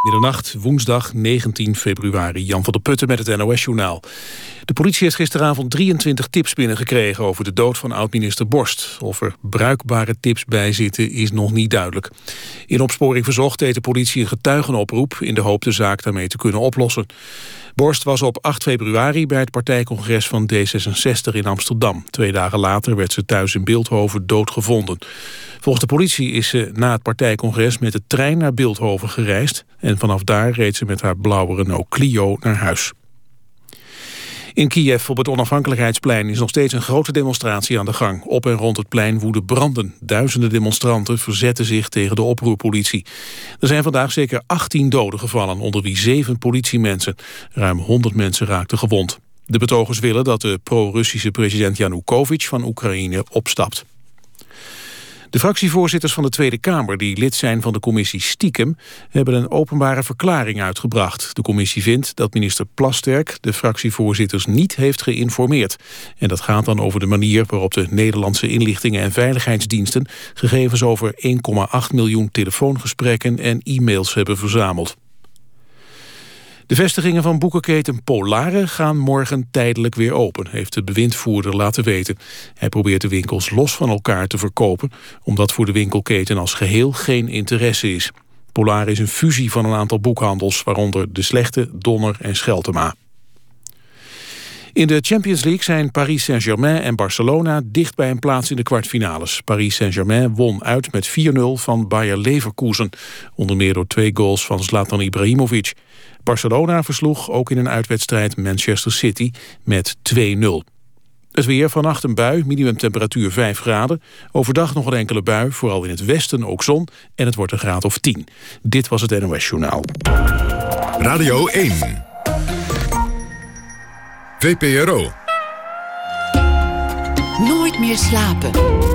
Middernacht, woensdag 19 februari. Jan van der Putten met het NOS-journaal. De politie heeft gisteravond 23 tips binnengekregen over de dood van oud-minister Borst. Of er bruikbare tips bij zitten is nog niet duidelijk. In Opsporing Verzocht deed de politie een getuigenoproep in de hoop de zaak daarmee te kunnen oplossen. Borst was op 8 februari bij het partijcongres van D66 in Amsterdam. 2 dagen later werd ze thuis in Bilthoven doodgevonden. Volgens de politie is ze na het partijcongres met de trein naar Bilthoven gereisd. En vanaf daar reed ze met haar blauwe Renault Clio naar huis. In Kiev op het Onafhankelijkheidsplein is nog steeds een grote demonstratie aan de gang. Op en rond het plein woeden branden. Duizenden demonstranten verzetten zich tegen de oproerpolitie. Er zijn vandaag zeker 18 doden gevallen, onder wie 7 politiemensen. Ruim 100 mensen raakten gewond. De betogers willen dat de pro-Russische president Yanukovych van Oekraïne opstapt. De fractievoorzitters van de Tweede Kamer die lid zijn van de commissie Stiekem hebben een openbare verklaring uitgebracht. De commissie vindt dat minister Plasterk de fractievoorzitters niet heeft geïnformeerd. En dat gaat dan over de manier waarop de Nederlandse inlichtingen en veiligheidsdiensten gegevens over 1,8 miljoen telefoongesprekken en e-mails hebben verzameld. De vestigingen van boekenketen Polare gaan morgen tijdelijk weer open, heeft de bewindvoerder laten weten. Hij probeert de winkels los van elkaar te verkopen, omdat voor de winkelketen als geheel geen interesse is. Polare is een fusie van een aantal boekhandels, waaronder De Slechte, Donner en Scheltema. In de Champions League zijn Paris Saint-Germain en Barcelona dicht bij een plaats in de kwartfinales. Paris Saint-Germain won uit met 4-0 van Bayer Leverkusen. Onder meer door 2 goals van Zlatan Ibrahimovic. Barcelona versloeg ook in een uitwedstrijd Manchester City met 2-0. Het weer, vannacht een bui, minimumtemperatuur 5 graden. Overdag nog een enkele bui, vooral in het westen ook zon. En het wordt een graad of 10. Dit was het NOS Journaal. Radio 1. VPRO. Nooit meer slapen.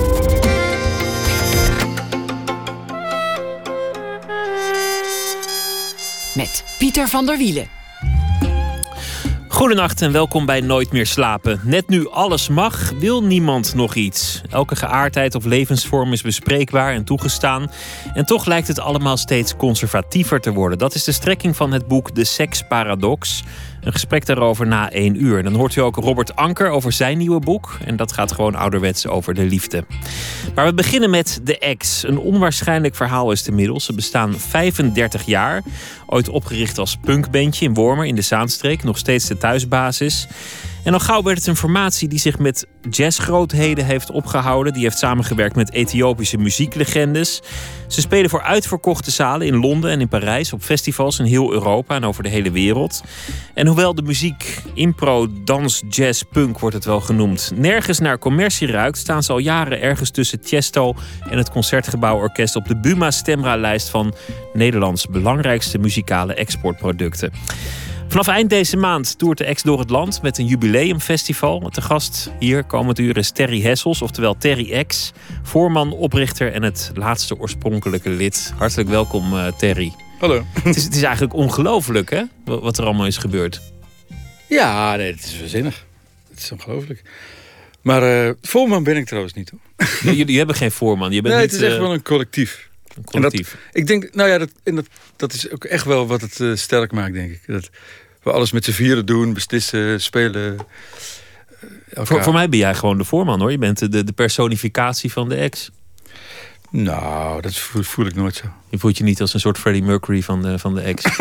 Met Pieter van der Wielen. Goedenacht en welkom bij Nooit meer slapen. Net nu alles mag, wil niemand nog iets. Elke geaardheid of levensvorm is bespreekbaar en toegestaan. En toch lijkt het allemaal steeds conservatiever te worden. Dat is de strekking van het boek De Seksparadox. Een gesprek daarover na 1 uur. Dan hoort u ook Robert Anker over zijn nieuwe boek. En dat gaat gewoon ouderwets over de liefde. Maar we beginnen met de Ex. Een onwaarschijnlijk verhaal is het inmiddels. Ze bestaan 35 jaar. Ooit opgericht als punkbandje in Wormer in de Zaanstreek. Nog steeds de thuisbasis. En al gauw werd het een formatie die zich met jazzgrootheden heeft opgehouden. Die heeft samengewerkt met Ethiopische muzieklegendes. Ze spelen voor uitverkochte zalen in Londen en in Parijs. Op festivals in heel Europa en over de hele wereld. En hoewel de muziek impro, dans, jazz, punk wordt het wel genoemd, nergens naar commercie ruikt, staan ze al jaren ergens tussen Tiesto en het Concertgebouworkest op de Buma-Stemra-lijst van Nederlands belangrijkste muzikale exportproducten. Vanaf eind deze maand toert de Ex door het land met een jubileumfestival. Te gast hier komend uur is Terry Hessels, oftewel Terry X. Voorman, oprichter en het laatste oorspronkelijke lid. Hartelijk welkom, Terry. Hallo. Het is eigenlijk ongelooflijk, hè? Wat er allemaal is gebeurd. Ja, nee, het is waanzinnig. Het is ongelooflijk. Maar voorman ben ik trouwens niet, hoor. Jullie hebben geen voorman. Je bent nee, niet, het is echt wel een collectief. Een collectief. Ik denk, nou ja, dat is ook echt wel wat het sterk maakt, denk ik. Dat we alles met z'n vieren doen, beslissen, spelen. Voor mij ben jij gewoon de voorman, hoor. Je bent de personificatie van de Ex. Nou, dat voel ik nooit zo. Je voelt je niet als een soort Freddie Mercury van de Ex.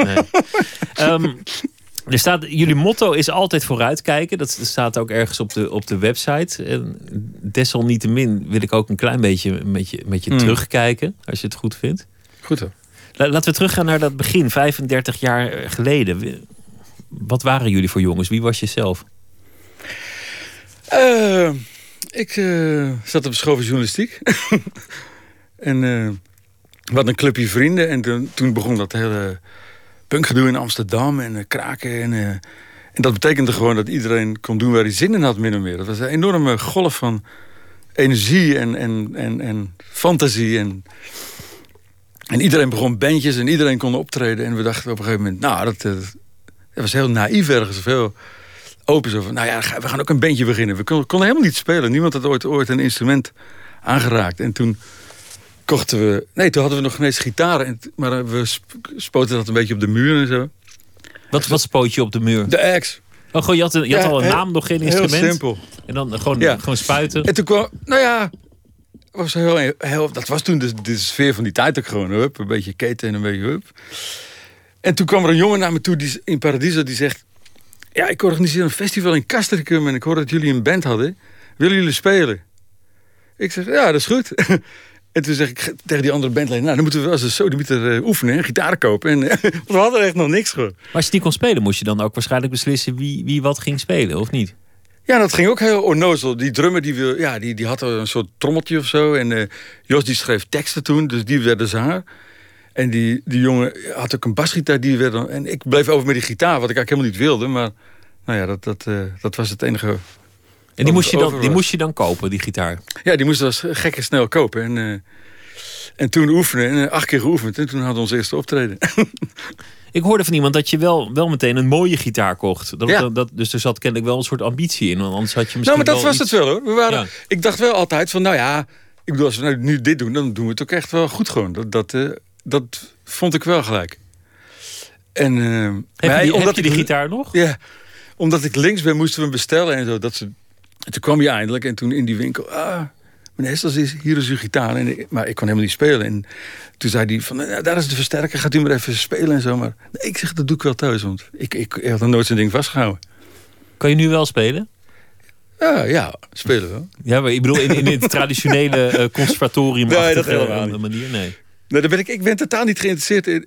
Nee. Jullie motto is altijd vooruitkijken. Dat staat ook ergens op de website. En desalniettemin wil ik ook een klein beetje met je terugkijken, als je het goed vindt. Goed hoor. Laten we teruggaan naar dat begin, 35 jaar geleden. Wat waren jullie voor jongens? Wie was je zelf? Ik zat op school voor journalistiek. En we hadden een clubje vrienden. En toen begon dat hele punkgedoe in Amsterdam en kraken. En dat betekende gewoon dat iedereen kon doen waar hij zin in had, min of meer. Dat was een enorme golf van energie en fantasie. En iedereen begon bandjes en iedereen kon optreden. En we dachten op een gegeven moment, nou, dat was heel naïef ergens. Of heel open. Zo van, nou ja, we gaan ook een bandje beginnen. We konden helemaal niet spelen. Niemand had ooit een instrument aangeraakt. En toen kochten we... Nee, toen hadden we nog geen eens gitaar. Maar we spoten dat een beetje op de muur en zo. Wat spoot je op de muur? De Axe. Oh, gewoon, je had al een naam, nog geen instrument? Heel simpel. En dan gewoon spuiten? En toen kwam... Nou ja... Was heel, dat was toen de sfeer van die tijd ook gewoon. Hup, een beetje keten en een beetje hup. En toen kwam er een jongen naar me toe in Paradiso die zegt... Ja, ik organiseer een festival in Castricum en ik hoor dat jullie een band hadden. Willen jullie spelen? Ik zeg, ja, dat is goed. En toen zeg ik tegen die andere bandleden... Nou, dan moeten we wel eens een sodemieter oefenen en gitaar kopen. En we hadden echt nog niks gewoon. Maar als je die kon spelen, moest je dan ook waarschijnlijk beslissen... wie wat ging spelen, of niet? Ja, dat ging ook heel onnozel. Die drummer die had een soort trommeltje of zo. En Jos die schreef teksten toen, dus die werd de zanger. En die jongen had ook een basgitaar. En ik bleef over met die gitaar, wat ik eigenlijk helemaal niet wilde. Maar nou ja, dat was het enige. En die moest je dan kopen, die gitaar? Ja, die moesten we gekke snel kopen. En toen oefenen, en 8 keer geoefend. En toen hadden we ons eerste optreden. Ik hoorde van iemand dat je wel meteen een mooie gitaar kocht. Dus er zat kennelijk wel een soort ambitie in. Want anders had je misschien maar dat was iets... het wel hoor. Ik dacht wel altijd van, nou ja... Ik bedoel, als we nu dit doen, dan doen we het ook echt wel goed gewoon. Dat vond ik wel gelijk. En, heb je die gitaar nog? Ja, omdat ik links ben, moesten we hem bestellen en zo. Toen kwam je eindelijk en toen in die winkel... meneer Hestels, hier is uw gitaar. Maar ik kon helemaal niet spelen. En toen zei hij van, daar is de versterker, gaat u maar even spelen en zo. Maar nee, ik zeg, dat doe ik wel thuis, want ik had nog nooit zo'n ding vastgehouden. Kan je nu wel spelen? Ja, spelen wel. Ja, maar ik bedoel, in het traditionele conservatorium-achtige manier, nee. Nou, ik ben totaal niet geïnteresseerd in.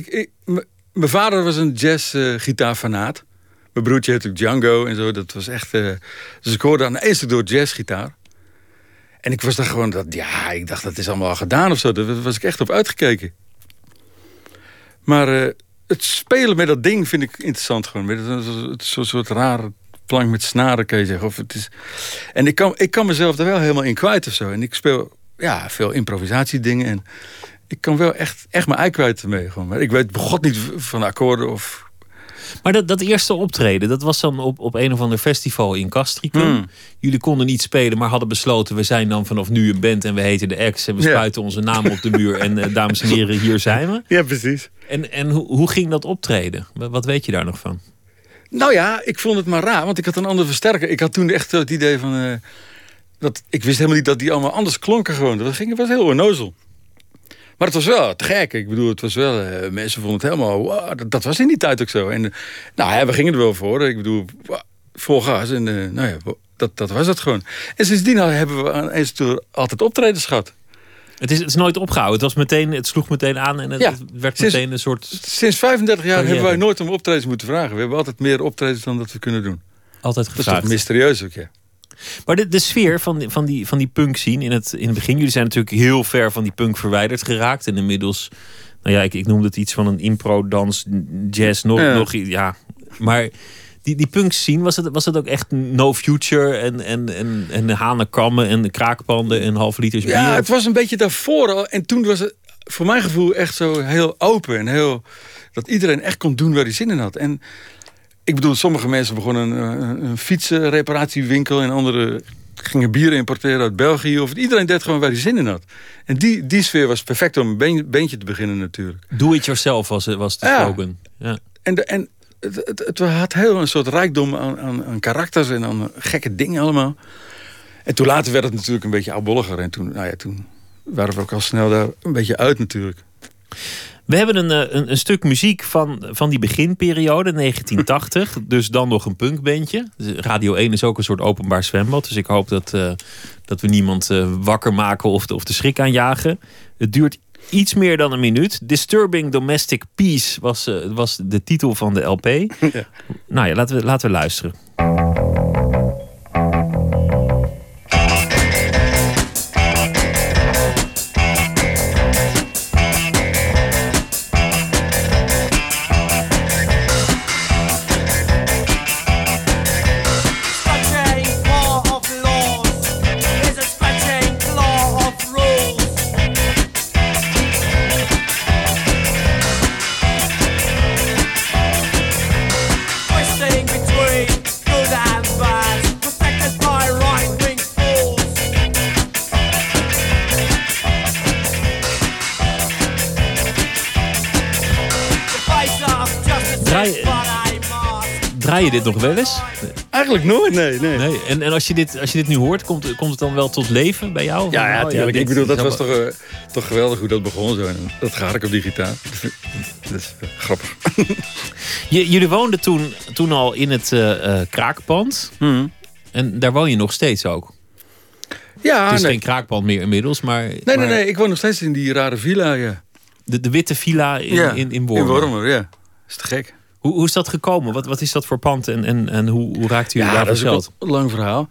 Mijn vader was een jazz-gitaarfanaat. Mijn broertje heette Django en zo. Dat was echt... dus ik hoorde aan één stuk door jazzgitaar. En ik was daar gewoon... ik dacht, dat is allemaal al gedaan of zo. Daar was ik echt op uitgekeken. Maar het spelen met dat ding vind ik interessant gewoon. Het is zo'n soort rare plank met snaren, kan je zeggen. En ik kan mezelf daar wel helemaal in kwijt of zo. En ik speel veel improvisatiedingen. En ik kan wel echt mijn ei kwijt ermee. Gewoon. Maar ik weet begot niet van akkoorden of... Maar dat eerste optreden, dat was dan op een of ander festival in Castricum. Jullie konden niet spelen, maar hadden besloten... we zijn dan vanaf nu een band en we heten de Axe... en we spuiten onze naam op de muur en dames en heren, hier zijn we. Ja, precies. En hoe ging dat optreden? Wat weet je daar nog van? Nou ja, ik vond het maar raar, want ik had een ander versterker. Ik had toen echt het idee van... ik wist helemaal niet dat die allemaal anders klonken gewoon. Het was heel onnozel. Maar het was wel te gek. Ik bedoel, het was wel... mensen vonden het helemaal... Wow, dat was in die tijd ook zo. En we gingen er wel voor. Ik bedoel, vol gas. En dat was het gewoon. En sindsdien hebben we eens altijd optredens gehad. Het is nooit opgehouden. Het sloeg meteen aan en het werd meteen een soort... Sinds 35 jaar hebben wij nooit om optredens moeten vragen. We hebben altijd meer optredens dan dat we kunnen doen. Altijd gevraagd. Dat is toch mysterieus ook, ja. Maar de sfeer van die punk scene in het begin... jullie zijn natuurlijk heel ver van die punk verwijderd geraakt. En inmiddels, ik noemde het iets van een impro-dans, jazz, nog maar die punk scene, was het ook echt no future en hanenkammen en kraakpanden en halve liters bier? Ja, het was een beetje daarvoor al. En toen was het voor mijn gevoel echt zo heel open en heel... dat iedereen echt kon doen waar hij zin in had. En ik bedoel, sommige mensen begonnen een fietsenreparatiewinkel... en anderen gingen bier importeren uit België. Iedereen deed gewoon waar hij zin in had. En die sfeer was perfect om een beentje te beginnen natuurlijk. Do it yourself was de slogan. Ja. En het had heel een soort rijkdom aan karakters en aan gekke dingen allemaal. En toen later werd het natuurlijk een beetje oudbolliger. En toen waren we ook al snel daar een beetje uit natuurlijk. We hebben een stuk muziek van die beginperiode, 1980. Dus dan nog een punkbandje. Radio 1 is ook een soort openbaar zwembad. Dus ik hoop dat we niemand wakker maken of de schrik aanjagen. Het duurt iets meer dan een minuut. Disturbing Domestic Peace was de titel van de LP. Ja. Laten we luisteren. Between good Draai je dit nog wel eens? Eigenlijk nooit, nee. En als je dit nu hoort, komt het dan wel tot leven bij jou? Ja, natuurlijk. Ik bedoel, dat was toch geweldig hoe dat begon zo. En dat ga ik op die gitaar. Dat is grappig. Jullie woonden toen al in het kraakpand. En daar woon je nog steeds ook? Ja, het is geen kraakpand meer inmiddels, maar... Nee. Ik woon nog steeds in die rare villa, ja. De witte villa in Wormer? In Wormer, ja. Dat is te gek. Hoe is dat gekomen? Wat is dat voor pand en hoe raakten jullie daar verzeld? Dat is een lang verhaal.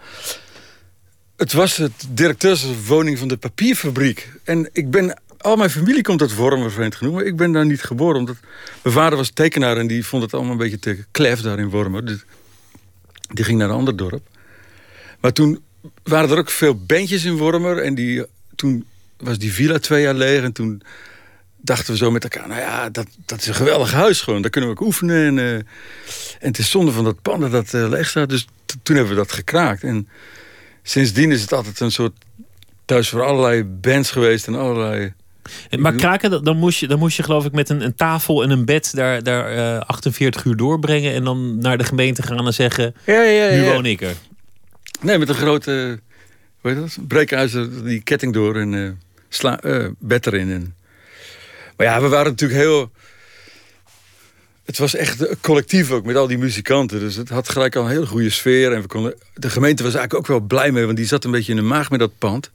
Het was het directeurswoning van de papierfabriek. En al mijn familie komt uit Wormer, vreemd genoeg. Maar ik ben daar niet geboren. Omdat mijn vader was tekenaar en die vond het allemaal een beetje te klef daar in Wormer. Dus die ging naar een ander dorp. Maar toen waren er ook veel bandjes in Wormer. En toen was die villa 2 jaar leeg. En toen dachten we zo met elkaar, nou ja, dat is een geweldig huis gewoon. Daar kunnen we ook oefenen. En het is zonde van dat pand dat leeg staat. Dus toen hebben we dat gekraakt. En sindsdien is het altijd een soort thuis voor allerlei bands geweest. En allerlei... Maar kraken, dan moest je geloof ik met een tafel en een bed daar 48 uur doorbrengen. En dan naar de gemeente gaan en zeggen, nu woon ik er. Nee, met een grote, hoe heet dat? Breekijzer, die ketting door en bed erin. Maar ja, we waren natuurlijk heel... Het was echt collectief ook, met al die muzikanten. Dus het had gelijk al een hele goede sfeer. En de gemeente was eigenlijk ook wel blij mee, want die zat een beetje in de maag met dat pand.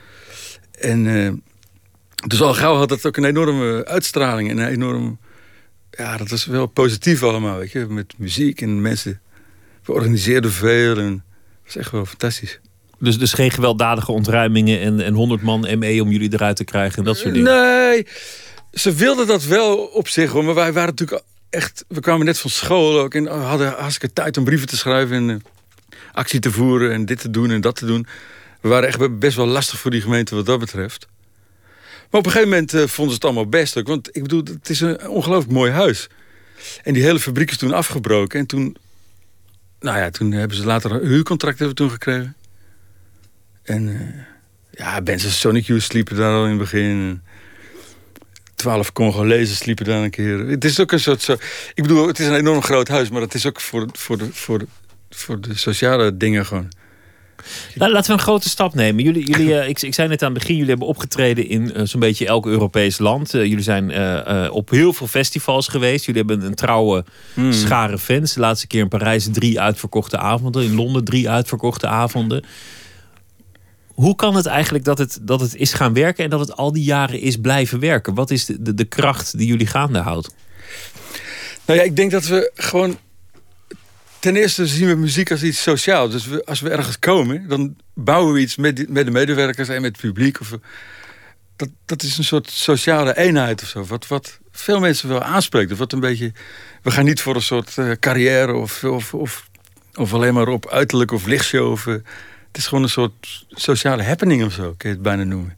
En dus al gauw had het ook een enorme uitstraling. En een enorm... Ja, dat was wel positief allemaal, weet je. Met muziek en mensen... We organiseerden veel en... Dat was echt wel fantastisch. Dus geen gewelddadige ontruimingen en 100 man ME om jullie eruit te krijgen en dat soort dingen? Nee, ze wilden dat wel op zich hoor. Maar wij waren natuurlijk echt... We kwamen net van school ook en hadden hartstikke tijd om brieven te schrijven en actie te voeren en dit te doen en dat te doen. We waren echt best wel lastig voor die gemeente wat dat betreft. Maar op een gegeven moment vonden ze het allemaal best ook. Want ik bedoel, het is een ongelooflijk mooi huis. En die hele fabriek is toen afgebroken. En toen... Nou ja, toen hebben ze later een huurcontract hebben we toen gekregen. En bands als Sonic Youth sliepen daar al in het begin. 12 Congolezen sliepen daar een keer. Het is ook een soort... Ik bedoel, het is een enorm groot huis, maar het is ook voor de sociale dingen gewoon. Laten we een grote stap nemen. Jullie, ik zei net aan het begin, jullie hebben opgetreden in zo'n beetje elk Europees land. Jullie zijn op heel veel festivals geweest. Jullie hebben een trouwe schare fans. De laatste keer in Parijs 3 uitverkochte avonden. In Londen 3 uitverkochte avonden. Hoe kan het eigenlijk dat het is gaan werken en dat het al die jaren is blijven werken? Wat is de kracht die jullie gaande houdt? Nou ja, ik denk dat we gewoon... Ten eerste zien we muziek als iets sociaals. Dus als we ergens komen, dan bouwen we iets met de medewerkers en met het publiek. Dat is een soort sociale eenheid of zo. Wat veel mensen wel aanspreekt. Of wat een beetje... We gaan niet voor een soort carrière of alleen maar op uiterlijk of lichtshow. Het is gewoon een soort sociale happening of zo, kun je het bijna noemen.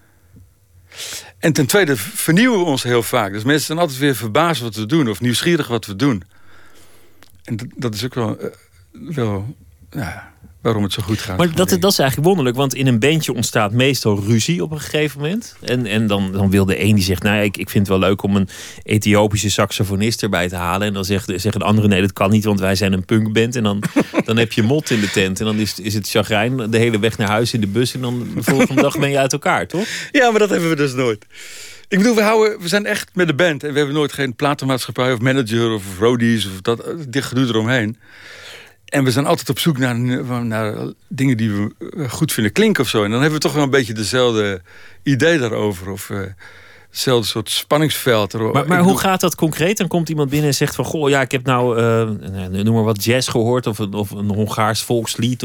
En ten tweede vernieuwen we ons heel vaak. Dus mensen zijn altijd weer verbaasd wat we doen of nieuwsgierig wat we doen. En dat is ook wel waarom het zo goed gaat. Maar dat is eigenlijk wonderlijk, want in een bandje ontstaat meestal ruzie op een gegeven moment. En dan wil de een die zegt, nou ja, ik vind het wel leuk om een Ethiopische saxofonist erbij te halen. En dan zegt een andere, nee, dat kan niet, want wij zijn een punkband. En dan heb je mot in de tent. En dan is het chagrijn de hele weg naar huis in de bus. En dan de volgende dag ben je uit elkaar, toch? Ja, maar dat hebben we dus nooit. Ik bedoel, we zijn echt met de band. En we hebben nooit geen platenmaatschappij of manager of roadies of dit gedoe eromheen. En we zijn altijd op zoek naar dingen die we goed vinden klinken of zo. En dan hebben we toch wel een beetje dezelfde idee daarover. Of hetzelfde soort spanningsveld. Maar hoe gaat dat concreet? Dan komt iemand binnen en zegt van... Goh, ja, ik heb nou, noem maar wat, jazz gehoord. Of een Hongaars volkslied.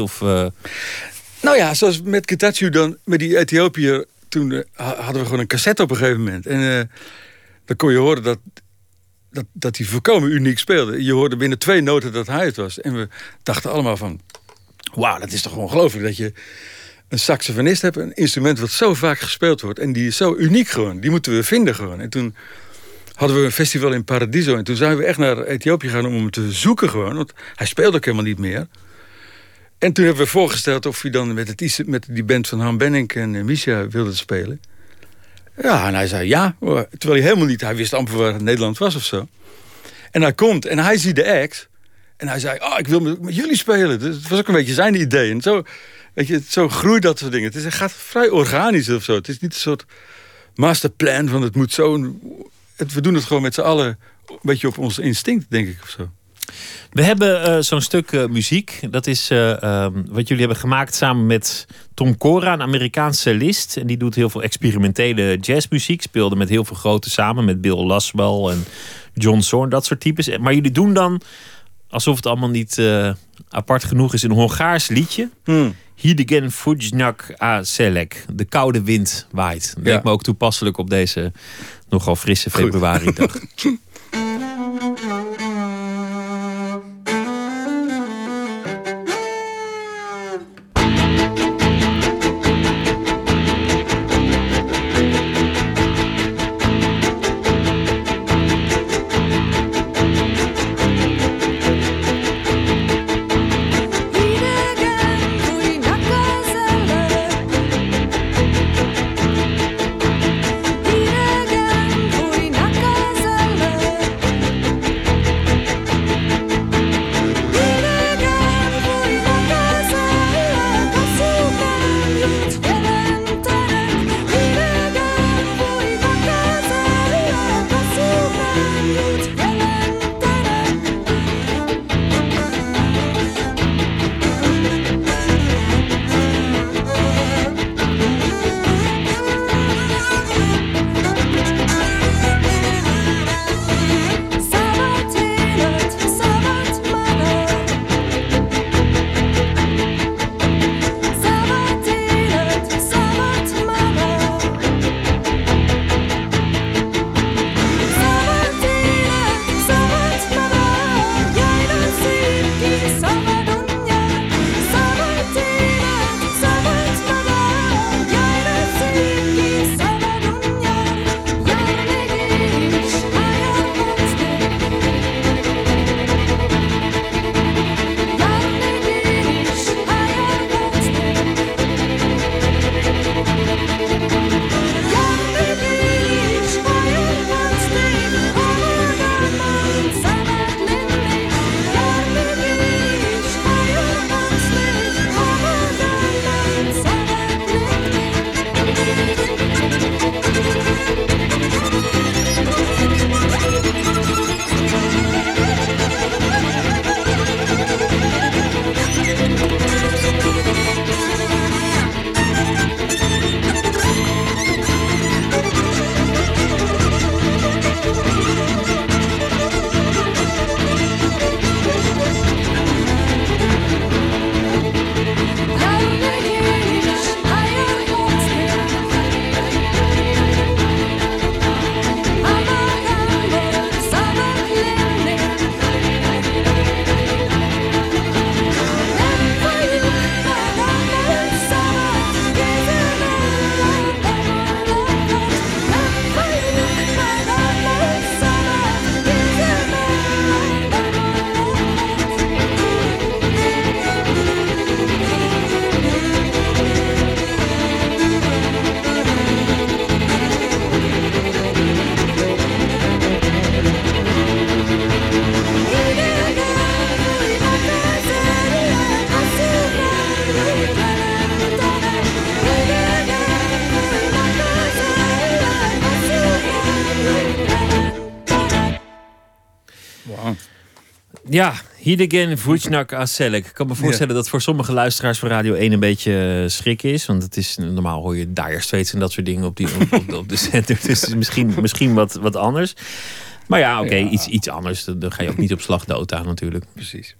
Nou ja, zoals met Getachew dan, met die Ethiopiër... Toen hadden we gewoon een cassette op een gegeven moment. En dan kon je horen dat hij volkomen uniek speelde. Je hoorde binnen 2 noten dat hij het was. En we dachten allemaal van... Wauw, dat is toch ongelooflijk dat je een saxofonist hebt. Een instrument wat zo vaak gespeeld wordt. En die is zo uniek gewoon. Die moeten we vinden gewoon. En toen hadden we een festival in Paradiso. En toen zijn we echt naar Ethiopië gegaan om hem te zoeken gewoon. Want hij speelde ook helemaal niet meer. En toen hebben we voorgesteld of hij dan met die band van Han Benink en Misha wilde spelen. Ja, en hij zei ja. Terwijl hij helemaal niet... Hij wist amper waar Nederland was of zo. En hij komt en hij ziet de act. En hij zei, ik wil met jullie spelen. Dus het was ook een beetje zijn idee. En zo, weet je, zo groeit dat soort dingen. Het gaat vrij organisch of zo. Het is niet een soort masterplan van het moet zo. We doen het gewoon met z'n allen een beetje op ons instinct, denk ik, of zo. We hebben zo'n stuk muziek. Dat is wat jullie hebben gemaakt samen met Tom Cora, een Amerikaanse cellist. En die doet heel veel experimentele jazzmuziek. Speelde met heel veel groten samen. Met Bill Laswell en John Zorn, dat soort types. Maar jullie doen dan, alsof het allemaal niet apart genoeg is, een Hongaars liedje. Hidegen Fujnak a Selek. De koude wind waait. Dat lijkt me ook toepasselijk op deze nogal frisse februari-dag. Ja, Hidegen Fujnak a Selek. Ik kan me voorstellen dat voor sommige luisteraars van Radio 1 een beetje schrik is. Want het is, normaal hoor je Dire Straits en dat soort dingen op de zender. Dus het is misschien wat anders. Maar ja, oké, iets anders. Dan ga je ook niet op slag dood aan natuurlijk. Precies.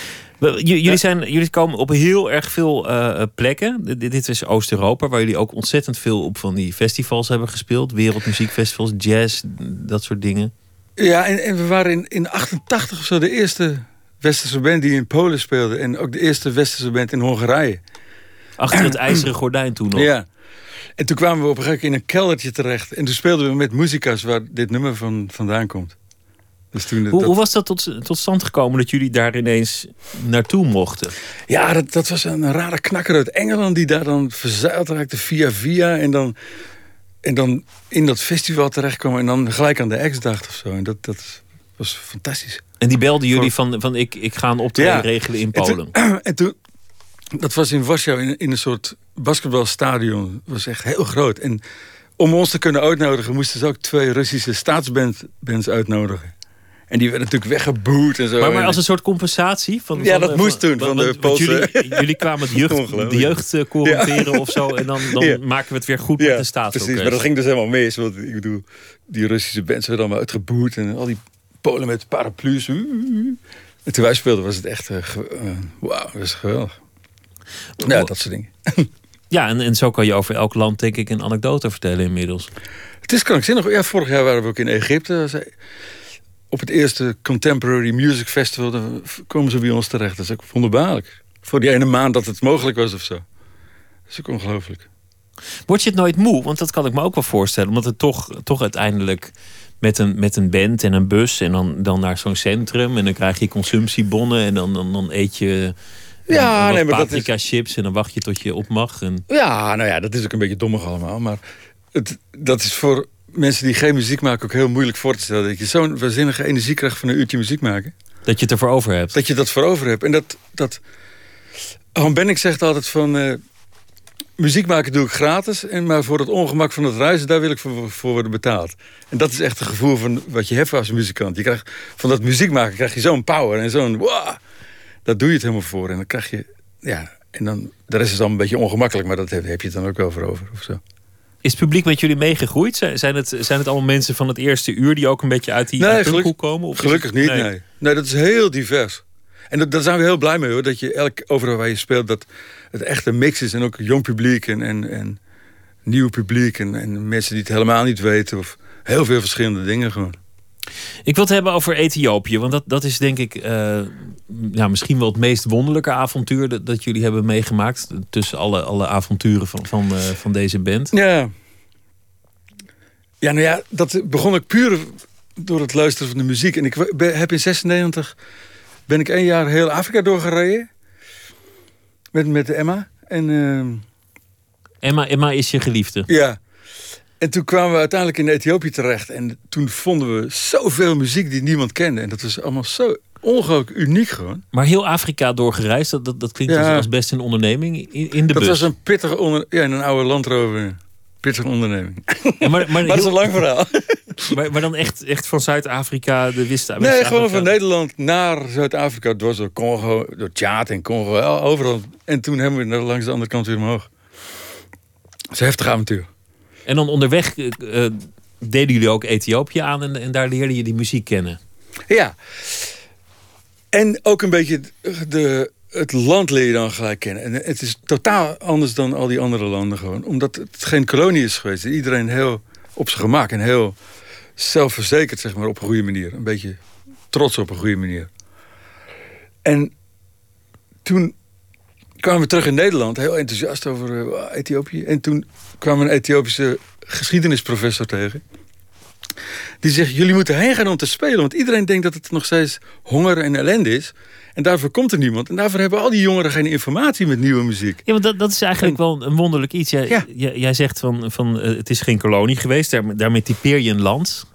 Jullie komen op heel erg veel plekken. Dit is Oost-Europa, waar jullie ook ontzettend veel op van die festivals hebben gespeeld. Wereldmuziekfestivals, jazz, dat soort dingen. Ja, en we waren in 88 of zo de eerste westerse band die in Polen speelde. En ook de eerste westerse band in Hongarije. Achter het ijzeren gordijn toen nog. Ja. En toen kwamen we op een gegeven moment in een keldertje terecht. En toen speelden we met Musica's waar dit nummer vandaan komt. Dus toen hoe was dat tot stand gekomen dat jullie daar ineens naartoe mochten? Ja, dat was een rare knakker uit Engeland die daar dan verzeild raakte via. En dan in dat festival terechtkomen en dan gelijk aan de X dacht of zo. En was fantastisch. En die belden jullie van ik ga een optreden regelen in Polen. En toen, dat was in Warschau in een soort basketbalstadion. Dat was echt heel groot. En om ons te kunnen uitnodigen moesten ze ook 2 Russische staatsbands uitnodigen. En die werden natuurlijk weggeboet en zo. Maar als een soort compensatie? Dat moest toen, van de Poolse. Jullie kwamen de jeugd corrumperen of zo. En dan maken we het weer goed met de staatsorkest. Precies, maar dat ging dus helemaal mis. Want ik bedoel, die Russische bands werden allemaal uitgeboet. En al die Polen met paraplu's. En toen wij speelden was het echt... wauw, dat was geweldig. Ja, dat soort dingen. Ja, en zo kan je over elk land denk ik een anekdote vertellen inmiddels. Het is krankzinnig. Ja, vorig jaar waren we ook in Egypte. Op het eerste Contemporary Music Festival, dan komen ze bij ons terecht. Dat is ook wonderbaarlijk. Voor die ene maand dat het mogelijk was of zo. Dat is ook ongelooflijk. Word je het nooit moe? Want dat kan ik me ook wel voorstellen. Omdat het toch uiteindelijk met een band en een bus... en dan naar zo'n centrum en dan krijg je consumptiebonnen... en dan eet je paprika chips en dan wacht je tot je op mag. En... Ja, nou ja, dat is ook een beetje dommig allemaal. Maar dat is voor... mensen die geen muziek maken ook heel moeilijk voor te stellen. Dat je zo'n waanzinnige energie krijgt van een uurtje muziek maken. Dat je het ervoor over hebt. Dat je dat voor over hebt. En dat Han Benning zegt altijd van... muziek maken doe ik gratis. Maar voor het ongemak van het reizen, daar wil ik voor worden betaald. En dat is echt het gevoel van wat je hebt als muzikant. Je krijgt, van dat muziek maken krijg je zo'n power en zo'n... Wow, daar doe je het helemaal voor. En dan krijg je... Ja, en dan, de rest is dan een beetje ongemakkelijk. Maar dat heb je het dan ook wel voor over of zo. Is het publiek met jullie meegegroeid? Zijn het allemaal mensen van het eerste uur die ook een beetje uit die punkhoek komen? Of gelukkig niet, nee, dat is heel divers. En daar zijn we heel blij mee, hoor. Dat je overal waar je speelt, dat het echt een mix is. En ook jong publiek en nieuw publiek. En mensen die het helemaal niet weten. Of heel veel verschillende dingen gewoon. Ik wil het hebben over Ethiopië. Want dat is denk ik misschien wel het meest wonderlijke avontuur dat jullie hebben meegemaakt. Tussen alle avonturen van deze band. Ja. Ja, nou ja, dat begon ik puur door het luisteren van de muziek. En ik heb in 96 ben ik 1 jaar heel Afrika doorgereden. Met Emma. En, Emma is je geliefde. Ja. En toen kwamen we uiteindelijk in Ethiopië terecht. En toen vonden we zoveel muziek die niemand kende. En dat was allemaal zo ongelooflijk uniek gewoon. Maar heel Afrika doorgereisd, dat klinkt als best een onderneming in de bus. Dat was een pittige in een oude Land Rover. Pittige onderneming. Ja, maar dat is een lang verhaal. Maar dan echt van Zuid-Afrika, de West-Afrika? Nee, gewoon van Nederland naar Zuid-Afrika. Door Congo, door Tjaad en Congo, overal. En toen hebben we langs de andere kant weer omhoog. Dat is een heftig avontuur. En dan onderweg deden jullie ook Ethiopië aan en daar leerde je die muziek kennen. Ja. En ook een beetje het land leer je dan gelijk kennen. En het is totaal anders dan al die andere landen gewoon. Omdat het geen kolonie is geweest. Iedereen heel op zijn gemak en heel zelfverzekerd, zeg maar, op een goede manier. Een beetje trots op een goede manier. En toen kwamen we terug in Nederland, heel enthousiast over Ethiopië. En toen kwam een Ethiopische geschiedenisprofessor tegen. Die zegt, jullie moeten heen gaan om te spelen. Want iedereen denkt dat het nog steeds honger en ellende is. En daarvoor komt er niemand. En daarvoor hebben al die jongeren geen informatie met nieuwe muziek. Ja, want dat is eigenlijk wel een wonderlijk iets. Jij zegt van het is geen kolonie geweest. Daarmee typeer je een land.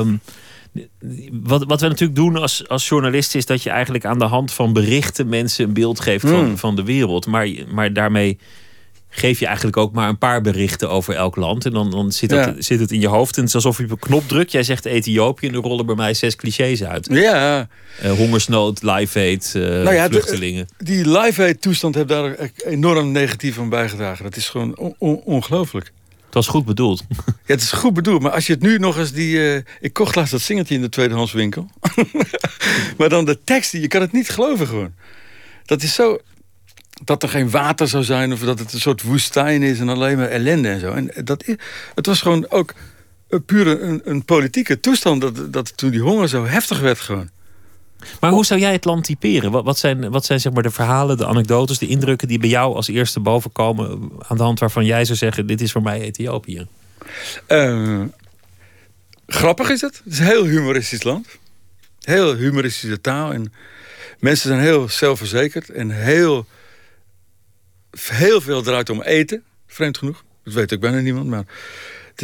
Wat we natuurlijk doen als journalisten is dat je eigenlijk aan de hand van berichten mensen een beeld geeft van de wereld. Maar daarmee geef je eigenlijk ook maar een paar berichten over elk land. En dan zit het in je hoofd. En het is alsof je op een knop drukt. Jij zegt Ethiopië en er rollen bij mij 6 clichés uit. Ja. Hongersnood, Live Aid, vluchtelingen. Die Live Aid toestand heeft daar enorm negatief aan bijgedragen. Dat is gewoon ongelooflijk. Het was goed bedoeld. Ja, het is goed bedoeld. Maar als je het nu nog eens ik kocht laatst dat singeltje in de tweedehandswinkel. Maar dan de tekst, je kan het niet geloven gewoon. Dat is zo... Dat er geen water zou zijn of dat het een soort woestijn is en alleen maar ellende en zo. En het was gewoon ook puur een politieke toestand dat toen die honger zo heftig werd gewoon. Maar hoe zou jij het land typeren? Wat zijn zeg maar de verhalen, de anekdotes, de indrukken die bij jou als eerste bovenkomen aan de hand waarvan jij zou zeggen, dit is voor mij Ethiopië? Grappig is het. Het is een heel humoristisch land. Heel humoristische taal. En mensen zijn heel zelfverzekerd en heel veel draait om eten, vreemd genoeg. Dat weet ook bijna niemand, maar het is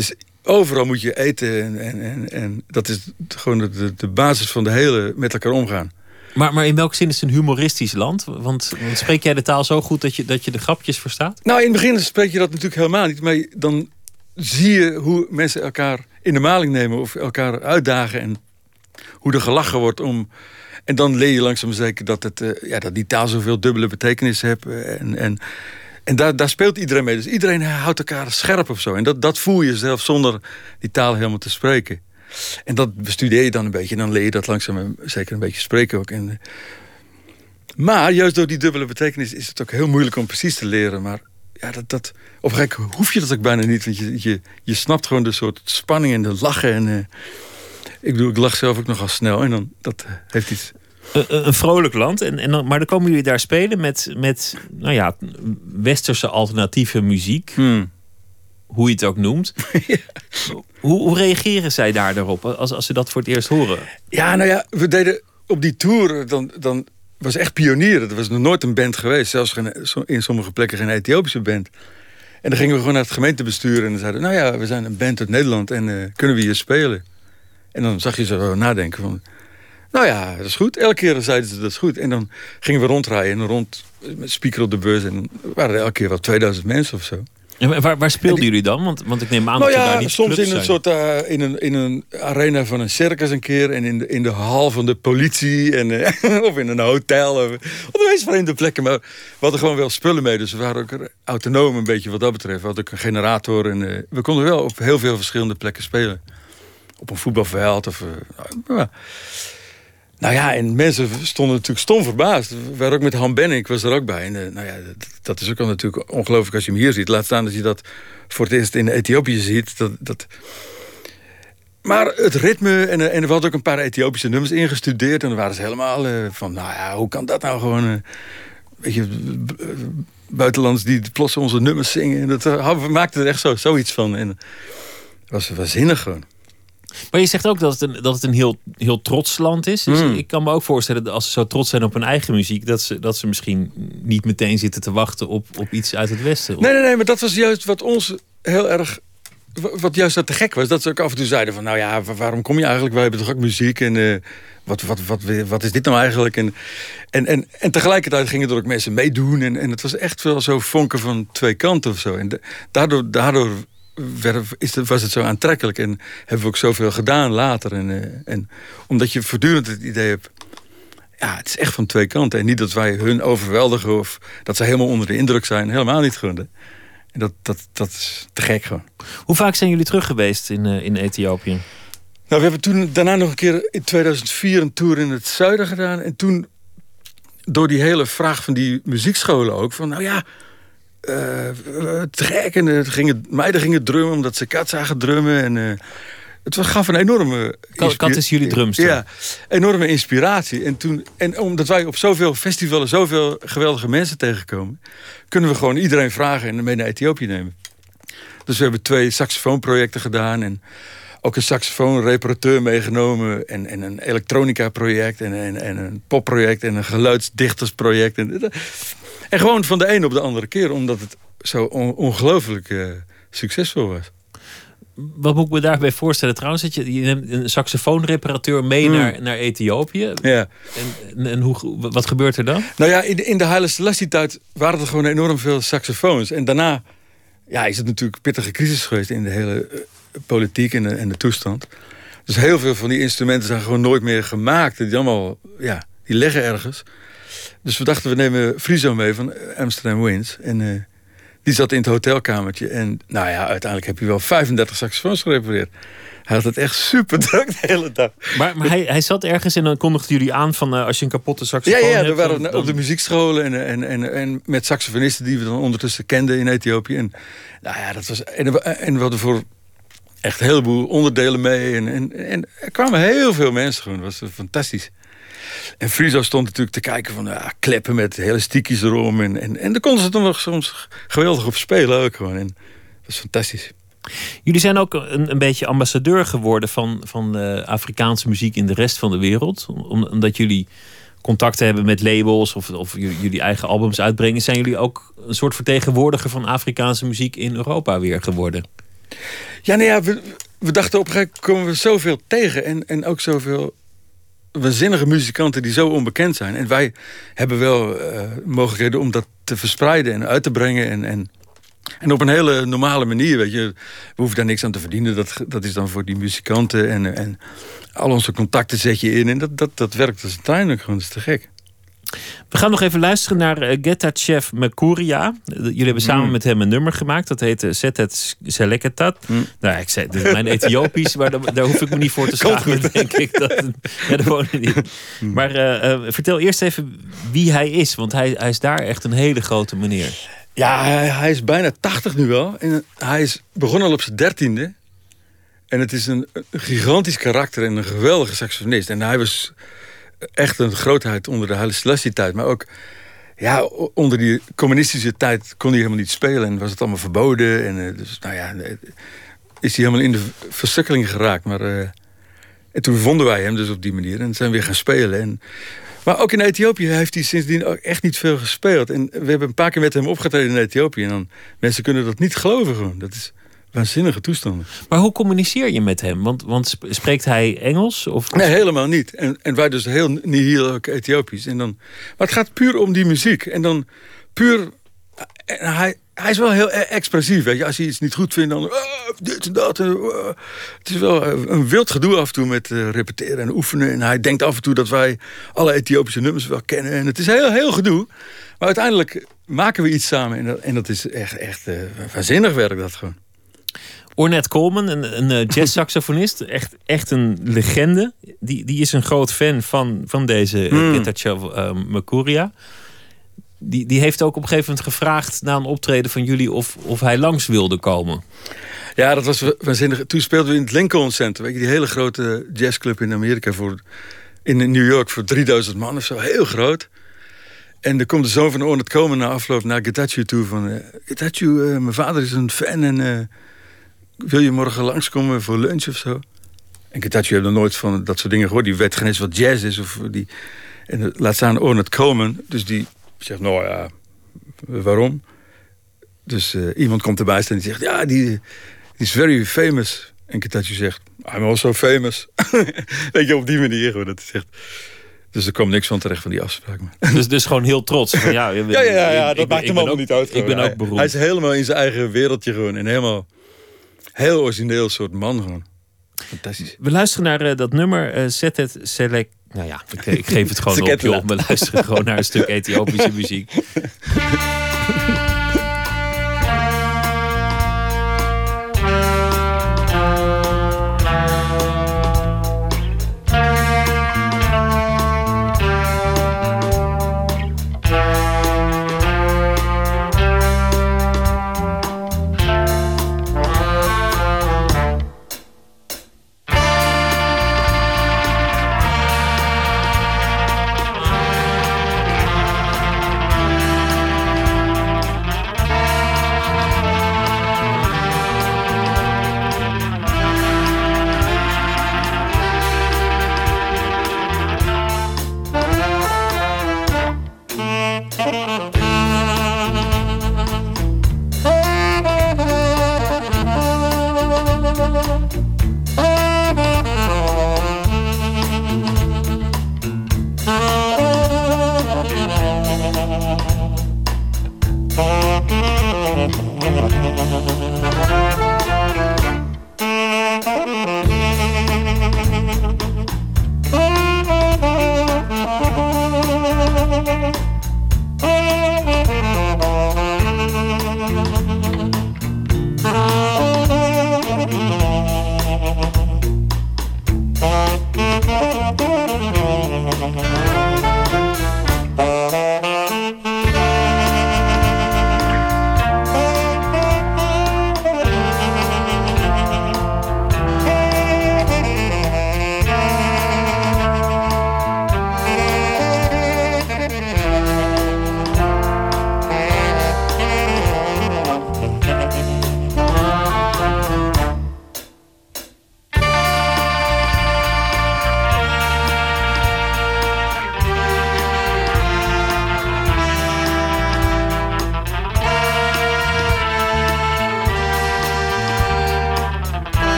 overal moet je eten. En dat is gewoon de basis van de hele met elkaar omgaan. Maar in welke zin is het een humoristisch land? Want spreek jij de taal zo goed dat je de grapjes verstaat? Nou, in het begin spreek je dat natuurlijk helemaal niet. Maar dan zie je hoe mensen elkaar in de maling nemen of elkaar uitdagen en hoe er gelachen wordt om. En dan leer je langzaam maar zeker dat die taal zoveel dubbele betekenis heeft. En daar speelt iedereen mee. Dus iedereen houdt elkaar scherp of zo. En dat voel je zelf zonder die taal helemaal te spreken. En dat bestudeer je dan een beetje. En dan leer je dat langzaam zeker een beetje spreken ook. Maar juist door die dubbele betekenis is het ook heel moeilijk om precies te leren. Maar ja, op een gegeven moment hoef je dat ook bijna niet. Want je snapt gewoon de soort spanning en de lachen. En ik lach zelf ook nogal snel. En dan dat heeft iets. Een vrolijk land. Maar dan komen jullie daar spelen met westerse alternatieve muziek. Hoe je het ook noemt. Ja. Hoe reageren zij daarop als ze dat voor het eerst horen? Ja, nou ja, we deden op die tour, dan was echt pionieren. Er was nog nooit een band geweest. Zelfs in sommige plekken geen Ethiopische band. En dan gingen we gewoon naar het gemeentebestuur en dan zeiden nou ja, we zijn een band uit Nederland en kunnen we hier spelen? En dan zag je ze nadenken van, nou ja, dat is goed. Elke keer zeiden ze dat is goed. En dan gingen we rondrijden en met speaker op de bus. En waren er elke keer wel 2000 mensen of zo. En waar speelden jullie dan? Want ik neem aan dat je daar niet soms in een zijn. soort in een arena van een circus een keer. En in de hal van de politie. Of in een hotel. Of de meest vreemde plekken. Maar we hadden gewoon wel spullen mee. Dus we waren ook autonoom een beetje wat dat betreft. We hadden ook een generator. En we konden wel op heel veel verschillende plekken spelen. Op een voetbalveld. Nou ja, en mensen stonden natuurlijk stom verbaasd. We waren ook met Han Benning, ik was er ook bij. En dat is ook al natuurlijk ongelooflijk als je hem hier ziet. Laat staan dat je dat voor het eerst in Ethiopië ziet. Maar het ritme, en we hadden ook een paar Ethiopische nummers ingestudeerd. En dan waren ze helemaal van, nou ja, hoe kan dat nou gewoon... weet je, buitenlanders die plots onze nummers zingen. En we maakten er echt zoiets van. En het was waanzinnig gewoon. Maar je zegt ook dat het een heel, heel trots land is. Dus ik kan me ook voorstellen dat als ze zo trots zijn op hun eigen muziek... dat ze misschien niet meteen zitten te wachten op iets uit het Westen. Nee, maar dat was juist wat ons heel erg... Wat juist dat te gek was. Dat ze ook af en toe zeiden van... nou ja, waarom kom je eigenlijk? Wij hebben toch ook muziek? En wat is dit nou eigenlijk? En tegelijkertijd gingen er ook mensen meedoen. En het was echt wel zo vonken van twee kanten of zo. En daardoor was het zo aantrekkelijk en hebben we ook zoveel gedaan later. En omdat je voortdurend het idee hebt... ja, het is echt van twee kanten. En niet dat wij hun overweldigen of dat ze helemaal onder de indruk zijn. Helemaal niet gewoon. En dat is te gek gewoon. Hoe vaak zijn jullie terug geweest in Ethiopië? Nou, we hebben daarna nog een keer in 2004 een tour in het zuiden gedaan. En toen, door die hele vraag van die muziekscholen ook... van nou ja... te gek. En meiden gingen drummen omdat ze kat zagen drummen. En het gaf een enorme... Kat is jullie drumster. Ja, enorme inspiratie. En omdat wij op zoveel festivals zoveel geweldige mensen tegenkomen... kunnen we gewoon iedereen vragen en mee naar Ethiopië nemen. Dus we hebben 2 saxofoonprojecten gedaan... en ook een saxofoonreparateur meegenomen... en een elektronica-project en een popproject... en een geluidsdichtersproject... En gewoon van de een op de andere keer, omdat het zo ongelooflijk succesvol was. Wat moet ik me daarbij voorstellen trouwens? Dat je neemt een saxofoonreparateur mee naar Ethiopië. Ja. En wat gebeurt er dan? Nou ja, in de Haile Selassie-tijd waren er gewoon enorm veel saxofoons. En daarna is het natuurlijk een pittige crisis geweest in de hele politiek en de toestand. Dus heel veel van die instrumenten zijn gewoon nooit meer gemaakt. Die allemaal, die liggen ergens. Dus we dachten, we nemen Friso mee van Amsterdam Winds. En die zat in het hotelkamertje. En nou ja, uiteindelijk heb je wel 35 saxofoons gerepareerd. Hij had het echt super druk de hele dag. Maar hij zat ergens en dan kondigden jullie aan van als je een kapotte saxofoon hebt... we waren op de muziekscholen en met saxofonisten die we dan ondertussen kenden in Ethiopië. En nou ja, dat was... En we hadden voor echt een heleboel onderdelen mee. En er kwamen heel veel mensen gewoon. Dat was fantastisch. En Friso stond natuurlijk te kijken van kleppen met hele stickies erom. En daar konden ze dan nog soms geweldig op spelen ook gewoon. En dat was fantastisch. Jullie zijn ook een beetje ambassadeur geworden van Afrikaanse muziek in de rest van de wereld. Omdat jullie contacten hebben met labels of jullie eigen albums uitbrengen. Zijn jullie ook een soort vertegenwoordiger van Afrikaanse muziek in Europa weer geworden? Ja, nou ja, we dachten op een gegeven moment komen we zoveel tegen. En ook zoveel waanzinnige muzikanten die zo onbekend zijn. En wij hebben wel mogelijkheden om dat te verspreiden en uit te brengen. En op een hele normale manier, weet je. We hoeven daar niks aan te verdienen. Dat is dan voor die muzikanten. En al onze contacten zet je in. En dat werkt als een trein ook gewoon. Dat is te gek. We gaan nog even luisteren naar Getachew Mercuria. Jullie hebben samen met hem een nummer gemaakt. Dat heet Setet Seleketat. Nou, ik zei, dit is mijn Ethiopisch, maar daar hoef ik me niet voor te schamen, denk ik. Dat wonen niet. Maar vertel eerst even wie hij is. Want hij is daar echt een hele grote meneer. Ja, hij is bijna 80 nu wel. En hij is begonnen al op zijn 13e. En het is een gigantisch karakter en een geweldige saxofonist. En hij was echt een grootheid onder de Haile Selassie-tijd. Maar ook onder die communistische tijd kon hij helemaal niet spelen. En was het allemaal verboden. En dus nou ja, is hij helemaal in de versukkeling geraakt. Maar en toen vonden wij hem dus op die manier. En zijn we weer gaan spelen. Maar ook in Ethiopië heeft hij sindsdien ook echt niet veel gespeeld. En we hebben een paar keer met hem opgetreden in Ethiopië. En dan, mensen kunnen dat niet geloven gewoon. Dat is waanzinnige toestanden. Maar hoe communiceer je met hem? Want spreekt hij Engels? Of? Nee, helemaal niet. En wij dus heel nihil ook Ethiopisch. Maar het gaat puur om die muziek. En dan puur... En hij is wel heel expressief. Weet je. Als hij iets niet goed vindt, dan dit en dat. Het is wel een wild gedoe af en toe met repeteren en oefenen. En hij denkt af en toe dat wij alle Ethiopische nummers wel kennen. En het is heel, heel gedoe. Maar uiteindelijk maken we iets samen. En dat is echt waanzinnig werk, dat gewoon. Ornette Coleman, een jazzsaxofonist, echt een legende. Die is een groot fan van deze Getachew Mercuria. Die heeft ook op een gegeven moment gevraagd na een optreden van jullie of hij langs wilde komen. Ja, dat was waanzinnig. Toen speelden we in het Lincoln Center, weet je, die hele grote jazzclub in Amerika in New York voor 3000 man of zo, heel groot. En er komt de zoon van Ornette Coleman na afloop naar Getachew toe van Getachew, mijn vader is een fan en wil je morgen langskomen voor lunch of zo? En Getachew heeft nog nooit van dat soort dingen gehoord. Die weet geen eens wat jazz is. En laat staan Ornette Coleman. Dus die zegt, nou ja, waarom? Dus iemand komt erbij staan en die zegt, ja, die is very famous. En Getachew zegt, I'm also famous. Weet je, op die manier gewoon. Dat is echt... Dus er kwam niks van terecht van die afspraak. Dus gewoon heel trots. Van, ja, dat maakt hem allemaal niet uit. Ik ben ook beroemd. Hij is helemaal in zijn eigen wereldje gewoon. En helemaal heel origineel soort man gewoon. Fantastisch. We luisteren naar dat nummer Setet Selek. Nou ja, ik geef het gewoon op, joh. We luisteren gewoon naar een stuk Ethiopische muziek.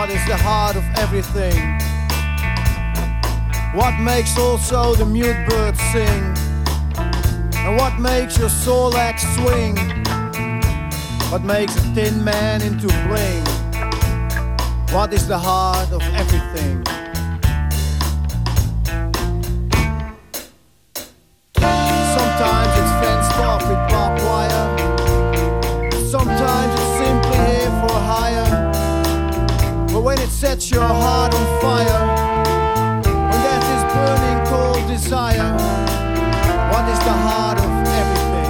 What is the heart of everything? What makes also the mute bird sing? And what makes your soul axe swing? What makes a thin man into bling? What is the heart of everything? Sometimes it's fenced off with barbed wire. Sometimes it's simply here for hire. But when it sets your heart on fire, when there's this burning cold desire, what is the heart of everything?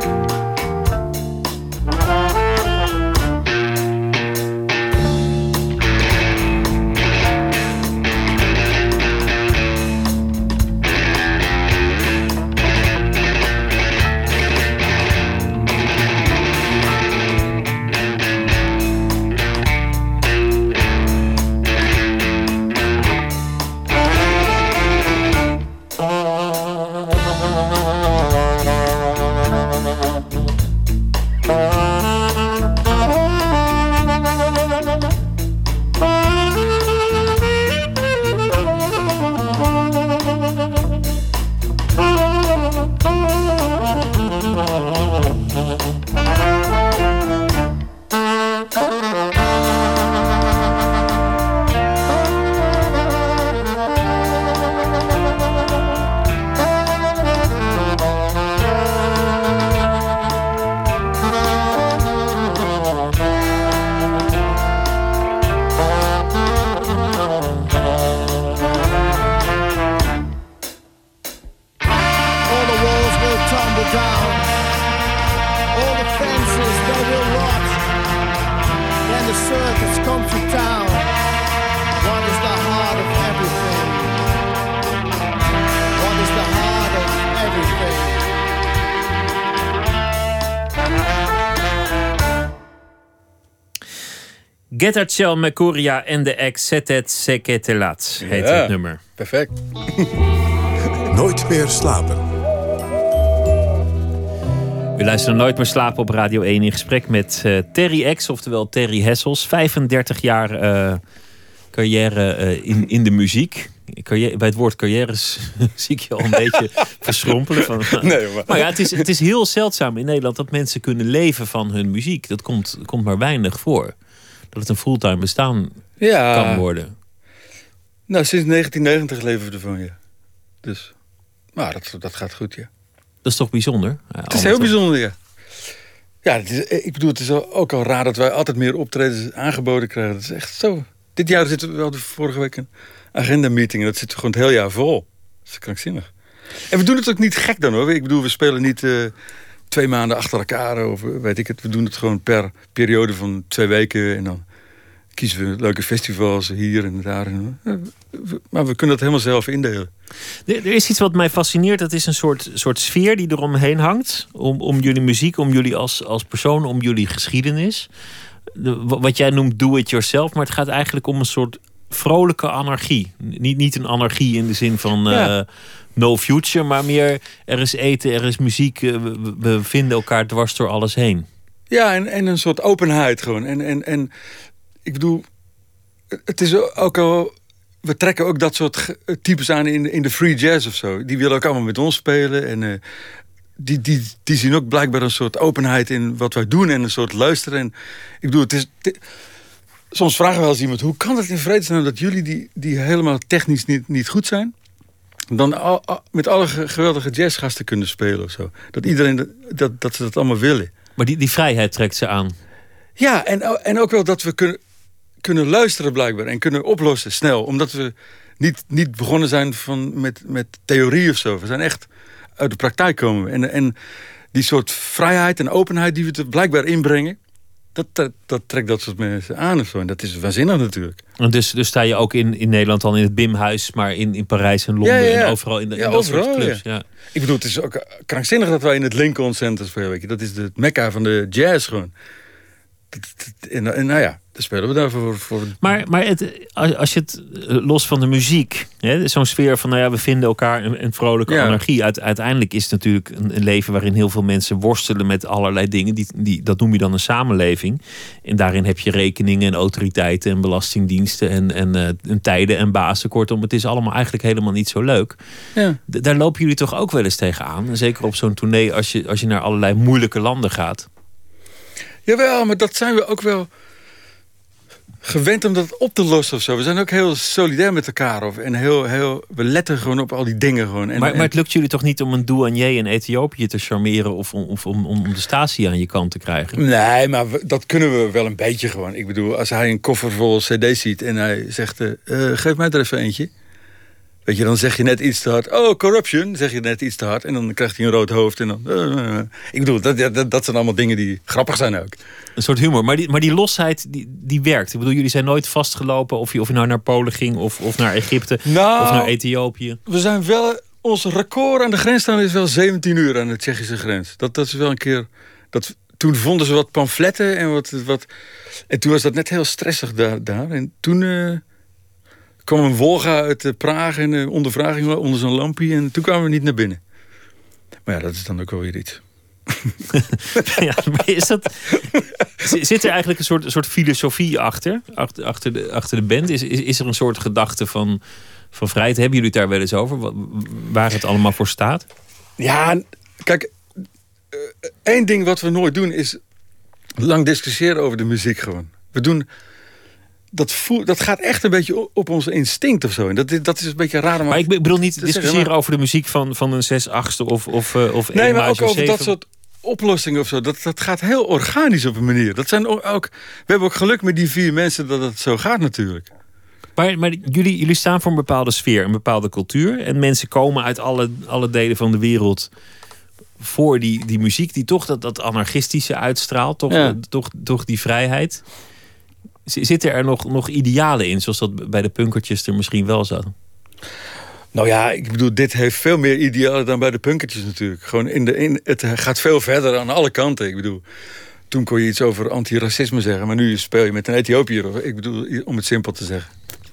Getarcel Mekoria en de Exetet Seketelat heet het nummer. Perfect. Nooit meer slapen. U luistert Nooit meer slapen op Radio 1 in gesprek met Terry X, oftewel Terry Hessels. 35 jaar carrière in de muziek. Bij het woord carrière zie ik je al een beetje verschrompelen. Nee, maar ja, het is heel zeldzaam in Nederland dat mensen kunnen leven van hun muziek. Dat komt maar weinig voor. Dat het een fulltime bestaan kan worden. Nou, sinds 1990 leven we ervan, ja. Dus, maar dat gaat goed, ja. Dat is toch bijzonder? Het is heel bijzonder, ja. Ja, ik bedoel, het is ook al raar dat wij altijd meer optredens aangeboden krijgen. Dat is echt zo. Dit jaar zitten we wel vorige week een agenda-meeting en dat zit gewoon het hele jaar vol. Dat is krankzinnig. En we doen het ook niet gek dan, hoor. Ik bedoel, we spelen niet 2 maanden achter elkaar of weet ik het. We doen het gewoon per periode van 2 weken en dan kiezen we leuke festivals hier en daar. Maar we kunnen dat helemaal zelf indelen. Er is iets wat mij fascineert. Dat is een soort sfeer die eromheen hangt. Om jullie muziek, om jullie als persoon, om jullie geschiedenis. Wat jij noemt do it yourself. Maar het gaat eigenlijk om een soort vrolijke anarchie. Niet een anarchie in de zin van no future. Maar meer er is eten, er is muziek. We vinden elkaar dwars door alles heen. Ja, en een soort openheid gewoon. En ik bedoel, het is ook al. We trekken ook dat soort types aan in de free jazz of zo. Die willen ook allemaal met ons spelen. En die zien ook blijkbaar een soort openheid in wat wij doen. En een soort luisteren. En ik bedoel, soms vragen we wel eens iemand, hoe kan het in vredesnaam dat jullie die helemaal technisch niet goed zijn, dan met alle geweldige jazzgasten kunnen spelen of zo. Dat iedereen, dat ze dat allemaal willen. Maar die vrijheid trekt ze aan. Ja, en ook wel dat we kunnen luisteren blijkbaar en kunnen oplossen snel. Omdat we niet begonnen zijn met theorie of zo. We zijn echt uit de praktijk komen. En die soort vrijheid en openheid die we er blijkbaar inbrengen, dat trekt dat soort mensen aan of zo. En dat is waanzinnig natuurlijk. En dus sta je ook in Nederland dan in het Bimhuis, maar in Parijs en Londen en overal in dat soort clubs. Ja. Ik bedoel, het is ook krankzinnig dat wij in het Lincoln Center spelen. Dat is het mekka van de jazz gewoon. En nou ja, daar spelen we daarvoor. Maar als je het los van de muziek, hè, zo'n sfeer van, nou ja, we vinden elkaar een vrolijke anarchie. Uiteindelijk is het natuurlijk een leven waarin heel veel mensen worstelen met allerlei dingen. Dat noem je dan een samenleving. En daarin heb je rekeningen en autoriteiten en belastingdiensten en tijden en bazen. Kortom, het is allemaal eigenlijk helemaal niet zo leuk. Ja. Daar lopen jullie toch ook wel eens tegenaan? En zeker op zo'n tournee als je naar allerlei moeilijke landen gaat. Jawel, maar dat zijn we ook wel gewend om dat op te lossen of zo. We zijn ook heel solidair met elkaar. En we letten gewoon op al die dingen. Gewoon. Maar het lukt jullie toch niet om een douanier in Ethiopië te charmeren of om de Stasi aan je kant te krijgen? Nee, maar dat kunnen we wel een beetje gewoon. Ik bedoel, als hij een koffer vol cd's ziet en hij zegt, geef mij er even eentje. Weet je, dan zeg je net iets te hard. Oh, corruption, zeg je net iets te hard. En dan krijgt hij een rood hoofd. En dan, Ik bedoel, dat zijn allemaal dingen die grappig zijn ook. Een soort humor. Maar die losheid, die werkt. Ik bedoel, jullie zijn nooit vastgelopen. Of je nou naar Polen ging of naar Egypte. Of naar Ethiopië. We zijn wel... Ons record aan de grens staan is wel 17 uur aan de Tsjechische grens. Dat is wel een keer... Toen vonden ze wat pamfletten en wat... En toen was dat net heel stressig daar. En toen... kwam een Wolga uit Praag en de ondervraging onder zo'n lampje. En toen kwamen we niet naar binnen. Maar ja, dat is dan ook wel weer iets. Ja, maar zit er eigenlijk een soort filosofie achter de band? Is er een soort gedachte van vrijheid? Hebben jullie het daar wel eens over? Waar het allemaal voor staat? Ja, kijk. Één ding wat we nooit doen is lang discussiëren over de muziek gewoon. We doen... Dat gaat echt een beetje op ons instinct of zo. En dat is een beetje raar. Maar ik bedoel niet discussiëren over de muziek van een 6/8 of nee, maar ook over dat soort oplossingen of zo. Dat gaat heel organisch op een manier. We hebben ook geluk met die 4 mensen dat het zo gaat natuurlijk. Maar jullie staan voor een bepaalde sfeer, een bepaalde cultuur. En mensen komen uit alle delen van de wereld voor die muziek die toch dat anarchistische uitstraalt. Toch die vrijheid. Zitten er nog idealen in, zoals dat bij de punkertjes er misschien wel zat? Nou ja, ik bedoel, dit heeft veel meer idealen dan bij de punkertjes natuurlijk. Gewoon het gaat veel verder aan alle kanten. Ik bedoel, toen kon je iets over antiracisme zeggen, maar nu speel je met een Ethiopiër. Ik bedoel, om het simpel te zeggen.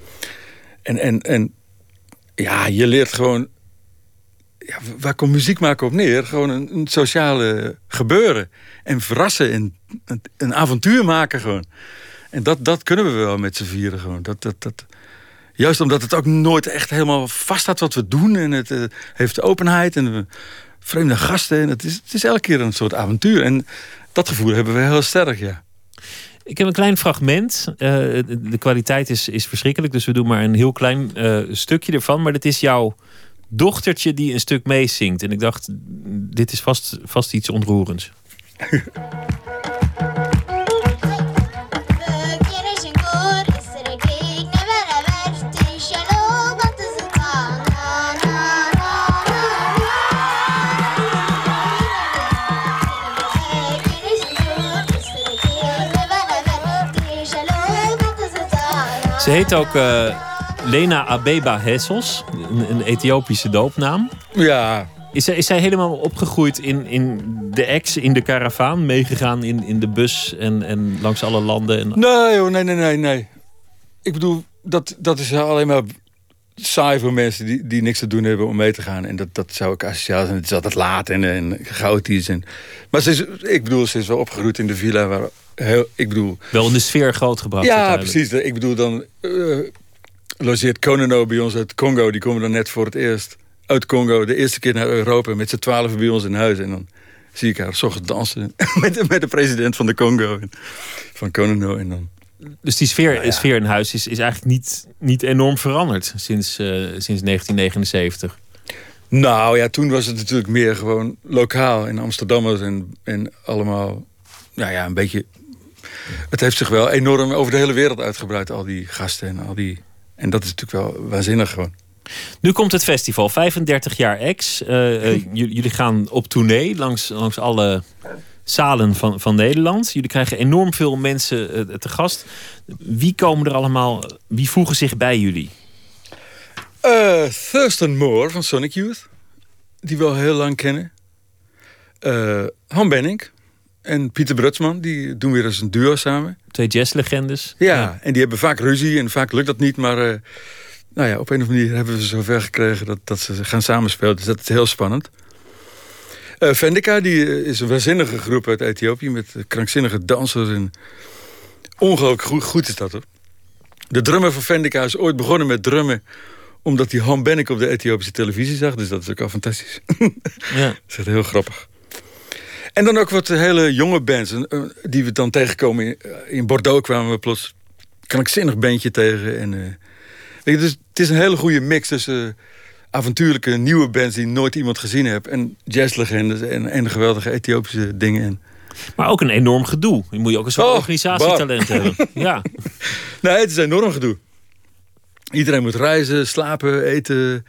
En ja, je leert gewoon... Ja, waar komt muziek maken op neer? Gewoon een sociale gebeuren. En verrassen en een avontuur maken gewoon. En dat kunnen we wel met z'n vieren gewoon. Juist omdat het ook nooit echt helemaal vast staat wat we doen. En het heeft openheid en vreemde gasten. En het is elke keer een soort avontuur. En dat gevoel hebben we heel sterk, ja. Ik heb een klein fragment. De kwaliteit is verschrikkelijk. Dus we doen maar een heel klein stukje ervan. Maar het is jouw dochtertje die een stuk meezingt. En ik dacht, dit is vast iets ontroerends. Ze heet ook Lena Abeba Hessels, een Ethiopische doopnaam. Ja. Is zij helemaal opgegroeid in de ex, in de karavaan, meegegaan in de bus en langs alle landen? Nee. Ik bedoel, dat is alleen maar saai voor mensen die niks te doen hebben om mee te gaan. En dat zou ik asociaal zijn. Het is altijd laat en chaotisch. Maar ze is wel opgegroeid in de villa waar... wel in de sfeer grootgebracht. Ja, precies. Ik bedoel, dan logeert Konano bij ons uit Congo. Die komen dan net voor het eerst uit Congo. De eerste keer naar Europa met z'n 12 bij ons in huis. En dan zie ik haar 's ochtends dansen met de president van de Congo. Van Konano. En dan... Dus die sfeer in huis is eigenlijk niet enorm veranderd sinds 1979. Nou ja, toen was het natuurlijk meer gewoon lokaal in Amsterdammers en allemaal... Nou ja, een beetje... Het heeft zich wel enorm over de hele wereld uitgebreid, al die gasten en al die... En dat is natuurlijk wel waanzinnig gewoon. Nu komt het festival, 35 jaar ex. Jullie gaan op tournee langs alle zalen van Nederland. Jullie krijgen enorm veel mensen te gast. Wie komen er allemaal, wie voegen zich bij jullie? Thurston Moore van Sonic Youth. Die we al heel lang kennen. Han Benink. en Pieter Brutsman. Die doen weer eens een duo samen. 2 jazzlegendes. Ja, en die hebben vaak ruzie en vaak lukt dat niet. Maar op een of andere manier hebben we ze zover gekregen dat ze gaan samenspelen. Dus dat is heel spannend. Vendika, die is een waanzinnige groep uit Ethiopië met krankzinnige dansers. En ongelooflijk goed is dat, hoor. De drummer van Vendika is ooit begonnen met drummen omdat hij Han Bennek op de Ethiopische televisie zag. Dus dat is ook al fantastisch. Ja. Dat is echt heel grappig. En dan ook wat hele jonge bands die we dan tegenkomen. In Bordeaux kwamen we plots een krankzinnig bandje tegen. En, dus het is een hele goede mix tussen avontuurlijke nieuwe bands die nooit iemand gezien heeft. En jazzlegendes en geweldige Ethiopische dingen. Maar ook een enorm gedoe. Je moet je ook een soort organisatietalent hebben. Ja. Nee, het is enorm gedoe. Iedereen moet reizen, slapen, eten,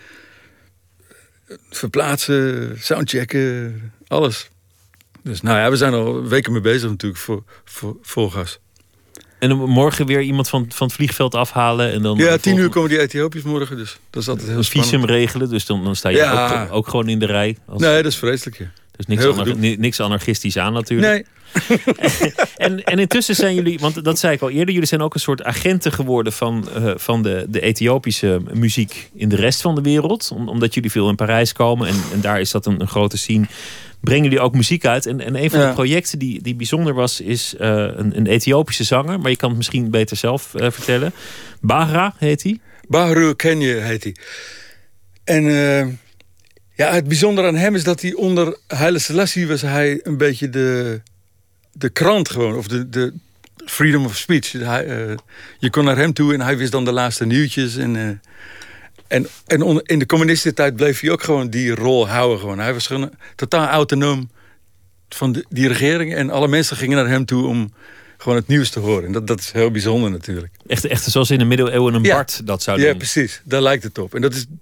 verplaatsen, soundchecken, alles. Dus we zijn al weken mee bezig natuurlijk voor vol gas. En dan morgen weer iemand van het vliegveld afhalen. En dan 10 uur komen die Ethiopiërs morgen, dus dat is altijd heel spannend. Visum regelen, dus dan sta je ook gewoon in de rij. Nee, dat is vreselijk, ja. Dus niks anarchistisch aan natuurlijk. Nee. En intussen zijn jullie, want dat zei ik al eerder, jullie zijn ook een soort agenten geworden van de Ethiopische muziek in de rest van de wereld. Omdat jullie veel in Parijs komen en daar is dat een grote scene. Brengen jullie ook muziek uit. En een van de projecten die bijzonder was, is een Ethiopische zanger. Maar je kan het misschien beter zelf vertellen. Bahra heet hij. Bahru Kenje heet hij. En het bijzondere aan hem is dat hij onder Haile Selassie was hij een beetje de krant gewoon. Of de freedom of speech. Je kon naar hem toe en hij wist dan de laatste nieuwtjes. En in de communistische tijd bleef hij ook gewoon die rol houden. Gewoon. Hij was gewoon totaal autonoom van die regering. En alle mensen gingen naar hem toe om gewoon het nieuws te horen. En dat is heel bijzonder natuurlijk. Echt zoals in de middeleeuwen een Bart dat zou doen. Ja, precies. Daar lijkt het op. En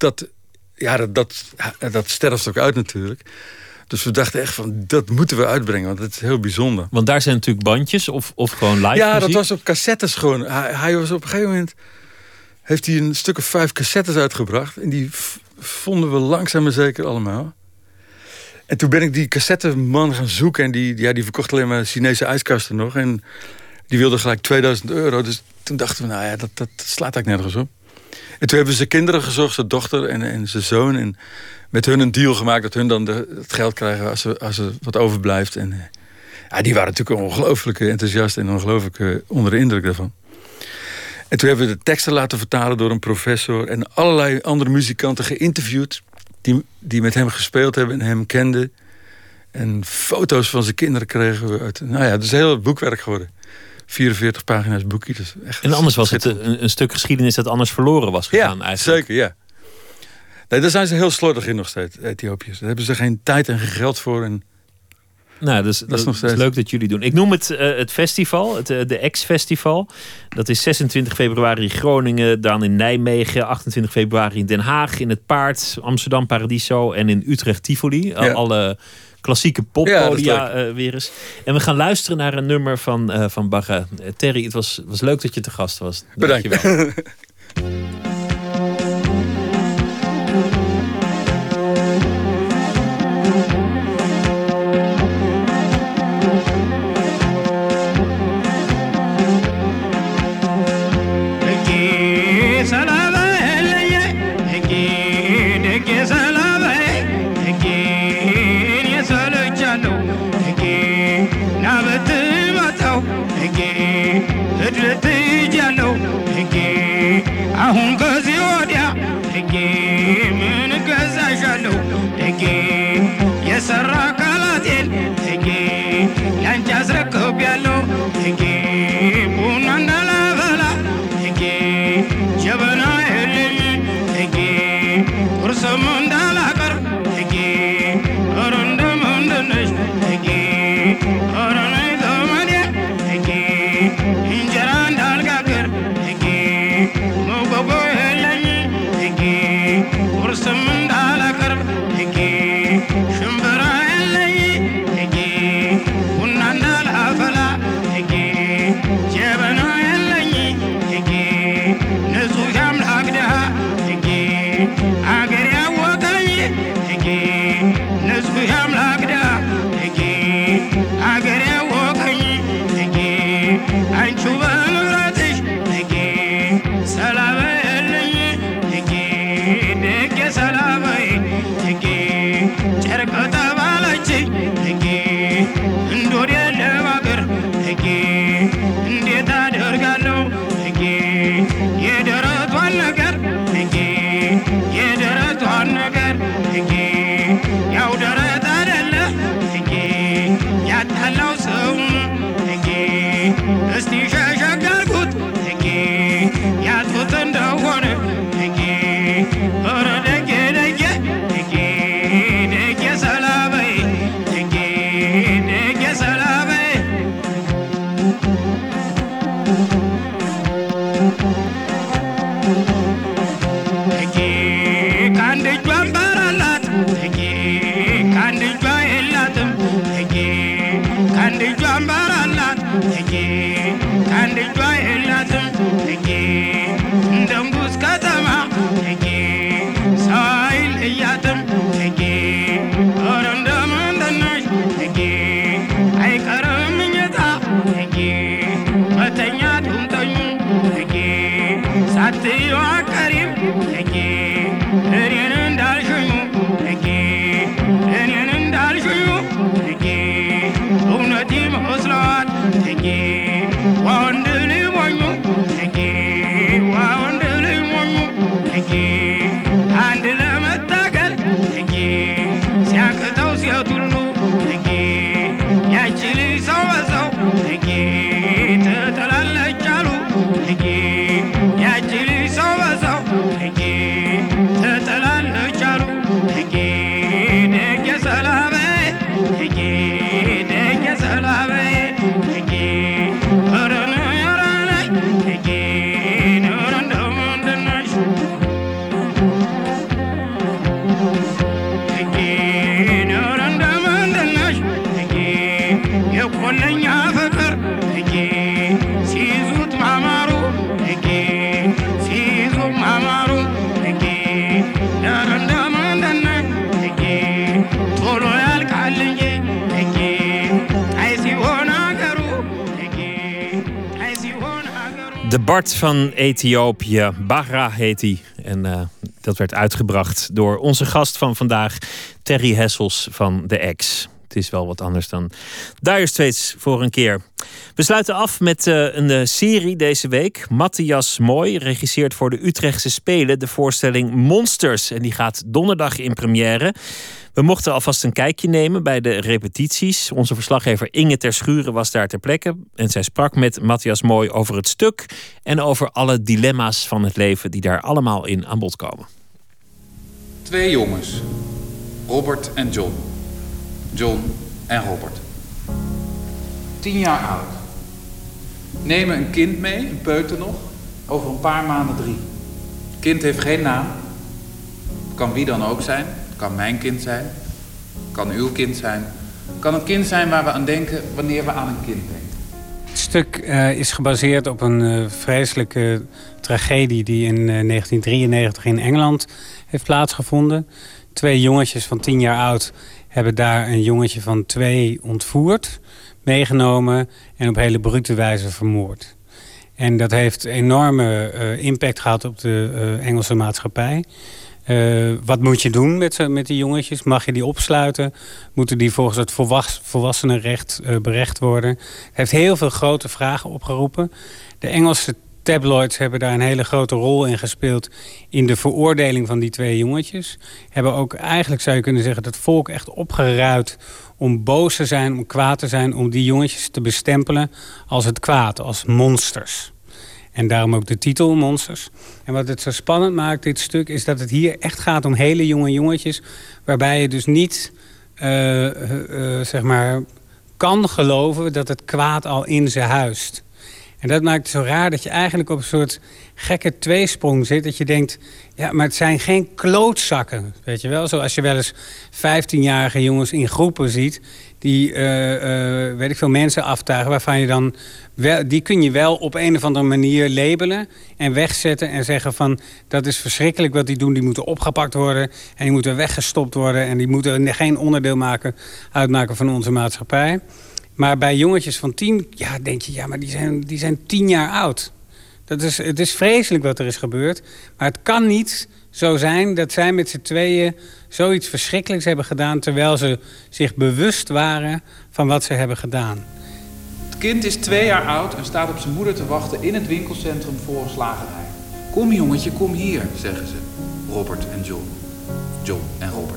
dat sterft ook uit natuurlijk. Dus we dachten echt van, dat moeten we uitbrengen. Want het is heel bijzonder. Want daar zijn natuurlijk bandjes of gewoon live Ja, muziek. dat was op cassettes gewoon. Hij was op een gegeven moment heeft hij een stuk of 5 cassettes uitgebracht. En die vonden we langzaam maar zeker allemaal. En toen ben ik die cassetteman gaan zoeken. En die verkocht alleen maar Chinese ijskasten nog. En die wilde gelijk €2000. Dus toen dachten we, dat slaat eigenlijk nergens op. En toen hebben we zijn kinderen gezocht, zijn dochter en zijn zoon. En met hun een deal gemaakt dat hun dan het geld krijgen als er wat overblijft. En die waren natuurlijk ongelooflijk enthousiast en ongelooflijk onder de indruk daarvan. En toen hebben we de teksten laten vertalen door een professor. En allerlei andere muzikanten geïnterviewd. Die met hem gespeeld hebben en hem kenden. En foto's van zijn kinderen kregen we uit. Het is een heel boekwerk geworden. 44 pagina's boekje. Dus echt en anders was het een stuk geschiedenis dat anders verloren was gegaan eigenlijk. Zeker, ja. Nee, daar zijn ze heel slordig in nog steeds, Ethiopiërs. Daar hebben ze geen tijd en geen geld voor. En dus dat is leuk dat jullie doen. Ik noem het festival, de X-festival. Dat is 26 februari in Groningen, dan in Nijmegen, 28 februari in Den Haag, in het Paard, Amsterdam Paradiso en in Utrecht Tivoli. Ja. Alle klassieke poppodia weer eens. En we gaan luisteren naar een nummer van Bahra. Terry, het was leuk dat je te gast was. Bedankt. Dankjewel. አሁን ከዚህ ወዲያ ደጌ ምን ገዛሻለሁ ደጌ የሰራ ቃላቴን ደጌ ያንቺ አስረክቤያለሁ ደጌ ቡና እንዳላበላ ደጌ ጀበና የለኝ ደጌ ቁርስም እንዳላቀርብ ደጌ ኧረ እንደምንድን ነሽ ደጌ ኧረ ነይ ዘመዴ ደጌ እንጀራ እንዳልጋግር ደጌ መጎጎ የለኝ ደጌ ቁርስም እንዳላቀርብ ደጌ ሽምብራ የለኝ እስቲ ሸሸግ አርጉት ያጡት እንደሆነ ኧረ ደጌ ደጌ ደጌ ደጌ ሰላበይ ደጌ ደጌ ሰላበይ ደጌ ከአንድ እጇ አምባር አላት ደጌ ከአንድ እጇ የላትም ደጌ ከአንድ እጇ አምባር አላት ደጌ ከአንድ እጇ የላትም ደጌ እንደ ንጉሥ ከተማ ደጌ ሰው አይለያትም ደጌ ኧረ እንደምን ነሽ ደጌ አይቀርም ምኝታ ደጌ መተኛቱን ተኙ ደጌ ሳትዪው አትቀሪም ደጌ እኔን እንዳልሽኙ ደጌ እኔን እንዳልሽኙ ደጌ እውነት ይመስለዋል ደጌ ዋ ወንድ ልጅ ሞኙ ደጌ ዋ ወንድ ልጅ ሞኙ ደጌ አንድ ለመታገል ደጌ ሲያቅተው ሴት ሁሉ ደጌ ያቺ ልጅ ሰው በሰው ደጌ ትጥላለች አሉ ደጌ ያቺ ልጅ ሰው በሰው ደጌ ትጥላለች አሉ ደጌ ደጌ ሰላበ ደጌ ደጌ ሰላበ ደጌ ኧረ ነይ ደጌ ኧረ እንደው ምንድን ነሽ ደጌ ኧረ እንደው ምንድን ነሽ ደጌ የቆለኛ ፍቅር ደጌ ሲይዙት ማማሩ ደጌ ሲይዙት ማማሩ ደጌ ኧረ እንደው ምንድን ነሽ ደጌ ቶሎ ያልቃል እንጂ ደጌ አይ ሲሆን አገሩ ደጌ አይ ሲሆን አገሩ. De Bart van Ethiopië, Bagra heet hij. En dat werd uitgebracht door onze gast van vandaag, Terry Hessels van The X. Het is wel wat anders dan Dire Straits voor een keer. We sluiten af met een serie deze week. Matthias Mooi regisseert voor de Utrechtse Spelen de voorstelling Monsters. En die gaat donderdag in première. We mochten alvast een kijkje nemen bij de repetities. Onze verslaggever Inge Terschuren was daar ter plekke. En zij sprak met Matthias Mooi over het stuk en over alle dilemma's van het leven die daar allemaal in aan bod komen. 2 jongens, Robert en John. John en Robert. 10 jaar oud. Nemen een kind mee, een peuter nog, over een paar maanden 3. Het kind heeft geen naam. Het kan wie dan ook zijn. Het kan mijn kind zijn. Het kan uw kind zijn. Het kan een kind zijn waar we aan denken wanneer we aan een kind denken. Het stuk is gebaseerd op een vreselijke tragedie die in 1993 in Engeland heeft plaatsgevonden. 2 jongetjes van 10 jaar oud hebben daar een jongetje van 2 ontvoerd, meegenomen en op hele brute wijze vermoord. En dat heeft enorme impact gehad op de Engelse maatschappij. Wat moet je doen met die jongetjes? Mag je die opsluiten? Moeten die volgens het volwassenenrecht berecht worden? Het heeft heel veel grote vragen opgeroepen. De Engelse tabloids hebben daar een hele grote rol in gespeeld in de veroordeling van die 2 jongetjes. Hebben ook eigenlijk, zou je kunnen zeggen, het volk echt opgeruid om boos te zijn, om kwaad te zijn, om die jongetjes te bestempelen als het kwaad, als monsters. En daarom ook de titel Monsters. En wat het zo spannend maakt, dit stuk, is dat het hier echt gaat om hele jonge jongetjes, waarbij je dus niet zeg maar kan geloven dat het kwaad al in ze huist. En dat maakt het zo raar dat je eigenlijk op een soort gekke tweesprong zit. Dat je denkt, ja, maar het zijn geen klootzakken. Weet je wel? Zoals je wel eens 15-jarige jongens in groepen ziet die, weet ik veel, mensen aftuigen waarvan je dan wel, die kun je wel op een of andere manier labelen en wegzetten en zeggen van, dat is verschrikkelijk wat die doen. Die moeten opgepakt worden en die moeten weggestopt worden en die moeten geen onderdeel uitmaken van onze maatschappij. Maar bij jongetjes van 10, ja, denk je, ja, maar die zijn 10 jaar oud. Het is vreselijk wat er is gebeurd. Maar het kan niet zo zijn dat zij met z'n tweeën zoiets verschrikkelijks hebben gedaan, terwijl ze zich bewust waren van wat ze hebben gedaan. Het kind is 2 jaar oud en staat op zijn moeder te wachten in het winkelcentrum voor een slagerij. Kom jongetje, kom hier, zeggen ze. Robert en John. John en Robert.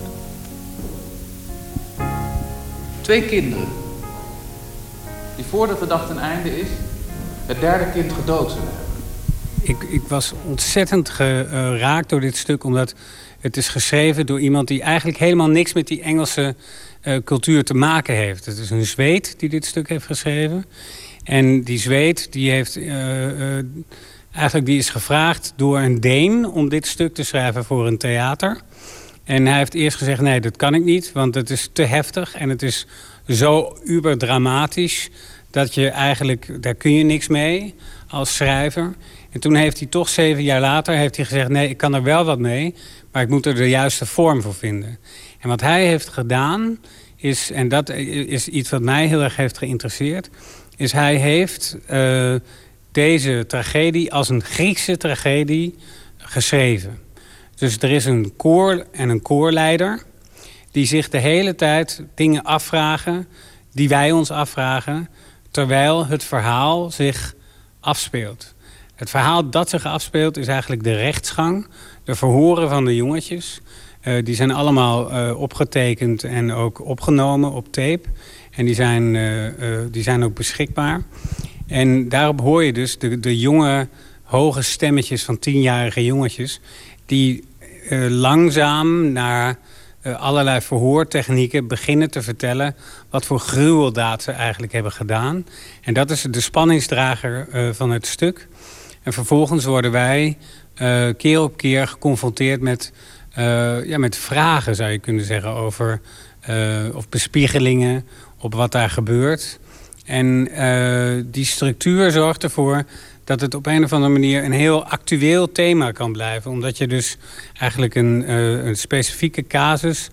2 kinderen. Die voordat de dag ten einde is, het derde kind gedood zullen hebben. Ik was ontzettend geraakt door dit stuk, omdat het is geschreven door iemand die eigenlijk helemaal niks met die Engelse cultuur te maken heeft. Het is een Zweed die dit stuk heeft geschreven. En die Zweed die heeft die is gevraagd door een Deen om dit stuk te schrijven voor een theater. En hij heeft eerst gezegd, nee, dat kan ik niet, want het is te heftig en het is zo uberdramatisch dat je eigenlijk, daar kun je niks mee als schrijver. En toen heeft hij toch 7 jaar later gezegd, nee, ik kan er wel wat mee, maar ik moet er de juiste vorm voor vinden. En wat hij heeft gedaan is, en dat is iets wat mij heel erg heeft geïnteresseerd, is hij heeft deze tragedie als een Griekse tragedie geschreven. Dus er is een koor en een koorleider die zich de hele tijd dingen afvragen die wij ons afvragen, terwijl het verhaal zich afspeelt. Het verhaal dat zich afspeelt is eigenlijk de rechtsgang, de verhoren van de jongetjes. Die zijn allemaal opgetekend en ook opgenomen op tape. En die zijn ook beschikbaar. En daarop hoor je dus de jonge, hoge stemmetjes van 10-jarige jongetjes die langzaam naar allerlei verhoortechnieken beginnen te vertellen wat voor gruweldaad ze eigenlijk hebben gedaan. En dat is de spanningsdrager van het stuk. En vervolgens worden wij keer op keer geconfronteerd met vragen, zou je kunnen zeggen, over of bespiegelingen op wat daar gebeurt. En die structuur zorgt ervoor dat het op een of andere manier een heel actueel thema kan blijven. Omdat je dus eigenlijk een specifieke casus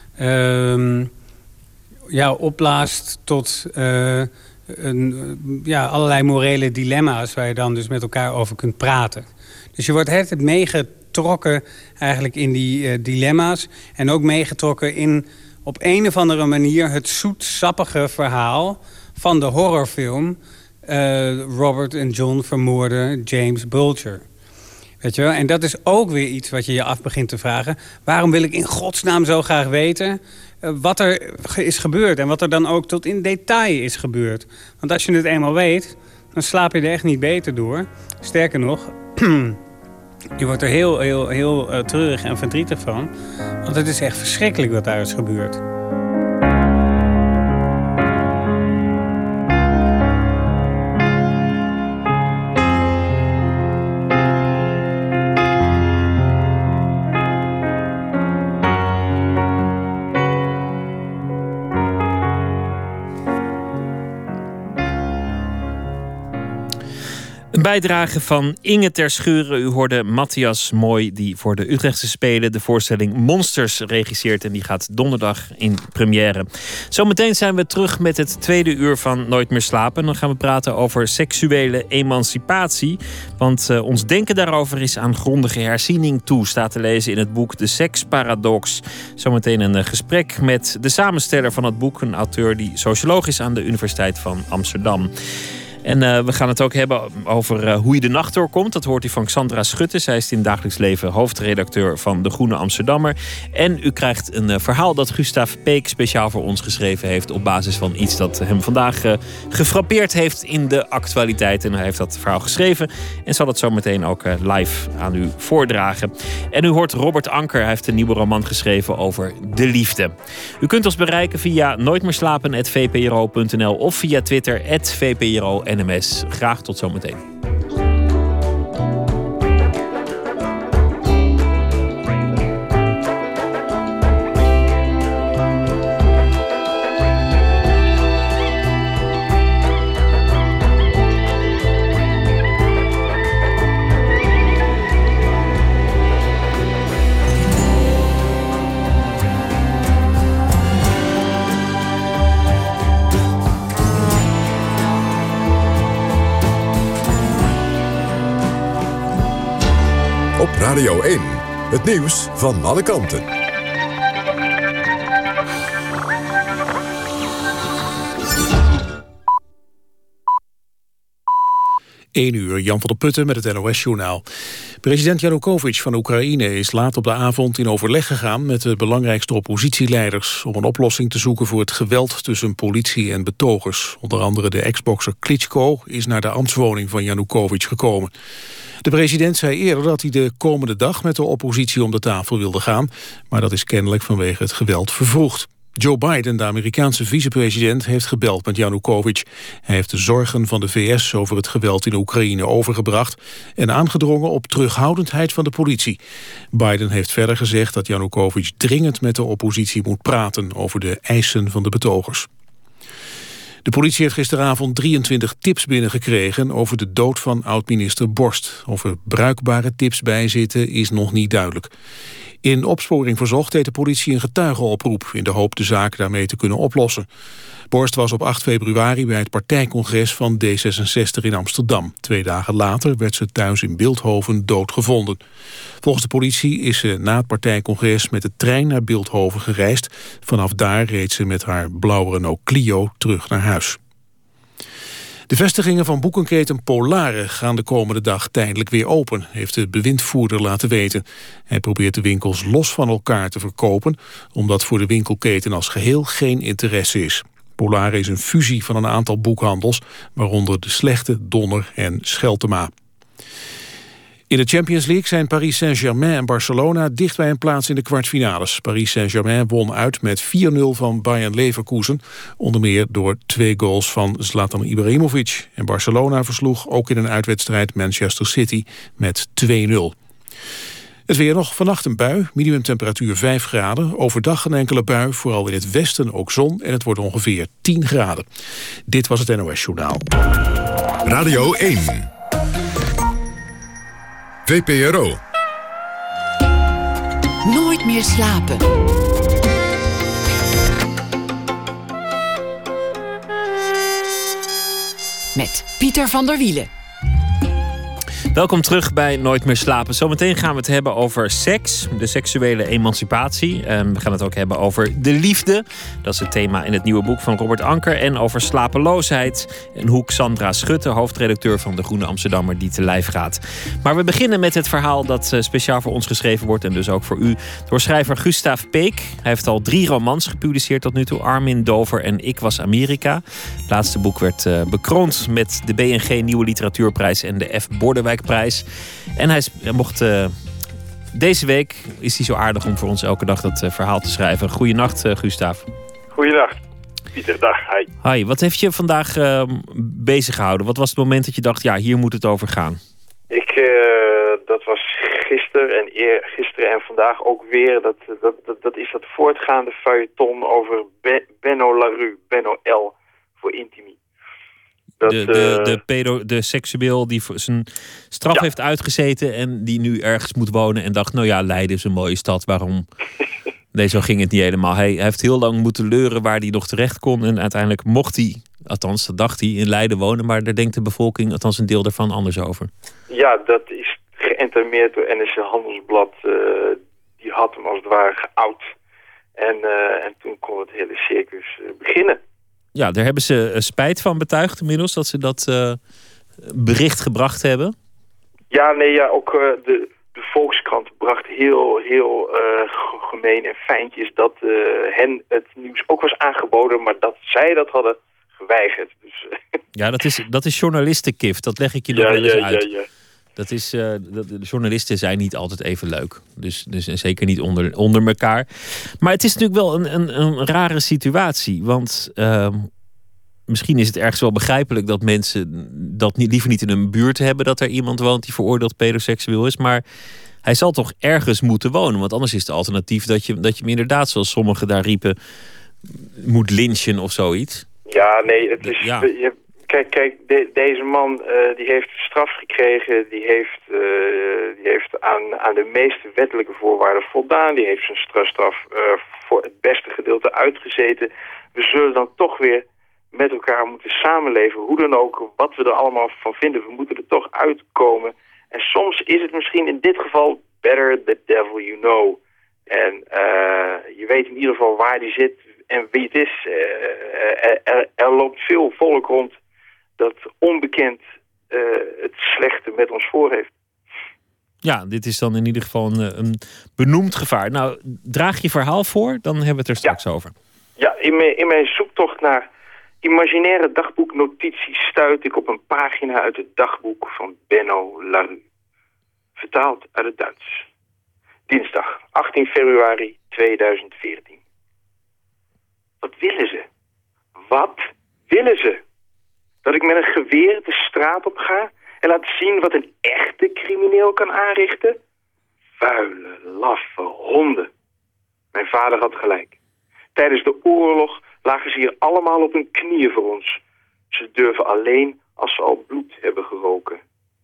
opblaast tot allerlei morele dilemma's waar je dan dus met elkaar over kunt praten. Dus je wordt het meegetrokken eigenlijk in die dilemma's en ook meegetrokken in op een of andere manier het zoetsappige verhaal van de horrorfilm Robert en John vermoorden James Bulger. Weet je wel? En dat is ook weer iets wat je je af begint te vragen. Waarom wil ik in godsnaam zo graag weten wat er is gebeurd en wat er dan ook tot in detail is gebeurd? Want als je het eenmaal weet, dan slaap je er echt niet beter door. Sterker nog, je wordt er heel treurig en verdrietig van. Want het is echt verschrikkelijk wat daar is gebeurd. Een bijdrage van Inge Ter Schuren. U hoorde Matthias Mooi, die voor de Utrechtse Spelen de voorstelling Monsters regisseert. En die gaat donderdag in première. Zometeen zijn we terug met het tweede uur van Nooit meer slapen. Dan gaan we praten over seksuele emancipatie. Want ons denken daarover is aan grondige herziening toe. Staat te lezen in het boek De Seksparadox. Zometeen een gesprek met de samensteller van het boek. Een auteur die socioloog is aan de Universiteit van Amsterdam. En we gaan het ook hebben over hoe je de nacht doorkomt. Dat hoort u van Xandra Schutte. Zij is in het dagelijks leven hoofdredacteur van De Groene Amsterdammer. En u krijgt een verhaal dat Gustav Peek speciaal voor ons geschreven heeft op basis van iets dat hem vandaag gefrappeerd heeft in de actualiteit. En hij heeft dat verhaal geschreven en zal het zo meteen ook live aan u voordragen. En u hoort Robert Anker. Hij heeft een nieuwe roman geschreven over de liefde. U kunt ons bereiken via nooitmeerslapen@vpro.nl of via Twitter @VPRO NMS. Graag tot zometeen. Radio 1, het nieuws van alle kanten. 1 uur, Jan van der Putten met het NOS-journaal. President Janukovic van Oekraïne is laat op de avond in overleg gegaan met de belangrijkste oppositieleiders om een oplossing te zoeken voor het geweld tussen politie en betogers. Onder andere de ex-bokser Klitschko is naar de ambtswoning van Janukovic gekomen. De president zei eerder dat hij de komende dag met de oppositie om de tafel wilde gaan, maar dat is kennelijk vanwege het geweld vervroegd. Joe Biden, de Amerikaanse vicepresident, heeft gebeld met Janukovic. Hij heeft de zorgen van de VS over het geweld in Oekraïne overgebracht en aangedrongen op terughoudendheid van de politie. Biden heeft verder gezegd dat Janukovic dringend met de oppositie moet praten over de eisen van de betogers. De politie heeft gisteravond 23 tips binnengekregen over de dood van oud-minister Borst. Of er bruikbare tips bij zitten is nog niet duidelijk. In Opsporing Verzocht deed de politie een getuigenoproep in de hoop de zaak daarmee te kunnen oplossen. Borst was op 8 februari bij het partijcongres van D66 in Amsterdam. 2 dagen later werd ze thuis in Bilthoven doodgevonden. Volgens de politie is ze na het partijcongres met de trein naar Bilthoven gereisd. Vanaf daar reed ze met haar blauwe Renault Clio terug naar huis. De vestigingen van boekenketen Polare gaan de komende dag tijdelijk weer open, heeft de bewindvoerder laten weten. Hij probeert de winkels los van elkaar te verkopen, omdat voor de winkelketen als geheel geen interesse is. Polare is een fusie van een aantal boekhandels, waaronder De Slechte, Donner en Scheltema. In de Champions League zijn Paris Saint-Germain en Barcelona dicht bij een plaats in de kwartfinales. Paris Saint-Germain won uit met 4-0 van Bayern Leverkusen, onder meer door 2 goals van Zlatan Ibrahimovic. En Barcelona versloeg ook in een uitwedstrijd Manchester City met 2-0. Het weer nog, vannacht een bui, minimumtemperatuur 5 graden. Overdag een enkele bui, vooral in het westen ook zon en het wordt ongeveer 10 graden. Dit was het NOS Journaal. Radio 1. VPRO. Nooit meer slapen. Met Pieter van der Wielen. Welkom terug bij Nooit meer slapen. Zometeen gaan we het hebben over seks, de seksuele emancipatie. We gaan het ook hebben over de liefde. Dat is het thema in het nieuwe boek van Robert Anker. En over slapeloosheid en hoe Xandra Schutte, hoofdredacteur van De Groene Amsterdammer, die te lijf gaat. Maar we beginnen met het verhaal dat speciaal voor ons geschreven wordt en dus ook voor u door schrijver Gustav Peek. Hij heeft al 3 romans gepubliceerd tot nu toe. Armin, Dover en Ik was Amerika. Het laatste boek werd bekroond met de BNG Nieuwe Literatuurprijs en de F. Bordewijk prijs. En hij mocht deze week is hij zo aardig om voor ons elke dag dat verhaal te schrijven. Goeienacht, Gustav. Goeienacht, Pieter. Dag. Hi. Hi. Wat heeft je vandaag bezig gehouden? Wat was het moment dat je dacht, ja, hier moet het over gaan? Dat was gisteren en vandaag ook weer. Dat is dat voortgaande feuilleton over Benno Larue, Benno L. voor Intimi. De seksueel die zijn straf heeft uitgezeten en die nu ergens moet wonen en dacht, nou ja, Leiden is een mooie stad, waarom? Nee, zo ging het niet helemaal. Hij heeft heel lang moeten leuren waar hij nog terecht kon en uiteindelijk mocht hij, althans dat dacht hij, in Leiden wonen, maar daar denkt de bevolking, althans een deel daarvan, anders over. Ja, dat is geïntermeerd door NRC Handelsblad. Die had hem als het ware geout. En toen kon het hele circus beginnen. Ja, daar hebben ze spijt van betuigd inmiddels, dat ze dat bericht gebracht hebben. Ja, ook de Volkskrant bracht heel gemeen en fijntjes dat hen het nieuws ook was aangeboden, maar dat zij dat hadden geweigerd. Dus, ja, dat is journalistenkif, dat leg ik je nog wel eens uit. Ja. De journalisten zijn niet altijd even leuk. Dus en zeker niet onder elkaar. Maar het is natuurlijk wel een rare situatie. Want misschien is het ergens wel begrijpelijk dat mensen dat liever niet in hun buurt hebben, dat er iemand woont die veroordeeld pedoseksueel is. Maar hij zal toch ergens moeten wonen. Want anders is het alternatief dat je hem inderdaad, zoals sommigen daar riepen, moet lynchen of zoiets. Ja, nee, het is... Ja. Kijk, deze man die heeft straf gekregen, die heeft aan de meeste wettelijke voorwaarden voldaan, die heeft zijn straf voor het beste gedeelte uitgezeten. We zullen dan toch weer met elkaar moeten samenleven, hoe dan ook, wat we er allemaal van vinden. We moeten er toch uitkomen. En soms is het misschien in dit geval better the devil you know. En je weet in ieder geval waar die zit en wie het is. Er loopt veel volk rond dat onbekend het slechte met ons voor heeft. Ja, dit is dan in ieder geval een benoemd gevaar. Nou, draag je verhaal voor, dan hebben we het er straks over. Ja, in mijn zoektocht naar imaginaire dagboeknotities stuit ik op een pagina uit het dagboek van Benno Larue. Vertaald uit het Duits. Dinsdag, 18 februari 2014. Wat willen ze? Wat willen ze? Dat ik met een geweer de straat op ga en laat zien wat een echte crimineel kan aanrichten? Vuile, laffe honden. Mijn vader had gelijk. Tijdens de oorlog lagen ze hier allemaal op hun knieën voor ons. Ze durven alleen als ze al bloed hebben geroken.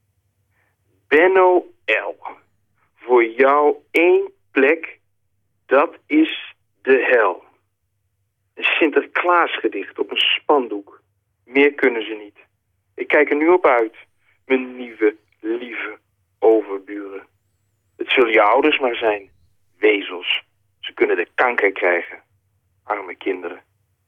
Benno L. Voor jou 1 plek, dat is de hel. Een Sinterklaasgedicht op een spandoek. Meer kunnen ze niet. Ik kijk er nu op uit, mijn nieuwe, lieve overburen. Het zullen je ouders maar zijn, wezels. Ze kunnen de kanker krijgen. Arme kinderen.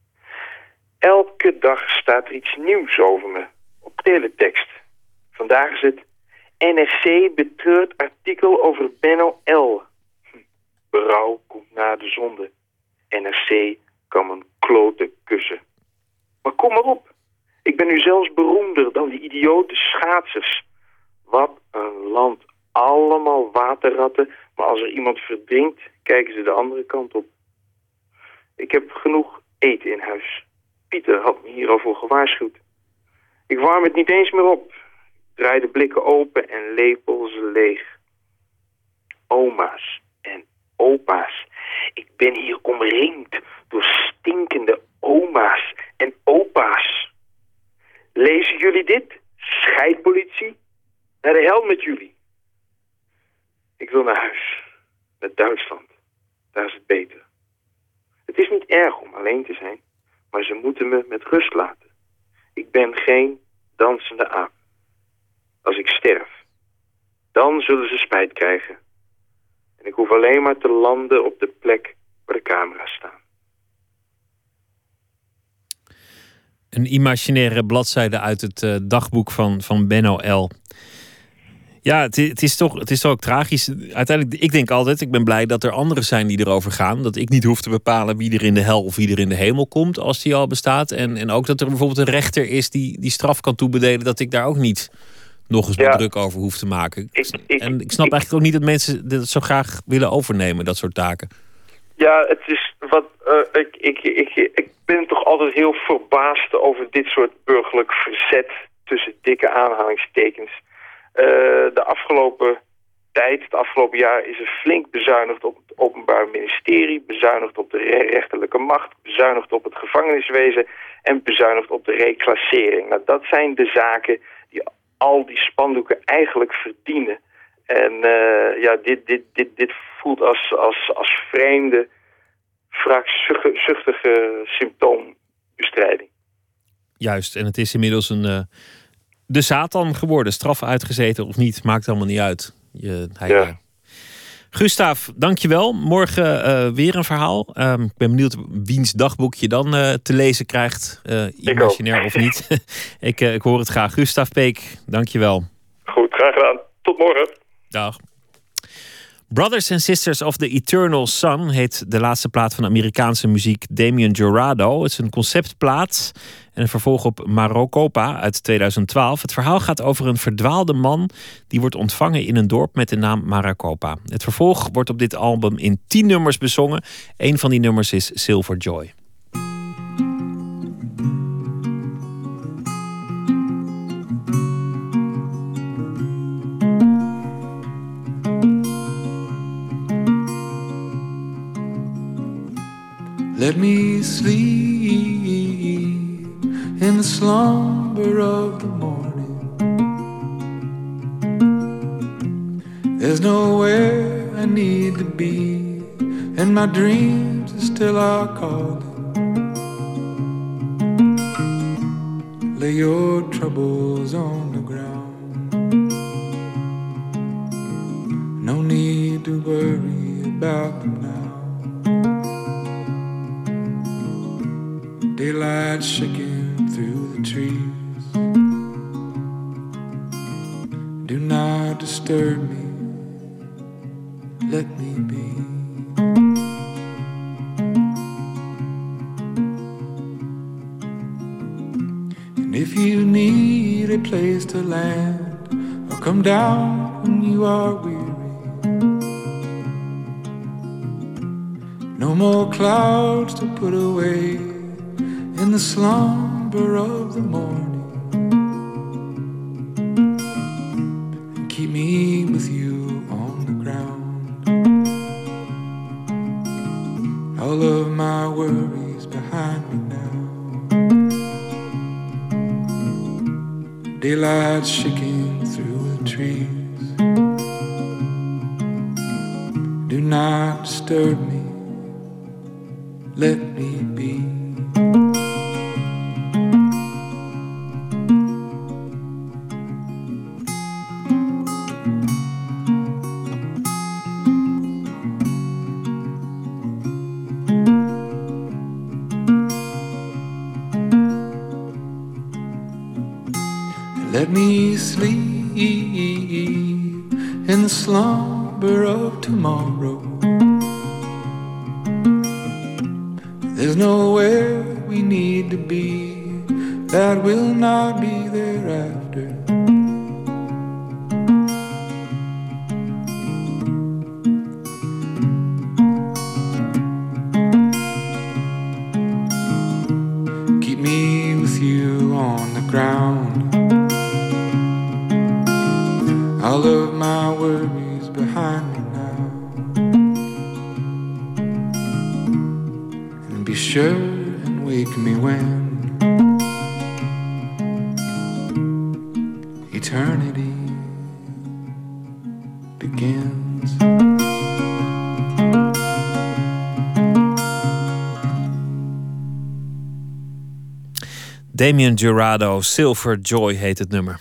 Elke dag staat er iets nieuws over me. Op teletext. Vandaag is het NRC betreurt artikel over Benno L. Berouw komt na de zonde. NRC kan mijn kloten kussen. Maar kom maar op. Ik ben nu zelfs beroemder dan die idiote schaatsers. Wat een land. Allemaal waterratten. Maar als er iemand verdrinkt, kijken ze de andere kant op. Ik heb genoeg eten in huis. Pieter had me hier al voor gewaarschuwd. Ik warm het niet eens meer op. Ik draai de blikken open en lepel ze leeg. Oma's en opa's. Ik ben hier omringd door stinkende oma's en opa's. Lezen jullie dit? Scheidpolitie? Naar de hel met jullie. Ik wil naar huis. Naar Duitsland. Daar is het beter. Het is niet erg om alleen te zijn, maar ze moeten me met rust laten. Ik ben geen dansende aap. Als ik sterf, dan zullen ze spijt krijgen. En ik hoef alleen maar te landen op de plek waar de camera's staan. Een imaginaire bladzijde uit het dagboek van Benno L. Ja, het is toch ook tragisch. Uiteindelijk, ik denk altijd, ik ben blij dat er anderen zijn die erover gaan. Dat ik niet hoef te bepalen wie er in de hel of wie er in de hemel komt, als die al bestaat. En ook dat er bijvoorbeeld een rechter is die straf kan toebedelen, dat ik daar ook niet nog eens meer druk over hoef te maken. En ik snap eigenlijk ook niet dat mensen dit zo graag willen overnemen, dat soort taken. Ja, het is wat. Ik ben toch altijd heel verbaasd over dit soort burgerlijk verzet tussen dikke aanhalingstekens. De afgelopen tijd, het afgelopen jaar, is er flink bezuinigd op het Openbaar Ministerie, bezuinigd op de rechterlijke macht, bezuinigd op het gevangeniswezen en bezuinigd op de reclassering. Nou, dat zijn de zaken die al die spandoeken eigenlijk verdienen. En dit voelt als vreemde, wraakzuchtige symptoombestrijding. Juist, en het is inmiddels de Satan geworden. Straf uitgezeten of niet, maakt allemaal niet uit. Gustav, dankjewel. Morgen weer een verhaal. Ik ben benieuwd wiens dagboek je dan te lezen krijgt. Imaginair of niet. Ik hoor het graag. Gustav Peek, dankjewel. Goed, graag gedaan. Tot morgen. Dag. Brothers and Sisters of the Eternal Sun heet de laatste plaat van Amerikaanse muziek Damien Jurado. Het is een conceptplaat en een vervolg op Maricopa uit 2012. Het verhaal gaat over een verdwaalde man die wordt ontvangen in een dorp met de naam Maricopa. Het vervolg wordt op dit album in 10 nummers bezongen. Een van die nummers is Silver Joy. Let me sleep in the slumber of the morning. There's nowhere I need to be, and my dreams are still are calling. Lay your troubles on the ground. No need to worry about them now. Daylight shaking through the trees. Do not disturb me. Let me be. And if you need a place to land, or come down when you are weary, no more clouds to put away in the slumber of the morning. And keep me with you on the ground. All of my worries behind me now. Daylight shaking through the trees. Do not disturb me. Let me be. Let me sleep in the slumber of tomorrow. There's nowhere we need to be that will not be thereafter. Keep me with you on the ground. All of my worries behind me now. And be sure and wake me when eternity begins. Damien Jurado, Silver Joy heet het nummer.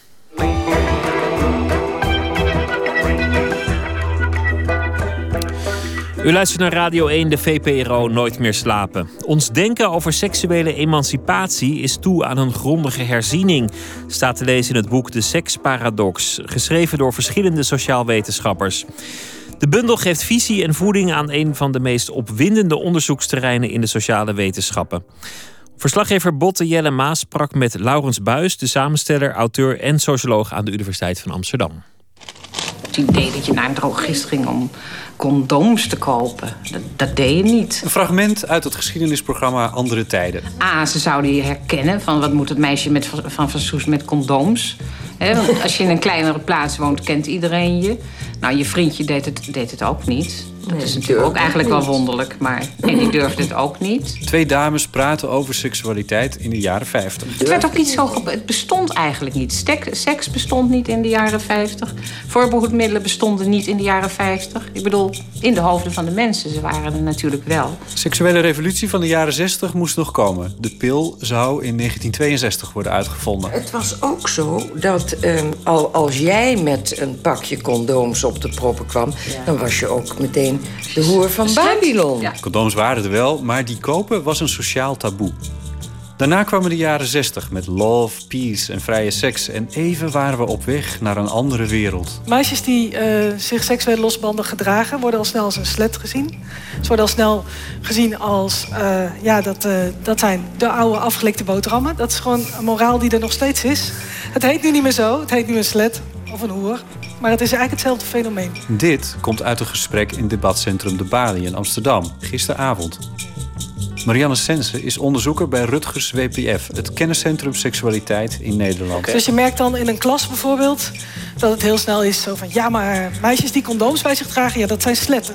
U luistert naar Radio 1, de VPRO Nooit meer slapen. Ons denken over seksuele emancipatie is toe aan een grondige herziening, staat te lezen in het boek De Seksparadox, geschreven door verschillende sociaalwetenschappers. De bundel geeft visie en voeding aan een van de meest opwindende onderzoeksterreinen in de sociale wetenschappen. Verslaggever Botte Jelle Maas sprak met Laurens Buijs, de samensteller, auteur en socioloog aan de Universiteit van Amsterdam. Het idee dat je naar een drogist ging om condooms te kopen, dat deed je niet. Een fragment uit het geschiedenisprogramma Andere Tijden. Ze zouden je herkennen van wat moet het meisje van Soes met condooms. Want als je in een kleinere plaats woont, kent iedereen je. Nou, je vriendje deed het ook niet. Dat is natuurlijk ook eigenlijk wel wonderlijk, maar die durfde het ook niet. Twee dames praten over seksualiteit in de jaren 50. Het werd ook niet zo. Het bestond eigenlijk niet. Seks bestond niet in de jaren 50. Voorbehoedmiddelen bestonden niet in de jaren 50. Ik bedoel, in de hoofden van de mensen. Ze waren er natuurlijk wel. Seksuele revolutie van de jaren 60 moest nog komen. De pil zou in 1962 worden uitgevonden. Het was ook zo dat als jij met een pakje condooms op de proppen kwam, dan was je ook meteen de hoer van Babylon. Ja. Condooms waren er wel, maar die kopen was een sociaal taboe. Daarna kwamen de jaren 60 met love, peace en vrije seks. En even waren we op weg naar een andere wereld. Meisjes die zich seksueel losbandig gedragen worden al snel als een slet gezien. Ze worden al snel gezien als, dat zijn de oude afgelikte boterhammen. Dat is gewoon een moraal die er nog steeds is. Het heet nu niet meer zo, het heet nu een slet of een hoer. Maar het is eigenlijk hetzelfde fenomeen. Dit komt uit een gesprek in debatcentrum De Balie in Amsterdam, gisteravond. Marianne Sense is onderzoeker bij Rutgers WPF, het kenniscentrum seksualiteit in Nederland. Dus je merkt dan in een klas bijvoorbeeld dat het heel snel is zo van, ja, maar meisjes die condooms bij zich dragen, ja, dat zijn sletten.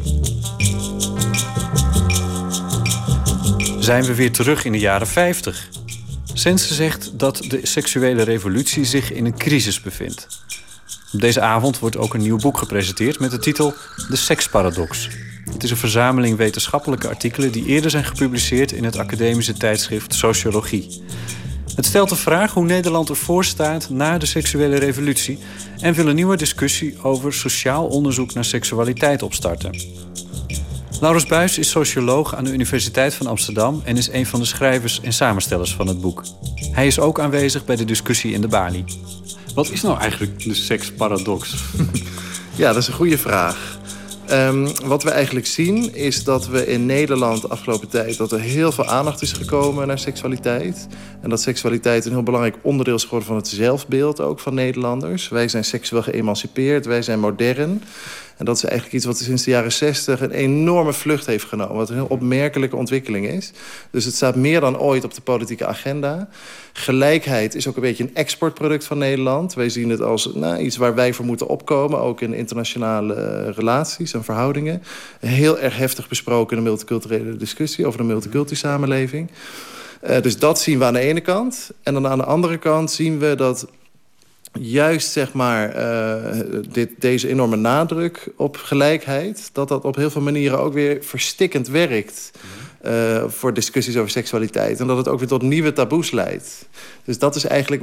Zijn we weer terug in de jaren 50? Sense zegt dat de seksuele revolutie zich in een crisis bevindt. Op deze avond wordt ook een nieuw boek gepresenteerd met de titel De Seksparadox. Het is een verzameling wetenschappelijke artikelen die eerder zijn gepubliceerd in het academische tijdschrift Sociologie. Het stelt de vraag hoe Nederland ervoor staat na de seksuele revolutie en wil een nieuwe discussie over sociaal onderzoek naar seksualiteit opstarten. Laurens Buijs is socioloog aan de Universiteit van Amsterdam en is een van de schrijvers en samenstellers van het boek. Hij is ook aanwezig bij de discussie in De Balie. Wat is nou eigenlijk de seksparadox? Ja, dat is een goede vraag. Wat we eigenlijk zien is dat we in Nederland de afgelopen tijd... dat er heel veel aandacht is gekomen naar seksualiteit. En dat seksualiteit een heel belangrijk onderdeel is geworden... van het zelfbeeld ook van Nederlanders. Wij zijn seksueel geëmancipeerd, wij zijn modern. En dat is eigenlijk iets wat sinds de jaren 60 een enorme vlucht heeft genomen. Wat een heel opmerkelijke ontwikkeling is. Dus het staat meer dan ooit op de politieke agenda. Gelijkheid is ook een beetje een exportproduct van Nederland. Wij zien het als iets waar wij voor moeten opkomen. Ook in internationale relaties en verhoudingen. Heel erg heftig besproken in de multiculturele discussie... over de multiculti-samenleving. Dus dat zien we aan de ene kant. En dan aan de andere kant zien we dat... juist zeg maar deze enorme nadruk op gelijkheid... dat op heel veel manieren ook weer verstikkend werkt... voor discussies over seksualiteit. En dat het ook weer tot nieuwe taboes leidt. Dus dat is eigenlijk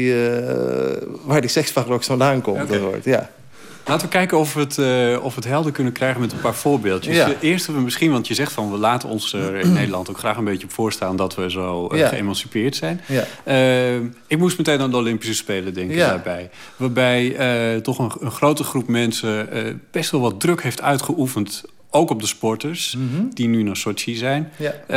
waar die seksparadox vandaan komt. Okay. Dat woord, ja. Laten we kijken of we het helder kunnen krijgen met een paar voorbeeldjes. Ja. Eerst hebben we misschien, want je zegt van... we laten ons er in Nederland ook graag een beetje op voorstaan... dat we zo geëmancipeerd zijn. Ja. Ik moest meteen aan de Olympische Spelen denken daarbij. Waarbij toch een grote groep mensen... best wel wat druk heeft uitgeoefend... ook op de sporters, die nu naar Sochi zijn.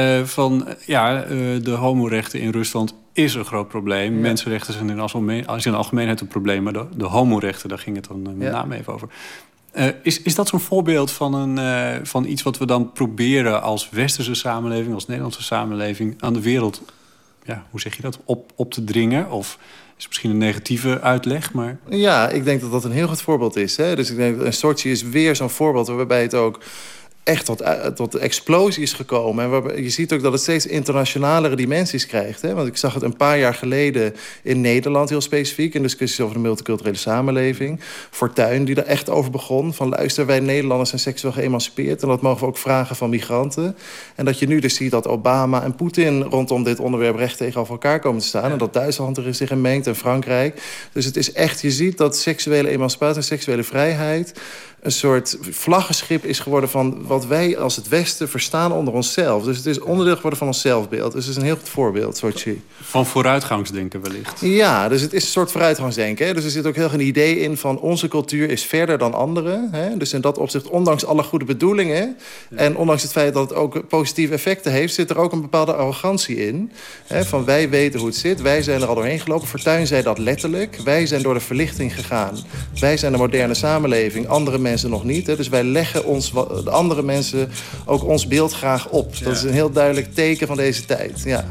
Ja. De homorechten in Rusland is een groot probleem. Ja. Mensenrechten zijn in de algemeenheid een probleem... maar de homorechten, daar ging het dan met name even over. Is dat zo'n voorbeeld van iets wat we dan proberen... als westerse samenleving, als Nederlandse samenleving... aan de wereld, hoe zeg je dat, op te dringen? Of is misschien een negatieve uitleg, maar... Ja, ik denk dat dat een heel goed voorbeeld is. Hè? Dus ik denk dat Sochi is weer zo'n voorbeeld... waarbij het ook echt tot explosie is gekomen. En waarbij je ziet ook dat het steeds internationalere dimensies krijgt. Hè? Want ik zag het een paar jaar geleden in Nederland heel specifiek... in discussies over de multiculturele samenleving. Fortuyn die er echt over begon. Van luister, wij Nederlanders zijn seksueel geëmancipeerd... en dat mogen we ook vragen van migranten. En dat je nu dus ziet dat Obama en Poetin... rondom dit onderwerp recht tegenover elkaar komen te staan... en dat Duitsland er zich in mengt en Frankrijk. Dus het is echt, je ziet dat seksuele emancipatie en seksuele vrijheid... een soort vlaggenschip is geworden van wat wij als het Westen verstaan onder onszelf. Dus het is onderdeel geworden van ons zelfbeeld. Dus het is een heel goed voorbeeld, Sochi. Van vooruitgangsdenken wellicht. Ja, dus het is een soort vooruitgangsdenken. Hè? Dus er zit ook heel erg een idee in van onze cultuur is verder dan anderen. Hè? Dus in dat opzicht, ondanks alle goede bedoelingen... en ondanks het feit dat het ook positieve effecten heeft... zit er ook een bepaalde arrogantie in. Hè? Van wij weten hoe het zit, wij zijn er al doorheen gelopen. Fortuyn zei dat letterlijk. Wij zijn door de verlichting gegaan. Wij zijn de moderne samenleving, andere mensen nog niet. Hè? Dus wij leggen de andere mensen ook ons beeld graag op. Dat is een heel duidelijk teken van deze tijd. Ja.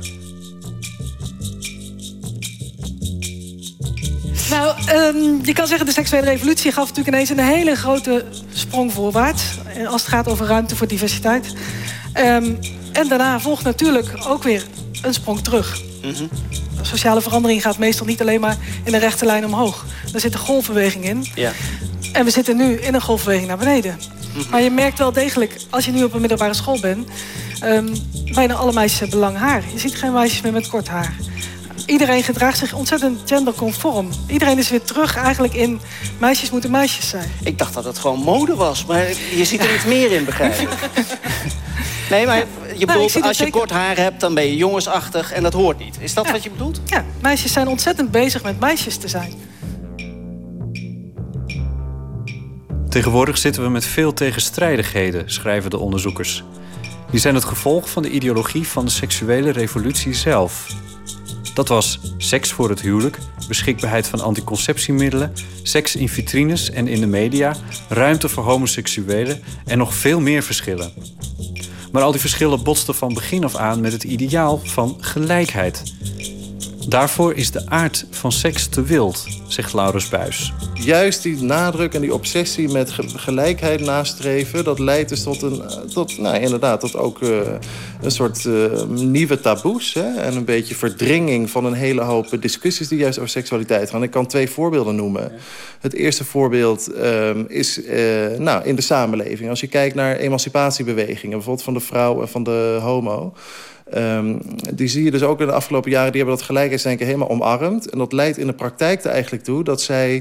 Nou, je kan zeggen, de seksuele revolutie gaf natuurlijk ineens een hele grote sprong voorwaarts. Als het gaat over ruimte voor diversiteit. En daarna volgt natuurlijk ook weer een sprong terug. Sociale verandering gaat meestal niet alleen maar in een rechte lijn omhoog. Er zit een golfbeweging in. Ja. En we zitten nu in een golfbeweging naar beneden. Maar je merkt wel degelijk, als je nu op een middelbare school bent... bijna alle meisjes hebben lang haar. Je ziet geen meisjes meer met kort haar. Iedereen gedraagt zich ontzettend genderconform. Iedereen is weer terug eigenlijk in meisjes moeten meisjes zijn. Ik dacht dat het gewoon mode was, maar je ziet er iets meer in, begrijp ik. Nee, maar je bedoelt, als je kort haar hebt, dan ben je jongensachtig en dat hoort niet. Is dat wat je bedoelt? Ja, meisjes zijn ontzettend bezig met meisjes te zijn. Tegenwoordig zitten we met veel tegenstrijdigheden, schrijven de onderzoekers. Die zijn het gevolg van de ideologie van de seksuele revolutie zelf. Dat was seks voor het huwelijk, beschikbaarheid van anticonceptiemiddelen... seks in vitrines en in de media, ruimte voor homoseksuelen... en nog veel meer verschillen. Maar al die verschillen botsten van begin af aan met het ideaal van gelijkheid. Daarvoor is de aard van seks te wild, zegt Laurens Buys. Juist die nadruk en die obsessie met gelijkheid nastreven... dat leidt dus tot ook een soort nieuwe taboes. Hè? En een beetje verdringing van een hele hoop discussies... die juist over seksualiteit gaan. Ik kan 2 voorbeelden noemen. Ja. Het eerste voorbeeld is in de samenleving. Als je kijkt naar emancipatiebewegingen... bijvoorbeeld van de vrouw en van de homo... die zie je dus ook in de afgelopen jaren... die hebben dat gelijkheidsdenken helemaal omarmd. En dat leidt in de praktijk er eigenlijk toe... dat zij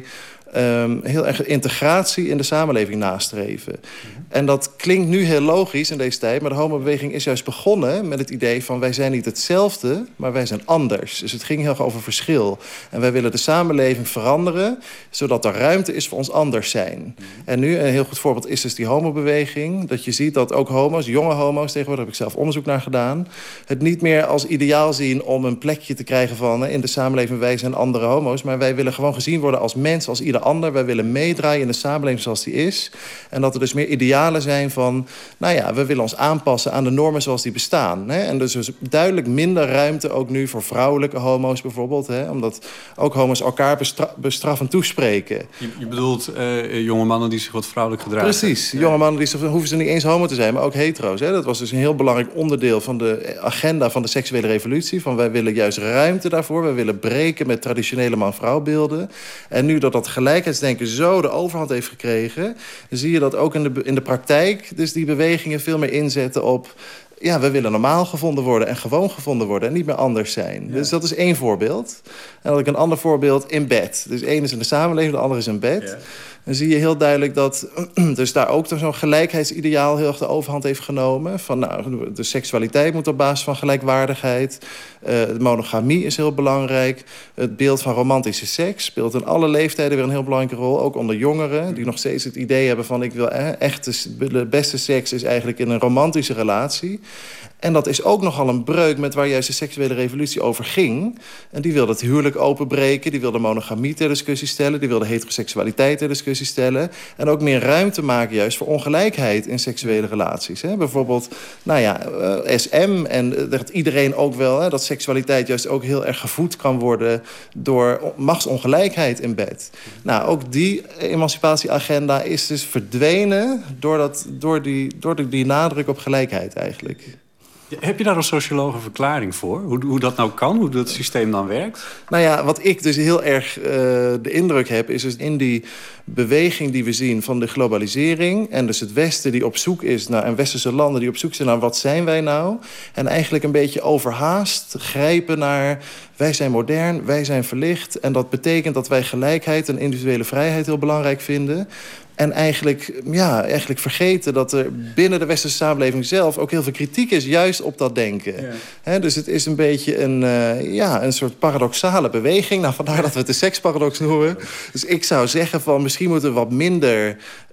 heel erg integratie in de samenleving nastreven. En dat klinkt nu heel logisch in deze tijd, maar de homobeweging is juist begonnen met het idee van wij zijn niet hetzelfde, maar wij zijn anders. Dus het ging heel erg over verschil. En wij willen de samenleving veranderen, zodat er ruimte is voor ons anders zijn. En nu, een heel goed voorbeeld is dus die homobeweging. Dat je ziet dat ook homo's, jonge homo's, tegenwoordig heb ik zelf onderzoek naar gedaan, het niet meer als ideaal zien om een plekje te krijgen van in de samenleving wij zijn andere homo's, maar wij willen gewoon gezien worden als mens, als ieder ander. Wij willen meedraaien in de samenleving zoals die is. En dat er dus meer idealen zijn van, nou ja, we willen ons aanpassen aan de normen zoals die bestaan. Hè? En dus duidelijk minder ruimte ook nu voor vrouwelijke homo's bijvoorbeeld. Hè? Omdat ook homo's elkaar bestraffend toespreken. Je bedoelt jonge mannen die zich wat vrouwelijk gedragen? Precies. Jonge mannen die hoeven ze niet eens homo te zijn, maar ook hetero's. Hè? Dat was dus een heel belangrijk onderdeel van de agenda van de seksuele revolutie. Van wij willen juist ruimte daarvoor. Wij willen breken met traditionele man-vrouw-beelden. En nu dat gelijkheidsdenken zo de overhand heeft gekregen, zie je dat ook in de praktijk dus die bewegingen veel meer inzetten op, ja, we willen normaal gevonden worden en gewoon gevonden worden en niet meer anders zijn. Ja. Dus dat is één voorbeeld. En dan had ik een ander voorbeeld in bed. Dus één is in de samenleving, de andere is in bed. Ja. Dan zie je heel duidelijk dat dus daar ook zo'n gelijkheidsideaal heel erg de overhand heeft genomen. Van, nou, de seksualiteit moet op basis van gelijkwaardigheid. De monogamie is heel belangrijk. Het beeld van romantische seks speelt in alle leeftijden weer een heel belangrijke rol. Ook onder jongeren die nog steeds het idee hebben van ik wil echt de beste seks is eigenlijk in een romantische relatie. En dat is ook nogal een breuk met waar juist de seksuele revolutie over ging. En die wilde het huwelijk openbreken. Die wilde monogamie ter discussie stellen. Die wilde heteroseksualiteit ter discussie stellen. En ook meer ruimte maken juist voor ongelijkheid in seksuele relaties. Hè? Bijvoorbeeld, nou ja, SM. En dat iedereen ook wel, hè, dat seksualiteit juist ook heel erg gevoed kan worden door machtsongelijkheid in bed. Nou, ook die emancipatieagenda is dus verdwenen door die nadruk op gelijkheid eigenlijk. Heb je daar als socioloog een verklaring voor? Hoe dat nou kan? Hoe dat systeem dan werkt? Nou ja, wat ik dus heel erg de indruk heb, is dus in die beweging die we zien van de globalisering en dus het Westen die op zoek is naar, en westerse landen die op zoek zijn naar wat zijn wij nou? En eigenlijk een beetje overhaast grijpen naar wij zijn modern, wij zijn verlicht. En dat betekent dat wij gelijkheid en individuele vrijheid heel belangrijk vinden. En eigenlijk vergeten dat er binnen de westerse samenleving zelf ook heel veel kritiek is juist op dat denken. Ja. He, dus het is een beetje een soort paradoxale beweging. Nou, vandaar dat we het de seksparadox noemen. Dus ik zou zeggen van misschien moeten we wat minder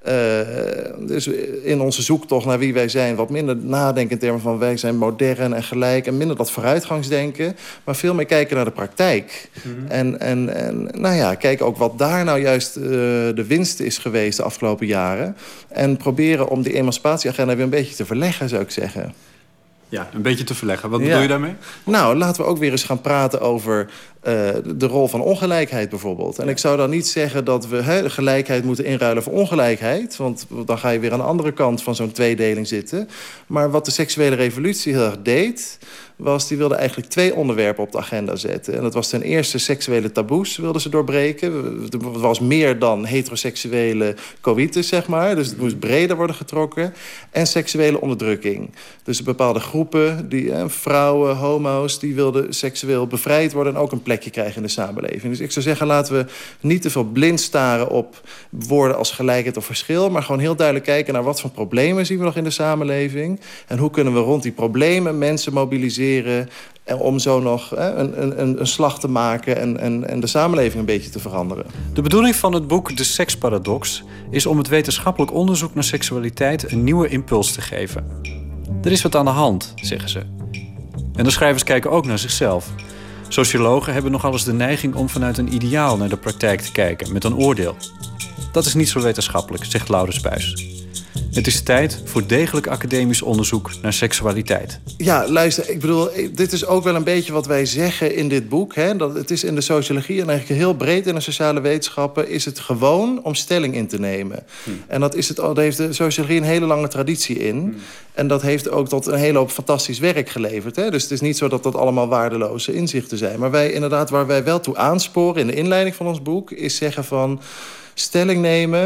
dus in onze zoektocht naar wie wij zijn wat minder nadenken in termen van wij zijn modern en gelijk en minder dat vooruitgangsdenken, maar veel meer kijken naar de praktijk. Mm-hmm. En nou ja, kijken ook wat daar nou juist de winst is geweest de afgelopen jaren en proberen om die emancipatieagenda weer een beetje te verleggen, zou ik zeggen. Ja, een beetje te verleggen. Wat bedoel je daarmee? Nou, laten we ook weer eens gaan praten over de rol van ongelijkheid bijvoorbeeld. En ik zou dan niet zeggen dat we gelijkheid moeten inruilen voor ongelijkheid, want dan ga je weer aan de andere kant van zo'n tweedeling zitten. Maar wat de seksuele revolutie heel erg deed, die wilde eigenlijk 2 onderwerpen op de agenda zetten. En dat was ten eerste seksuele taboes wilden ze doorbreken. Het was meer dan heteroseksuele coïtus, zeg maar. Dus het moest breder worden getrokken. En seksuele onderdrukking. Dus bepaalde groepen, vrouwen, homo's, die wilden seksueel bevrijd worden en ook een plekje krijgen in de samenleving. Dus ik zou zeggen, laten we niet te veel blind staren op woorden als gelijkheid of verschil, maar gewoon heel duidelijk kijken naar wat voor problemen zien we nog in de samenleving. En hoe kunnen we rond die problemen mensen mobiliseren om zo nog een slag te maken en de samenleving een beetje te veranderen. De bedoeling van het boek De Seksparadox is om het wetenschappelijk onderzoek naar seksualiteit een nieuwe impuls te geven. Er is wat aan de hand, zeggen ze. En de schrijvers kijken ook naar zichzelf. Sociologen hebben nogal eens de neiging om vanuit een ideaal naar de praktijk te kijken, met een oordeel. Dat is niet zo wetenschappelijk, zegt Laurens Buijs. Het is tijd voor degelijk academisch onderzoek naar seksualiteit. Ja, luister, ik bedoel, dit is ook wel een beetje wat wij zeggen in dit boek. Hè? Dat het is in de sociologie en eigenlijk heel breed in de sociale wetenschappen is het gewoon om stelling in te nemen. En daar heeft de sociologie een hele lange traditie in. En dat heeft ook tot een hele hoop fantastisch werk geleverd. Hè? Dus het is niet zo dat dat allemaal waardeloze inzichten zijn. Maar waar wij wel toe aansporen in de inleiding van ons boek is zeggen van stelling nemen.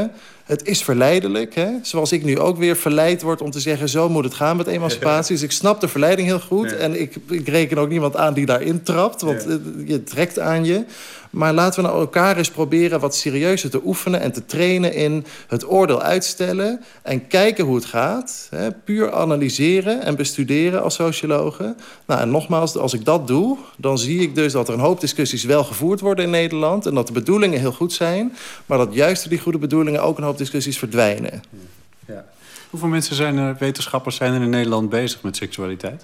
Het is verleidelijk, hè? Zoals ik nu ook weer verleid word om te zeggen... zo moet het gaan met emancipatie. Dus ik snap de verleiding heel goed. Ja. En ik reken ook niemand aan die daarin trapt. Want je trekt aan je. Maar laten we nou elkaar eens proberen wat serieuzer te oefenen... en te trainen in het oordeel uitstellen... en kijken hoe het gaat. Hè? Puur analyseren en bestuderen als sociologen. Nou, en nogmaals, als ik dat doe... dan zie ik dus dat er een hoop discussies wel gevoerd worden in Nederland... en dat de bedoelingen heel goed zijn... maar dat juist door die goede bedoelingen ook een hoop discussies verdwijnen. Ja. Hoeveel mensen wetenschappers zijn er in Nederland bezig met seksualiteit?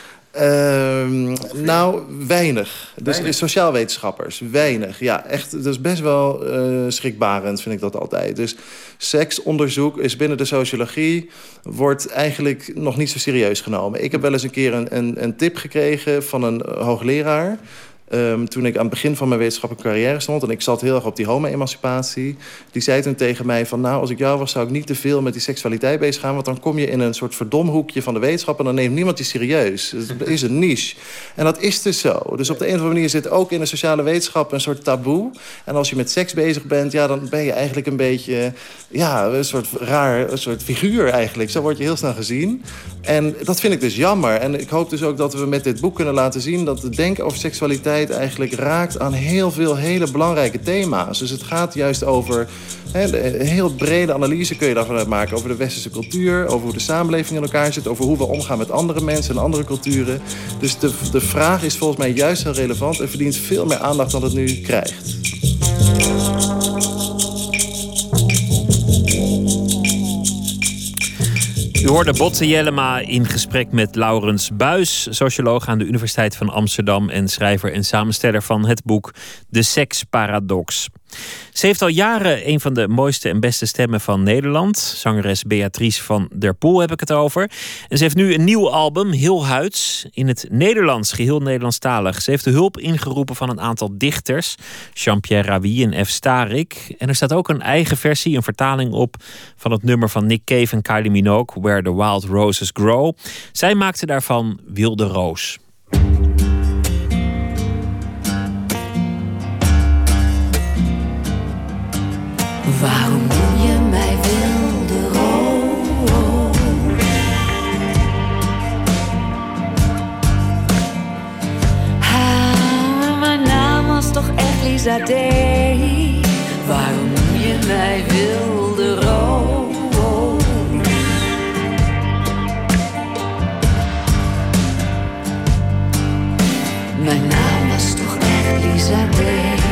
Nou, weinig. Dus sociaalwetenschappers, weinig. Ja, echt, dat is best wel schrikbarend, vind ik dat altijd. Dus seksonderzoek is binnen de sociologie... wordt eigenlijk nog niet zo serieus genomen. Ik heb wel eens een keer een tip gekregen van een hoogleraar... toen ik aan het begin van mijn wetenschappelijke carrière stond... en ik zat heel erg op die homo-emancipatie... die zei toen tegen mij van... nou, als ik jou was, zou ik niet te veel met die seksualiteit bezig gaan... want dan kom je in een soort verdomhoekje van de wetenschap... en dan neemt niemand je serieus. Het is een niche. En dat is dus zo. Dus op de een of andere manier zit ook in de sociale wetenschap... een soort taboe. En als je met seks bezig bent... ja, dan ben je eigenlijk een beetje... ja, een soort raar, een soort figuur eigenlijk. Zo word je heel snel gezien. En dat vind ik dus jammer. En ik hoop dus ook dat we met dit boek kunnen laten zien... dat het denken over seksualiteit eigenlijk raakt aan heel veel hele belangrijke thema's. Dus het gaat juist over... een heel brede analyse kun je daarvan maken... over de westerse cultuur, over hoe de samenleving in elkaar zit... over hoe we omgaan met andere mensen en andere culturen. Dus de vraag is volgens mij juist heel relevant... en verdient veel meer aandacht dan het nu krijgt. U hoorde Botte Jellema in gesprek met Laurens Buys, socioloog aan de Universiteit van Amsterdam en schrijver en samensteller van het boek De Seksparadox. Ze heeft al jaren een van de mooiste en beste stemmen van Nederland. Zangeres Beatrice van der Poel heb ik het over. En ze heeft nu een nieuw album, Heel Huids, in het Nederlands, geheel Nederlandstalig. Ze heeft de hulp ingeroepen van een aantal dichters, Jean-Pierre Rabhi en F. Starik. En er staat ook een eigen versie, een vertaling op van het nummer van Nick Cave en Kylie Minogue, Where the Wild Roses Grow. Zij maakte daarvan Wilde Roos. Waarom noem je mij wilde roos? Mijn naam was toch echt Lisa D. Waarom noem je mij wilde roos? Mijn naam was toch echt Lisa D.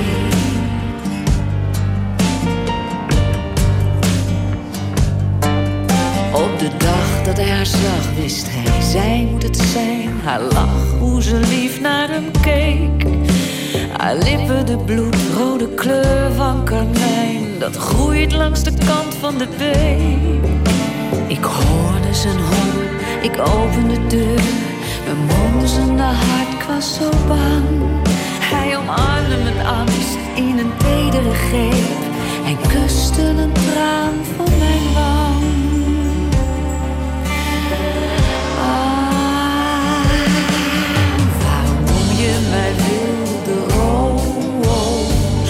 Op de dag dat hij haar zag, wist hij, zij moet het zijn. Haar lach, hoe ze lief naar hem keek. Haar lippen, de bloedrode kleur van karmijn. Dat groeit langs de kant van de beek. Ik hoorde zijn hom, ik opende de deur. Mijn monzende hart, ik was zo bang. Hij omarmde mijn angst in een tedere greep. Hij kuste een traan van mijn wang. Mij wilde roos.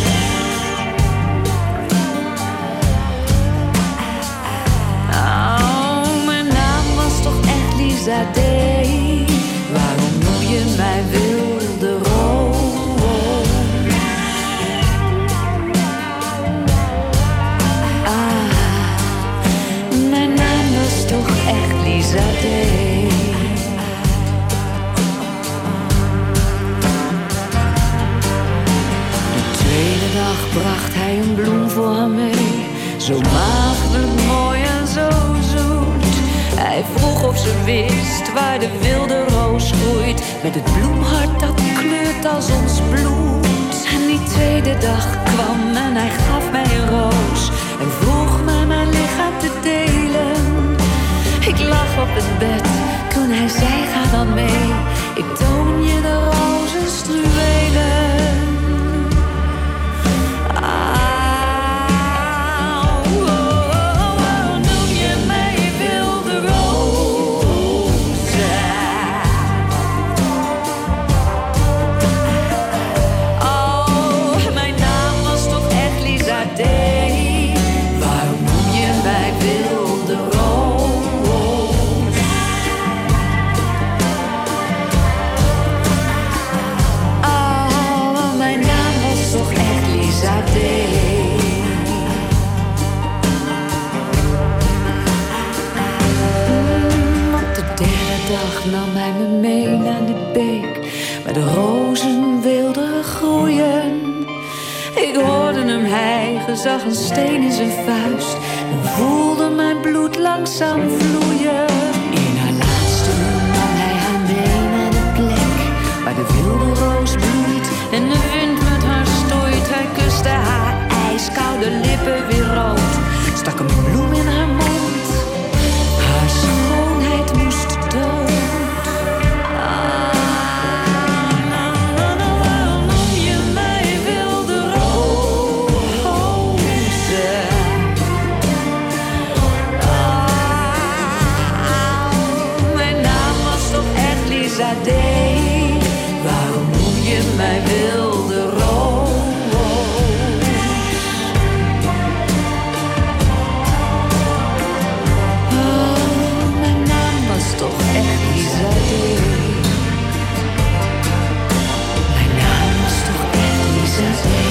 Nou, mijn naam was toch echt Lisa D. Waarom noem je mij wilde roos? Mijn naam was toch echt Lisa D. Bracht hij een bloem voor haar mee, zo maagdelijk mooi en zo zoet. Hij vroeg of ze wist waar de wilde roos groeit, met het bloemhart dat kleurt als ons bloed. En die tweede dag kwam en hij gaf mij een roos en vroeg mij mijn lichaam te delen. Ik lag op het bed toen hij zei, ga dan mee, ik toon je de rozenstruwelen. dag nam hij me mee naar de beek, waar de rozen wilden groeien. Ik hoorde hem hijgen, zag een steen in zijn vuist en voelde mijn bloed langzaam vloeien. In haar laatste uur nam hij haar mee naar de plek waar de wilde roos bloeit en de wind met haar stoeit. Hij kuste haar ijskoude lippen weer rood, stak een bloem in haar mond. Haar schoonheid moest dood. Waarom noem je mij wilde roos? Oh, mijn naam was toch echt Lisadé. Mijn naam was toch echt Lisadé.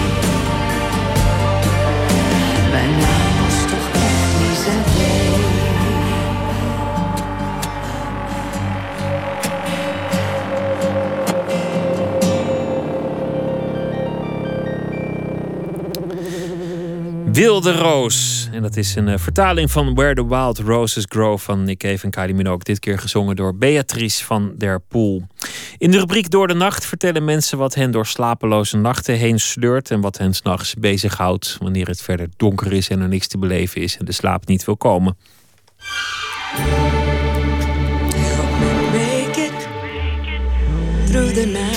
Mijn naam was toch echt Lisadé. Wilde Roos. En dat is een vertaling van Where the Wild Roses Grow van Nick Cave en Kylie Minogue. Dit keer gezongen door Beatrice van der Poel. In de rubriek Door de Nacht vertellen mensen wat hen door slapeloze nachten heen sleurt en wat hen 's nachts bezighoudt wanneer het verder donker is en er niks te beleven is en de slaap niet wil komen. Make it through the night.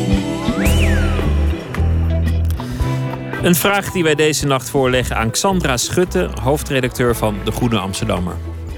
Een vraag die wij deze nacht voorleggen aan Xandra Schutte, hoofdredacteur van De Groene Amsterdammer.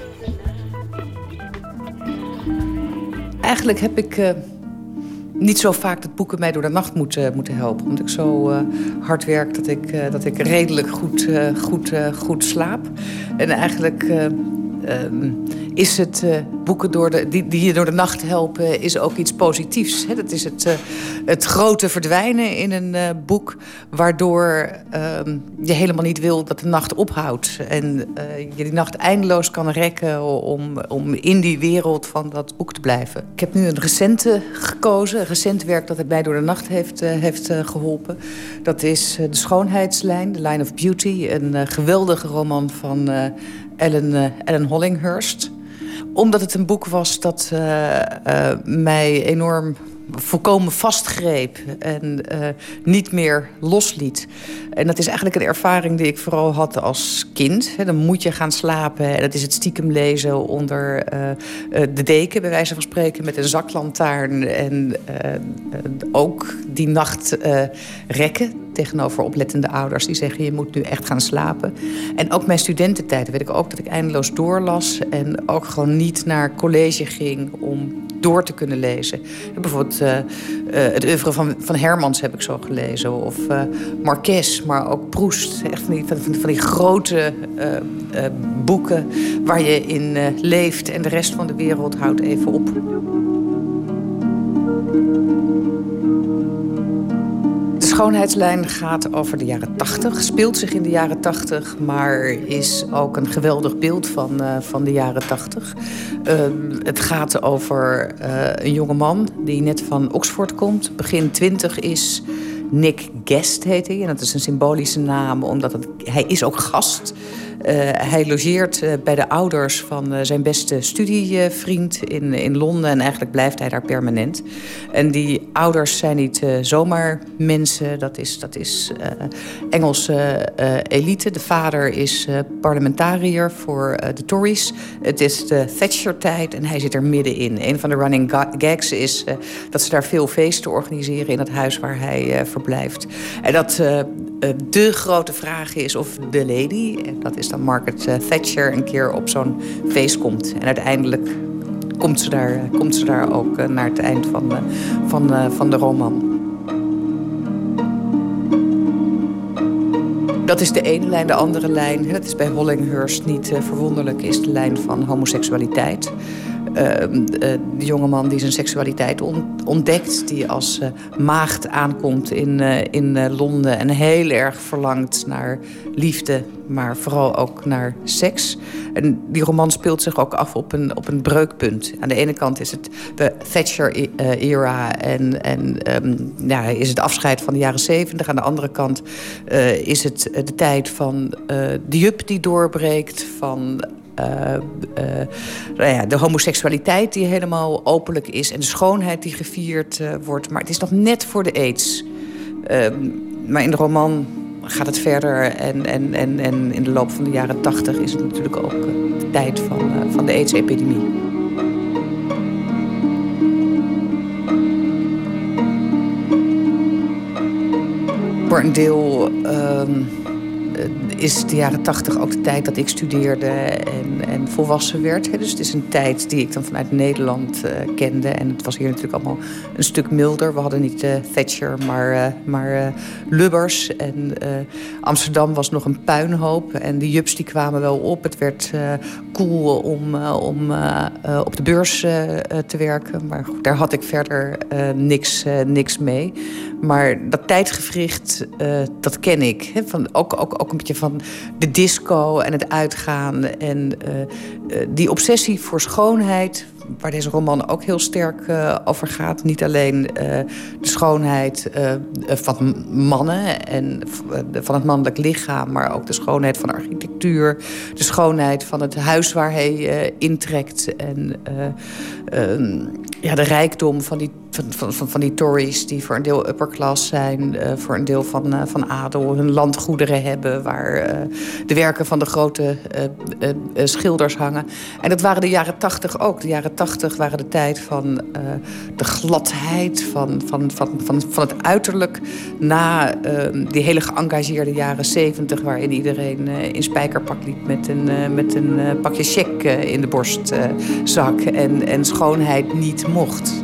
Eigenlijk heb ik niet zo vaak dat boeken mij door de nacht moeten helpen. Omdat ik zo hard werk dat ik redelijk goed slaap. En eigenlijk is het boeken die je door de nacht helpen is ook iets positiefs. Hè? Dat is het grote verdwijnen in een boek, waardoor je helemaal niet wil dat de nacht ophoudt. En je die nacht eindeloos kan rekken om in die wereld van dat boek te blijven. Ik heb nu een recente gekozen, een recent werk dat het mij door de nacht heeft geholpen. Dat is De Schoonheidslijn, The Line of Beauty, een geweldige roman van Ellen Hollinghurst. Omdat het een boek was dat mij enorm volkomen vastgreep en niet meer losliet. En dat is eigenlijk een ervaring die ik vooral had als kind. Dan moet je gaan slapen. En dat is het stiekem lezen onder de deken, bij wijze van spreken, met een zaklantaarn. En ook die nacht rekken tegenover oplettende ouders die zeggen, je moet nu echt gaan slapen. En ook mijn studententijd weet ik ook dat ik eindeloos doorlas en ook gewoon niet naar college ging om door te kunnen lezen. Bijvoorbeeld het oeuvre van Hermans heb ik zo gelezen. Of Marquez, maar ook Proust. Echt van die grote boeken waar je in leeft en de rest van de wereld houdt even op. De Schoonheidslijn gaat over de jaren 80, speelt zich in de jaren 80... maar is ook een geweldig beeld van de jaren 80. Het gaat over een jongeman die net van Oxford komt, begin 20 is. Nick Guest heet hij, en dat is een symbolische naam, omdat hij is ook gast. Hij logeert bij de ouders van zijn beste studievriend in Londen. En eigenlijk blijft hij daar permanent. En die ouders zijn niet zomaar mensen. Dat is Engelse elite. De vader is parlementariër voor de Tories. Het is de Thatcher-tijd en hij zit er middenin. Een van de running gags is dat ze daar veel feesten organiseren in het huis waar hij verblijft. En dat de grote vraag is of de lady, en dat is dan Margaret Thatcher, een keer op zo'n feest komt. En uiteindelijk komt ze daar ook naar het eind van de roman. Dat is de ene lijn. De andere lijn, dat is bij Hollinghurst niet verwonderlijk, is de lijn van homoseksualiteit. de jongeman die zijn seksualiteit ontdekt. Die als maagd aankomt in Londen. En heel erg verlangt naar liefde. Maar vooral ook naar seks. En die roman speelt zich ook af op een breukpunt. Aan de ene kant is het de Thatcher-era. En is het afscheid van de jaren 70. Aan de andere kant is het de tijd van de jup die doorbreekt. Van de homoseksualiteit die helemaal openlijk is. En de schoonheid die gevierd wordt. Maar het is nog net voor de AIDS. Maar in de roman gaat het verder. En in de loop van de jaren 80 is het natuurlijk ook de tijd van de AIDS-epidemie. Voor een deel is de jaren 80 ook de tijd dat ik studeerde en volwassen werd. Dus het is een tijd die ik dan vanuit Nederland kende. En het was hier natuurlijk allemaal een stuk milder. We hadden niet Thatcher, maar Lubbers. En Amsterdam was nog een puinhoop. En de jups die kwamen wel op. Het werd cool om op de beurs te werken. Maar goed, daar had ik verder niks mee. Maar dat tijdgewricht, dat ken ik. Hè? Ook een beetje van de disco en het uitgaan. En die obsessie voor schoonheid, waar deze roman ook heel sterk over gaat. Niet alleen de schoonheid van mannen en van het mannelijk lichaam, maar ook de schoonheid van de architectuur. De schoonheid van het huis waar hij intrekt. En de rijkdom van die Tories die voor een deel upper class zijn, voor een deel van adel, hun landgoederen hebben, waar de werken van de grote schilders hangen. En dat waren de jaren 80 ook. De jaren 80 waren de tijd van de gladheid, van het uiterlijk, na die hele geëngageerde jaren 70, waarin iedereen in spijkerpak liep met een pakje check in de borstzak en schoonheid niet mocht.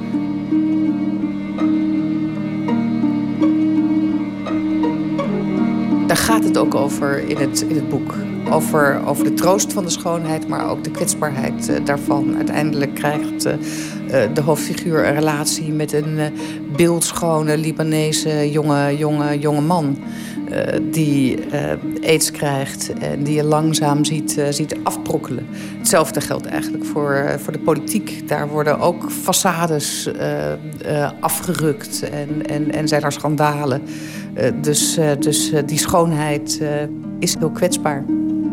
Daar gaat het ook over in het boek. Over de troost van de schoonheid, maar ook de kwetsbaarheid daarvan. Uiteindelijk krijgt de hoofdfiguur een relatie met een beeldschone Libanese jonge man. Die aids krijgt en die je langzaam ziet afbrokkelen. Hetzelfde geldt eigenlijk voor de politiek. Daar worden ook façades afgerukt en zijn er schandalen. Dus die schoonheid is heel kwetsbaar.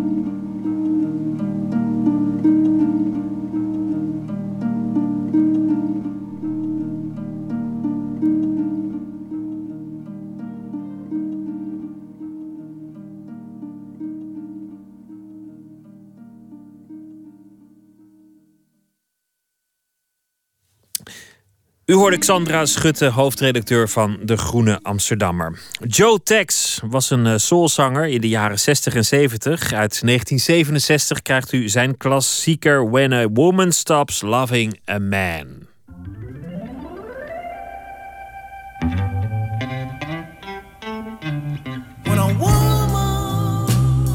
U hoorde Xandra Schutte, hoofdredacteur van De Groene Amsterdammer. Joe Tex was een soulzanger in de jaren 60 en 70. Uit 1967 krijgt u zijn klassieker When a Woman Stops Loving a Man. When a woman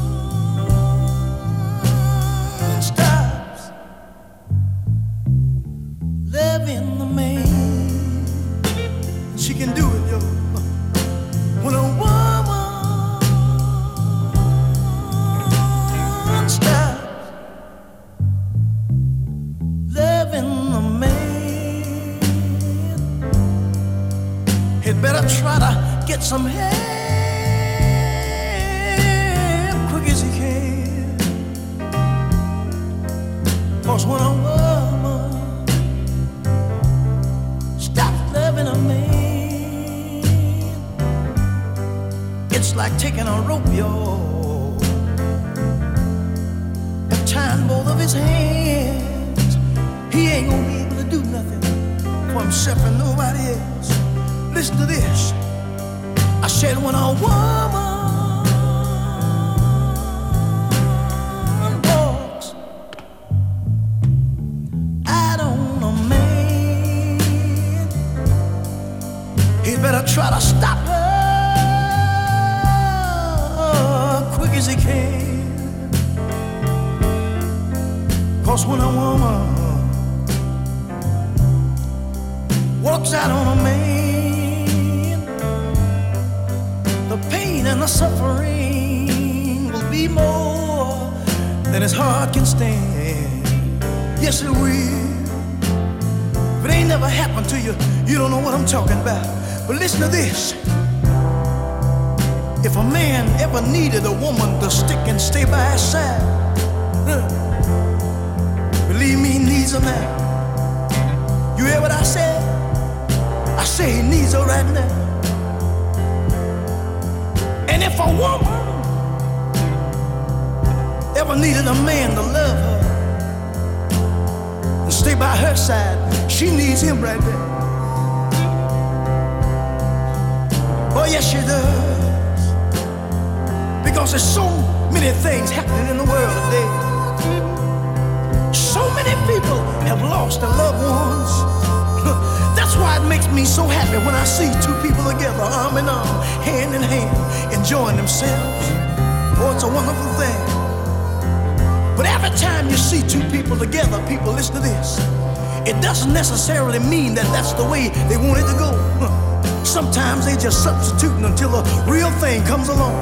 stops loving the man, she can do it, yo. When a woman stops loving the man, he'd better try to get some help quick as he can. 'Cause when a woman stops loving a man, it's like taking a rope, yo, and tying both of his hands. He ain't gonna be able to do nothing for himself and nobody else. Listen to this. I said when a woman walks out on a man, he better try to stop her quick as he can. 'Cause when a woman walks out on a man, the pain and the suffering will be more than his heart can stand. Yes, it will. If it ain't never happened to you, you don't know what I'm talking about. But listen to this. If a man ever needed a woman to stick and stay by his side, believe me, he needs her now. You hear what I said? I say he needs her right now. And if a woman ever needed a man to love her and stay by her side, she needs him right there. Oh yes, she does. Because there's so many things happening in the world today. So many people have lost their loved ones. That's why it makes me so happy when I see two people together, arm in arm, hand in hand, enjoying themselves. Oh, it's a wonderful thing. But every time you see two people together, people, listen to this. It doesn't necessarily mean that that's the way they want it to go. Sometimes they just substituting until the real thing comes along.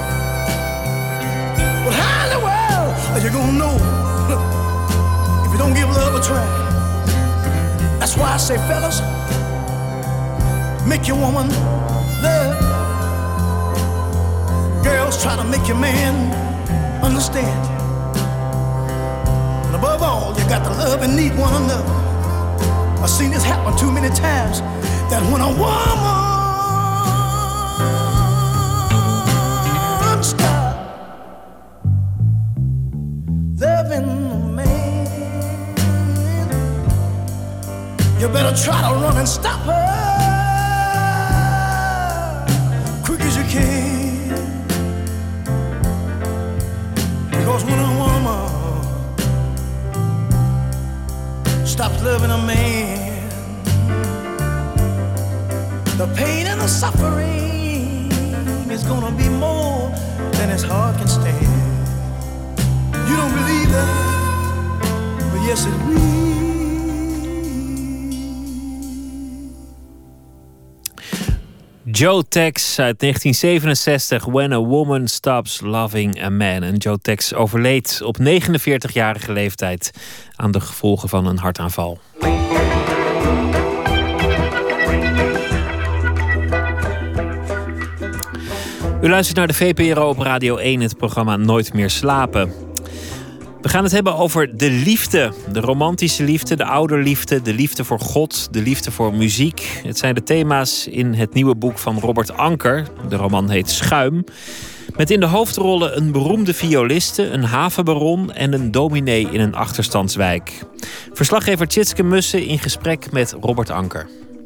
But how in the world are you gonna know if you don't give love a try? That's why I say, fellas, make your woman love. Girls, try to make your man understand. And above all, you got to love and need one another. I've seen this happen too many times, that when a woman stops loving a man, you better try to run and stop her quick as you can. Because when a woman stops loving a man, the pain and the suffering is gonna be more than his heart can stand. You don't believe that, but yes it will. Joe Tex uit 1967, When a Woman Stops Loving a Man. En Joe Tex overleed op 49-jarige leeftijd aan de gevolgen van een hartaanval. U luistert naar de VPRO op Radio 1, het programma Nooit meer slapen. We gaan het hebben over de liefde. De romantische liefde, de ouderliefde, de liefde voor God, de liefde voor muziek. Het zijn de thema's in het nieuwe boek van Robert Anker. De roman heet Schuim. Met in de hoofdrollen een beroemde violiste, een havenbaron en een dominee in een achterstandswijk. Verslaggever Tjitske Mussen in gesprek met Robert Anker.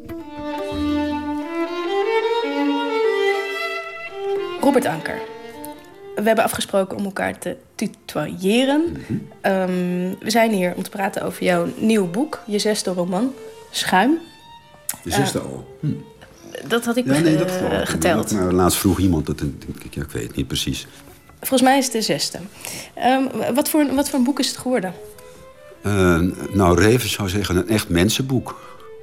Robert Anker. We hebben afgesproken om elkaar te tutoyeren. We zijn hier om te praten over jouw nieuw boek, je 6e roman, Schuim. De 6e al? Dat had ik geteld. Maar laatst vroeg iemand, dat ik weet het niet precies. Volgens mij is het de 6e. Wat voor een boek is het geworden? Nou, Reven zou zeggen een echt mensenboek.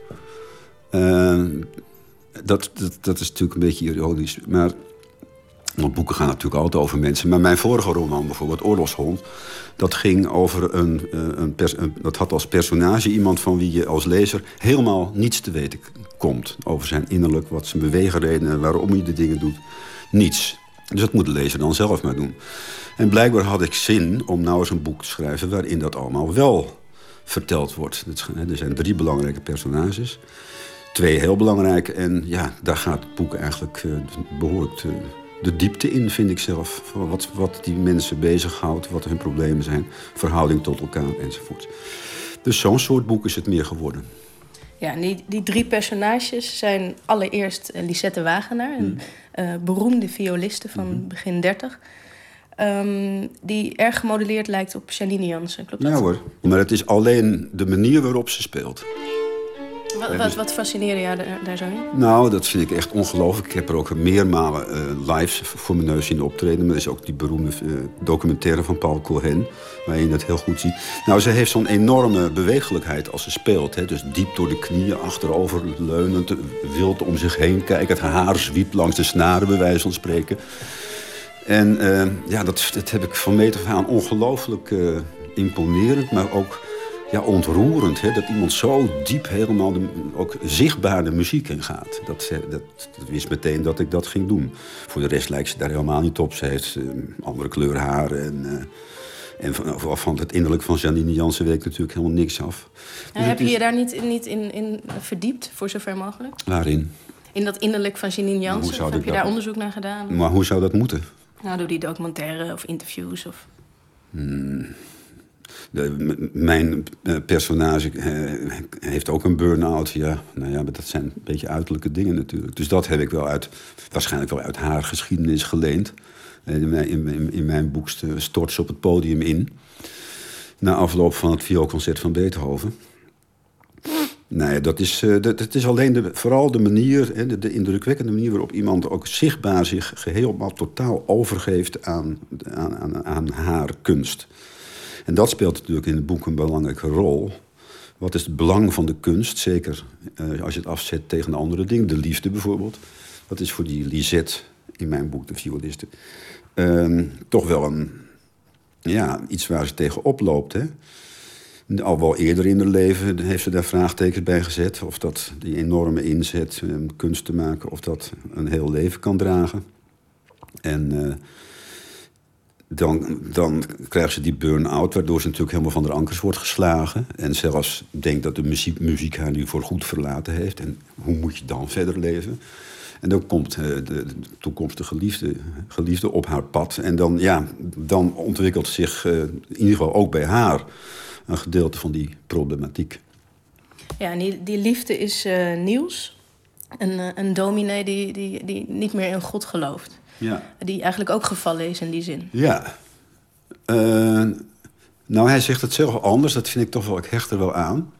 Dat is natuurlijk een beetje ironisch, maar... Want boeken gaan natuurlijk altijd over mensen. Maar mijn vorige roman, bijvoorbeeld Oorlogshond... dat ging over dat had als personage iemand van wie je als lezer... helemaal niets te weten komt. Over zijn innerlijk, wat zijn beweegredenen... waarom je de dingen doet. Niets. Dus dat moet de lezer dan zelf maar doen. En blijkbaar had ik zin om nou eens een boek te schrijven... waarin dat allemaal wel verteld wordt. Er zijn 3 belangrijke personages. 2 heel belangrijke. En ja, daar gaat het boek eigenlijk behoorlijk... de diepte in, vind ik zelf. Wat die mensen bezighoudt, wat hun problemen zijn. Verhouding tot elkaar, enzovoort. Dus zo'n soort boek is het meer geworden. Ja, die 3 personages zijn allereerst Lisette Wagenaar... een beroemde violiste van begin 30... die erg gemodelleerd lijkt op Janine Jansen, klopt dat? Ja hoor, maar het is alleen de manier waarop ze speelt. Wat fascineerde jou daar zo in? Nou, dat vind ik echt ongelooflijk. Ik heb er ook meermalen live voor mijn neus zien optreden. Maar er is ook die beroemde documentaire van Paul Cohen, waar je dat heel goed ziet. Nou, ze heeft zo'n enorme bewegelijkheid als ze speelt. Hè. Dus diep door de knieën, achterover leunend, wild om zich heen kijken. Het haar zwiept langs de snaren, bij wijze van spreken. En dat heb ik van meet af aan ongelooflijk imponerend, maar ook ontroerend. Hè? Dat iemand zo diep helemaal ook zichtbaar de muziek in gaat. Dat wist meteen dat ik dat ging doen. Voor de rest lijkt ze daar helemaal niet op. Ze heeft andere kleur haar en van het innerlijk van Janine Jansen weet ik natuurlijk helemaal niks af. Dus heb je je daar niet in verdiept, voor zover mogelijk? Waarin? In dat innerlijk van Janine Jansen? Of heb je daar onderzoek naar gedaan? Maar hoe zou dat moeten? Nou, door die documentaire of interviews of... Mijn personage heeft ook een burn-out. Ja, maar dat zijn een beetje uiterlijke dingen natuurlijk. Dus dat heb ik waarschijnlijk wel uit haar geschiedenis geleend. In mijn boek stort ze op het podium in. Na afloop van het vioolconcert van Beethoven. Nee, dat is alleen vooral de manier, de indrukwekkende manier waarop iemand ook zichtbaar zich geheel totaal overgeeft aan haar kunst. En dat speelt natuurlijk in het boek een belangrijke rol. Wat is het belang van de kunst? Zeker als je het afzet tegen andere dingen. De liefde bijvoorbeeld. Dat is voor die Lisette in mijn boek, de violiste, toch wel iets waar ze tegen oploopt. Hè? Al wel eerder in haar leven heeft ze daar vraagtekens bij gezet. Of dat die enorme inzet om kunst te maken, of dat een heel leven kan dragen. En dan krijgt ze die burn-out, waardoor ze natuurlijk helemaal van de ankers wordt geslagen. En zelfs denkt dat de muziek haar nu voor goed verlaten heeft. En hoe moet je dan verder leven? En dan komt de toekomstige geliefde op haar pad. En dan ontwikkelt zich in ieder geval ook bij haar een gedeelte van die problematiek. Ja, en die liefde is Niels. Een dominee die niet meer in God gelooft. Ja. Die eigenlijk ook gevallen is in die zin. Ja. Nou, hij zegt het zelf anders. Dat vind ik toch wel, ik hecht er wel aan.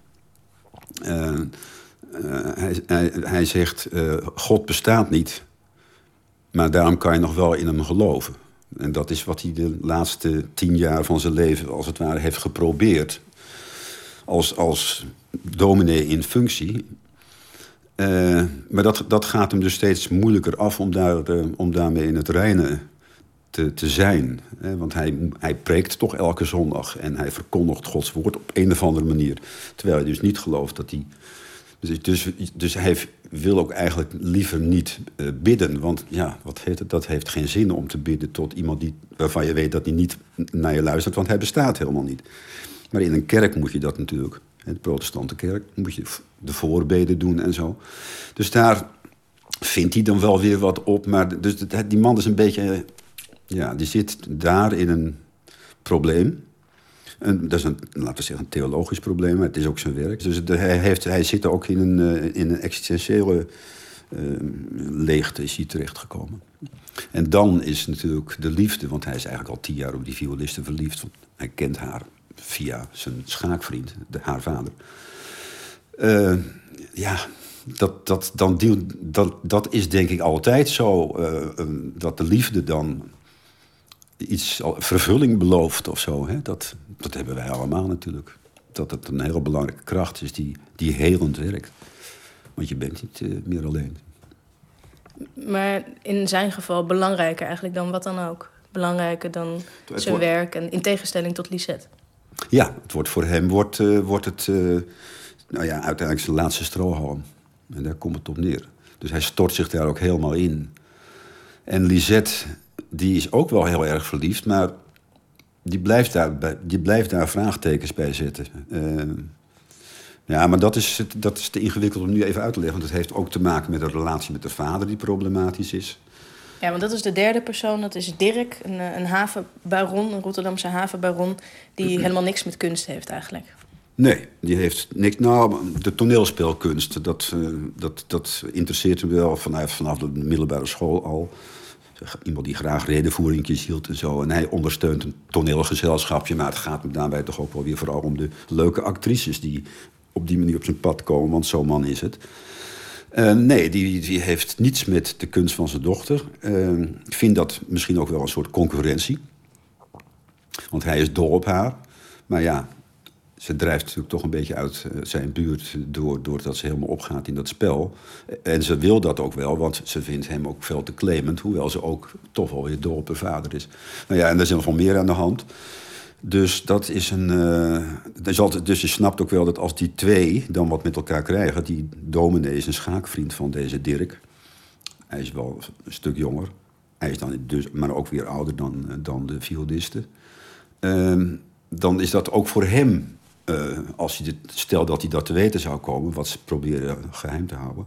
Hij zegt, God bestaat niet. Maar daarom kan je nog wel in hem geloven. En dat is wat hij de laatste 10 jaar van zijn leven, als het ware, heeft geprobeerd. Als dominee in functie. Maar dat gaat hem dus steeds moeilijker af om daarmee in het reine te zijn. Want hij preekt toch elke zondag en hij verkondigt Gods woord op een of andere manier. Terwijl hij dus niet gelooft dat hij... Dus hij wil ook eigenlijk liever niet bidden. Want ja, dat heeft geen zin om te bidden tot iemand waarvan je weet dat hij niet naar je luistert, want hij bestaat helemaal niet. Maar in een kerk moet je dat natuurlijk. De protestante kerk moet je de voorbeden doen en zo. Dus daar vindt hij dan wel weer wat op. Maar dus die man is een beetje... Ja, die zit daar in een probleem. Dat is laten we zeggen, een theologisch probleem, maar het is ook zijn werk. Dus hij zit ook in een existentiële leegte is hij terechtgekomen. En dan is natuurlijk de liefde, want hij is eigenlijk al 10 jaar op die violiste verliefd. Want hij kent haar via zijn schaakvriend, haar vader. Dat is denk ik altijd zo, dat de liefde dan iets vervulling belooft of zo. Hè? Dat hebben wij allemaal natuurlijk. Dat het een heel belangrijke kracht is die helend werkt. Want je bent niet meer alleen. Maar in zijn geval belangrijker eigenlijk dan wat dan ook. Belangrijker dan zijn werk en in tegenstelling tot Lisette. Ja, voor hem wordt het uiteindelijk zijn laatste strohalm. En daar komt het op neer. Dus hij stort zich daar ook helemaal in. En Lisette, die is ook wel heel erg verliefd, maar die blijft daar vraagtekens bij zetten. Maar dat is te ingewikkeld om nu even uit te leggen. Want het heeft ook te maken met een relatie met de vader die problematisch is. Ja, want dat is de derde persoon. Dat is Dirk, een havenbaron, een Rotterdamse havenbaron, die helemaal niks met kunst heeft eigenlijk. Nee, die heeft niks. Nou, de toneelspeelkunst, dat interesseert hem wel vanaf de middelbare school al. Iemand die graag redenvoeringjes hield en zo. En hij ondersteunt een toneelgezelschapje. Maar het gaat hem daarbij toch ook wel weer vooral om de leuke actrices die op die manier op zijn pad komen, want zo'n man is het. Nee, die heeft niets met de kunst van zijn dochter. Ik vind dat misschien ook wel een soort concurrentie. Want hij is dol op haar. Maar ja, ze drijft natuurlijk toch een beetje uit zijn buurt doordat ze helemaal opgaat in dat spel. En ze wil dat ook wel, want ze vindt hem ook veel te claimend, hoewel ze ook toch wel weer dol op haar vader is. Nou ja, en er is nog veel meer aan de hand. Dus dat is dus je snapt ook wel dat als die twee dan wat met elkaar krijgen. Die dominee is een schaakvriend van deze Dirk. Hij is wel een stuk jonger. Hij is dan dus, maar ook weer ouder dan de violiste. Dan is dat ook voor hem, stel dat hij dat te weten zou komen, wat ze proberen geheim te houden,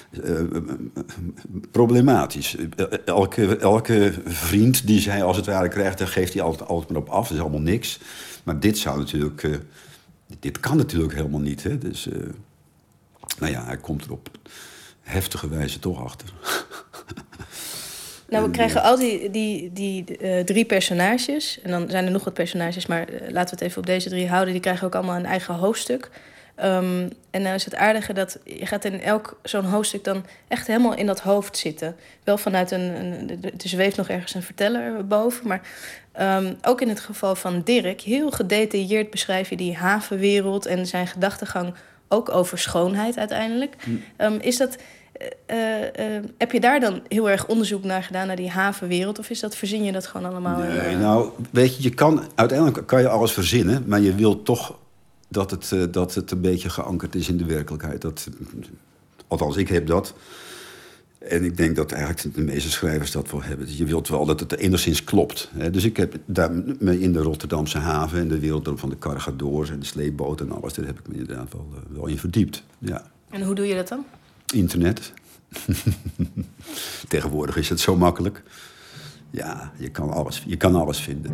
problematisch. Elke vriend die zij als het ware krijgt, daar geeft hij altijd maar op af. Dat is allemaal niks. Maar dit zou natuurlijk, dit kan natuurlijk helemaal niet. Hè? Dus, nou ja, hij komt er op heftige wijze toch achter. Nou, we krijgen al die 3 personages. En dan zijn er nog wat personages, maar laten we het even op deze 3 houden. Die krijgen ook allemaal een eigen hoofdstuk. En nou is het aardige dat je gaat in elk zo'n hoofdstuk dan echt helemaal in dat hoofd zitten. Wel vanuit er zweeft nog ergens een verteller boven. Maar ook in het geval van Dirk, heel gedetailleerd beschrijf je die havenwereld en zijn gedachtegang ook over schoonheid uiteindelijk. Is dat... heb je daar dan heel erg onderzoek naar gedaan, naar die havenwereld? Of verzin je dat gewoon allemaal? Nee, nou, weet je, uiteindelijk kan je alles verzinnen, maar je wilt toch dat het een beetje geankerd is in de werkelijkheid. Althans, ik heb dat. En ik denk dat eigenlijk de meeste schrijvers dat wel hebben. Je wilt wel dat het enigszins klopt. Hè? Dus ik heb daar in de Rotterdamse haven en de wereld van de cargadoors en de sleepboot en alles, daar heb ik me inderdaad wel in verdiept. Ja. En hoe doe je dat dan? Internet. Tegenwoordig is het zo makkelijk. Ja, je kan alles vinden.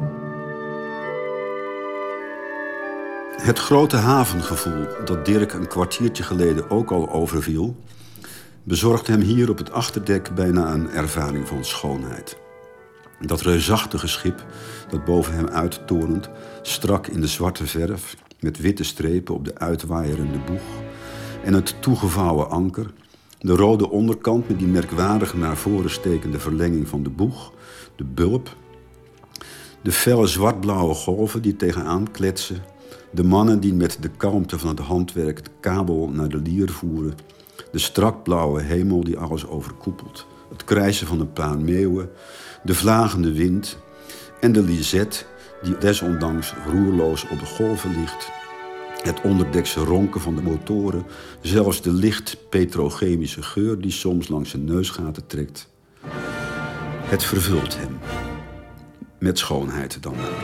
Het grote havengevoel dat Dirk een kwartiertje geleden ook al overviel, bezorgt hem hier op het achterdek bijna een ervaring van schoonheid. Dat reusachtige schip dat boven hem uittorent, strak in de zwarte verf, met witte strepen op de uitwaaierende boeg, en het toegevouwen anker, de rode onderkant met die merkwaardig naar voren stekende verlenging van de boeg, de bulp, de felle zwartblauwe golven die tegenaan kletsen, de mannen die met de kalmte van het handwerk de kabel naar de lier voeren, de strakblauwe hemel die alles overkoepelt, het krijsen van een paar meeuwen, de vlagende wind en de Lisette die desondanks roerloos op de golven ligt, het onderdekse ronken van de motoren, zelfs de licht petrochemische geur die soms langs zijn neusgaten trekt. Het vervult hem. Met schoonheid dan maar.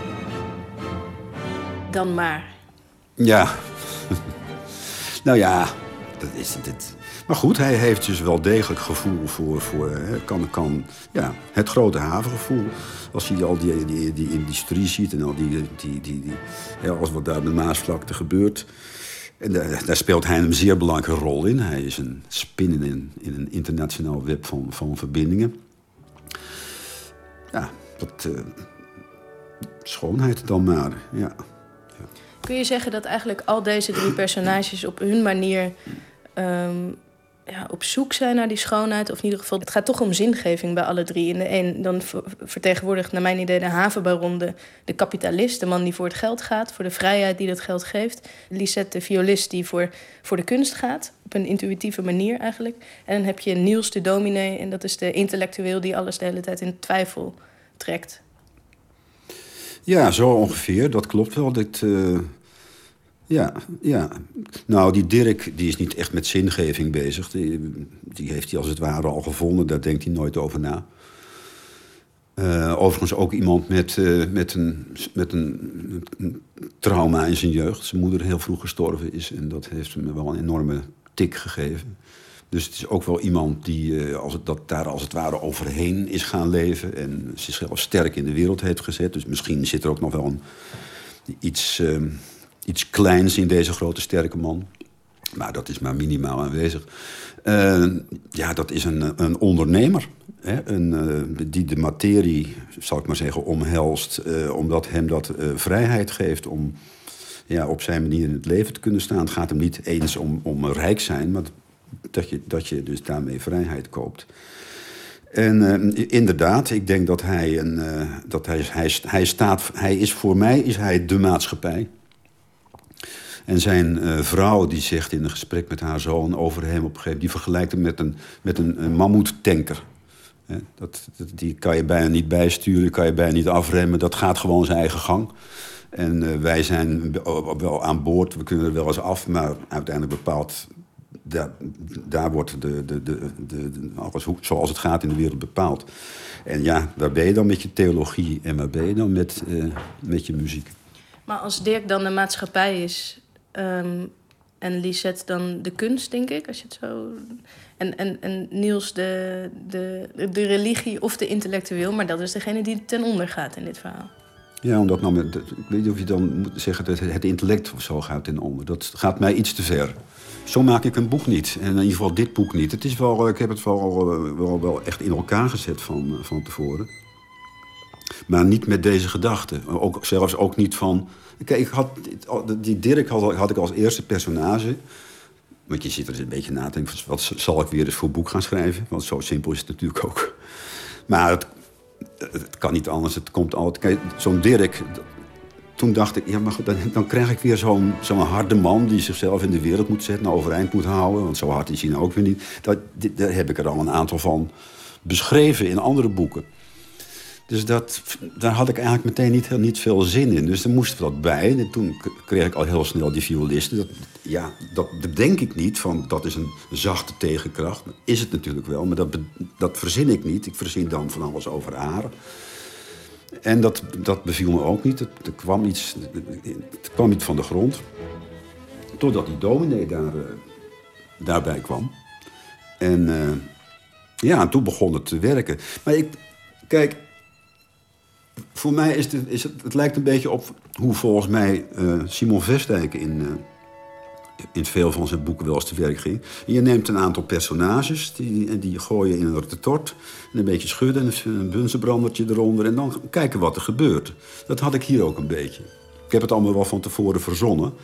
Dan maar. Ja. Nou ja, dat is het. Maar goed, hij heeft dus wel degelijk gevoel voor het grote havengevoel. Als je al die industrie ziet en al alles wat daar op de Maasvlakte gebeurt. En daar speelt hij een zeer belangrijke rol in. Hij is een spin in een internationaal web van verbindingen. Ja, schoonheid dan maar, ja. Kun je zeggen dat eigenlijk al deze 3 personages op hun manier op zoek zijn naar die schoonheid? Of in ieder geval, het gaat toch om zingeving bij alle 3. In de een dan vertegenwoordigt naar mijn idee de havenbaron de kapitalist, de man die voor het geld gaat, voor de vrijheid die dat geld geeft. Lisette, de violist, die voor de kunst gaat, op een intuïtieve manier eigenlijk. En dan heb je Niels, de dominee, en dat is de intellectueel die alles de hele tijd in twijfel trekt. Ja, zo ongeveer. Dat klopt wel. Ja. Nou, die Dirk die is niet echt met zingeving bezig. Die heeft hij als het ware al gevonden. Daar denkt hij nooit over na. Overigens ook iemand met een trauma in zijn jeugd. Zijn moeder heel vroeg gestorven is. En dat heeft hem wel een enorme tik gegeven. Dus het is ook wel iemand die daar als het ware overheen is gaan leven. En zichzelf sterk in de wereld heeft gezet. Dus misschien zit er ook nog wel iets kleins in deze grote sterke man. Maar dat is maar minimaal aanwezig. Dat is een ondernemer. Hè? Die de materie, zal ik maar zeggen, omhelst. Omdat hem dat vrijheid geeft om op zijn manier in het leven te kunnen staan. Het gaat hem niet eens om rijk zijn, maar dat je dus daarmee vrijheid koopt. En inderdaad, ik denk dat hij is voor mij de maatschappij. En zijn vrouw die zegt in een gesprek met haar zoon over hem op een gegeven moment, die vergelijkt hem met een mammoettanker. Die kan je bijna niet bijsturen, kan je bijna niet afremmen. Dat gaat gewoon zijn eigen gang. En wij zijn wel aan boord, we kunnen er wel eens af, maar uiteindelijk bepaalt, daar wordt alles zoals het gaat in de wereld bepaald. En ja, waar ben je dan met je theologie en waar ben je dan met je muziek? Maar als Dirk dan de maatschappij is en Lisette dan de kunst, denk ik, als je het zo... En Niels de religie of de intellectueel, maar dat is degene die ten onder gaat in dit verhaal. Ja, omdat ik weet niet of je dan moet zeggen dat het intellect of zo gaat ten onder. Dat gaat mij iets te ver. Zo maak ik een boek niet. En in ieder geval dit boek niet. Het is wel, ik heb het wel echt in elkaar gezet van tevoren. Maar niet met deze gedachte. Zelfs ook niet van... Kijk, die Dirk had ik als eerste personage. Want je zit er een beetje na te denken, wat zal ik weer eens voor boek gaan schrijven? Want zo simpel is het natuurlijk ook. Maar het kan niet anders, het komt altijd... Kijk, zo'n Dirk, toen dacht ik, ja, maar goed, dan krijg ik weer zo'n harde man die zichzelf in de wereld moet zetten, overeind moet houden. Want zo hard is hij nou ook weer niet. Daar heb ik er al een aantal van beschreven in andere boeken. Dus daar had ik eigenlijk meteen niet veel zin in. Dus er moest wat bij. En toen kreeg ik al heel snel die violisten. Dat bedenk ik niet, van dat is een zachte tegenkracht. Dat is het natuurlijk wel, maar dat verzin ik niet. Ik verzin dan van alles over haar. En dat beviel me ook niet. Het kwam niet van de grond. Totdat die dominee daarbij kwam. En en toen begon het te werken. Maar kijk... Voor mij het lijkt een beetje op hoe volgens mij Simon Vestdijk in veel van zijn boeken wel eens te werk ging. Je neemt een aantal personages, die gooi je in een retort, en een beetje schudden, een bunzenbrandertje eronder, en dan kijken wat er gebeurt. Dat had ik hier ook een beetje. Ik heb het allemaal wel van tevoren verzonnen.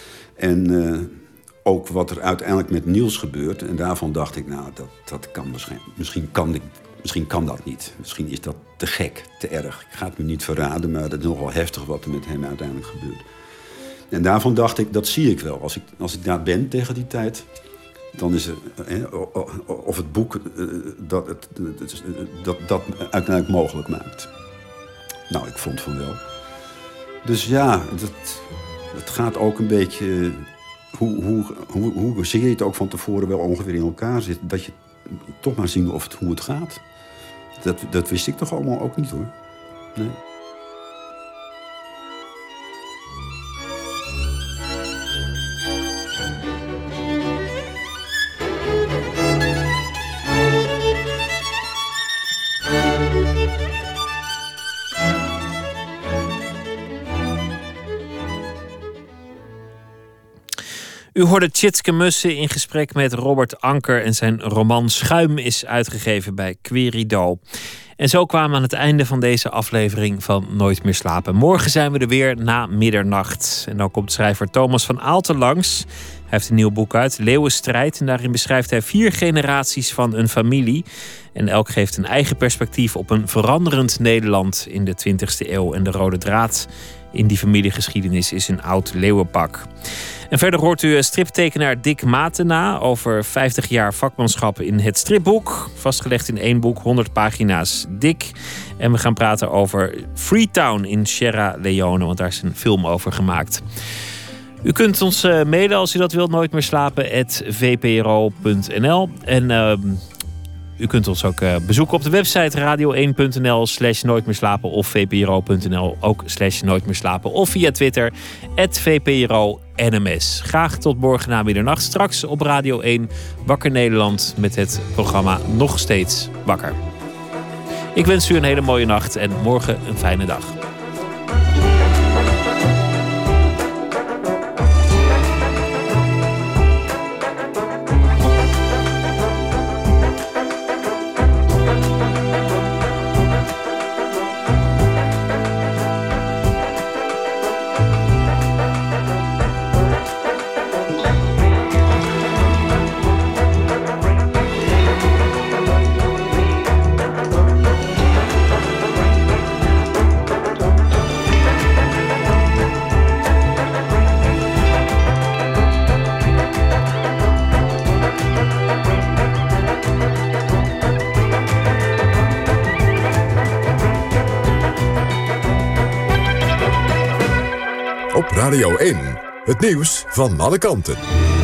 En ook wat er uiteindelijk met Niels gebeurt. En daarvan dacht ik, nou, dat kan misschien kan dat niet. Misschien is dat te gek, te erg. Ik ga het me niet verraden, maar het is nogal heftig wat er met hem uiteindelijk gebeurt. En daarvan dacht ik, dat zie ik wel. Als ik daar ben tegen die tijd, dan is het... of het boek dat uiteindelijk mogelijk maakt. Nou, ik vond van wel. Dus ja, het gaat ook een beetje... Hoe zie je het ook van tevoren wel ongeveer in elkaar zit, dat je toch maar zien hoe het gaat. Dat wist ik toch allemaal ook niet, hoor. Nee. U hoorde Tjitske Mussen in gesprek met Robert Anker en zijn roman Schuim is uitgegeven bij Querido. En zo kwamen we aan het einde van deze aflevering van Nooit meer slapen. Morgen zijn we er weer na middernacht. En dan komt schrijver Thomas van Aalten langs. Hij heeft een nieuw boek uit, Leeuwenstrijd. En daarin beschrijft hij 4 generaties van een familie. En elk geeft een eigen perspectief op een veranderend Nederland in de 20e eeuw. En de rode draad in die familiegeschiedenis is een oud leeuwenpak. En verder hoort u striptekenaar Dick Matena over 50 jaar vakmanschap in het stripboek. Vastgelegd in 1 boek, 100 pagina's dik. En we gaan praten over Freetown in Sierra Leone, want daar is een film over gemaakt. U kunt ons mailen als u dat wilt, nooit meer slapen @vpro.nl. En u kunt ons ook bezoeken op de website radio1.nl/nooitmeerslapen of vpro.nl ook /nooitmeerslapen of via Twitter @vpro-nms. Graag tot morgen na middernacht. Straks op Radio 1 Wakker Nederland met het programma Nog Steeds Wakker. Ik wens u een hele mooie nacht en morgen een fijne dag. Op Radio 1, het nieuws van alle kanten.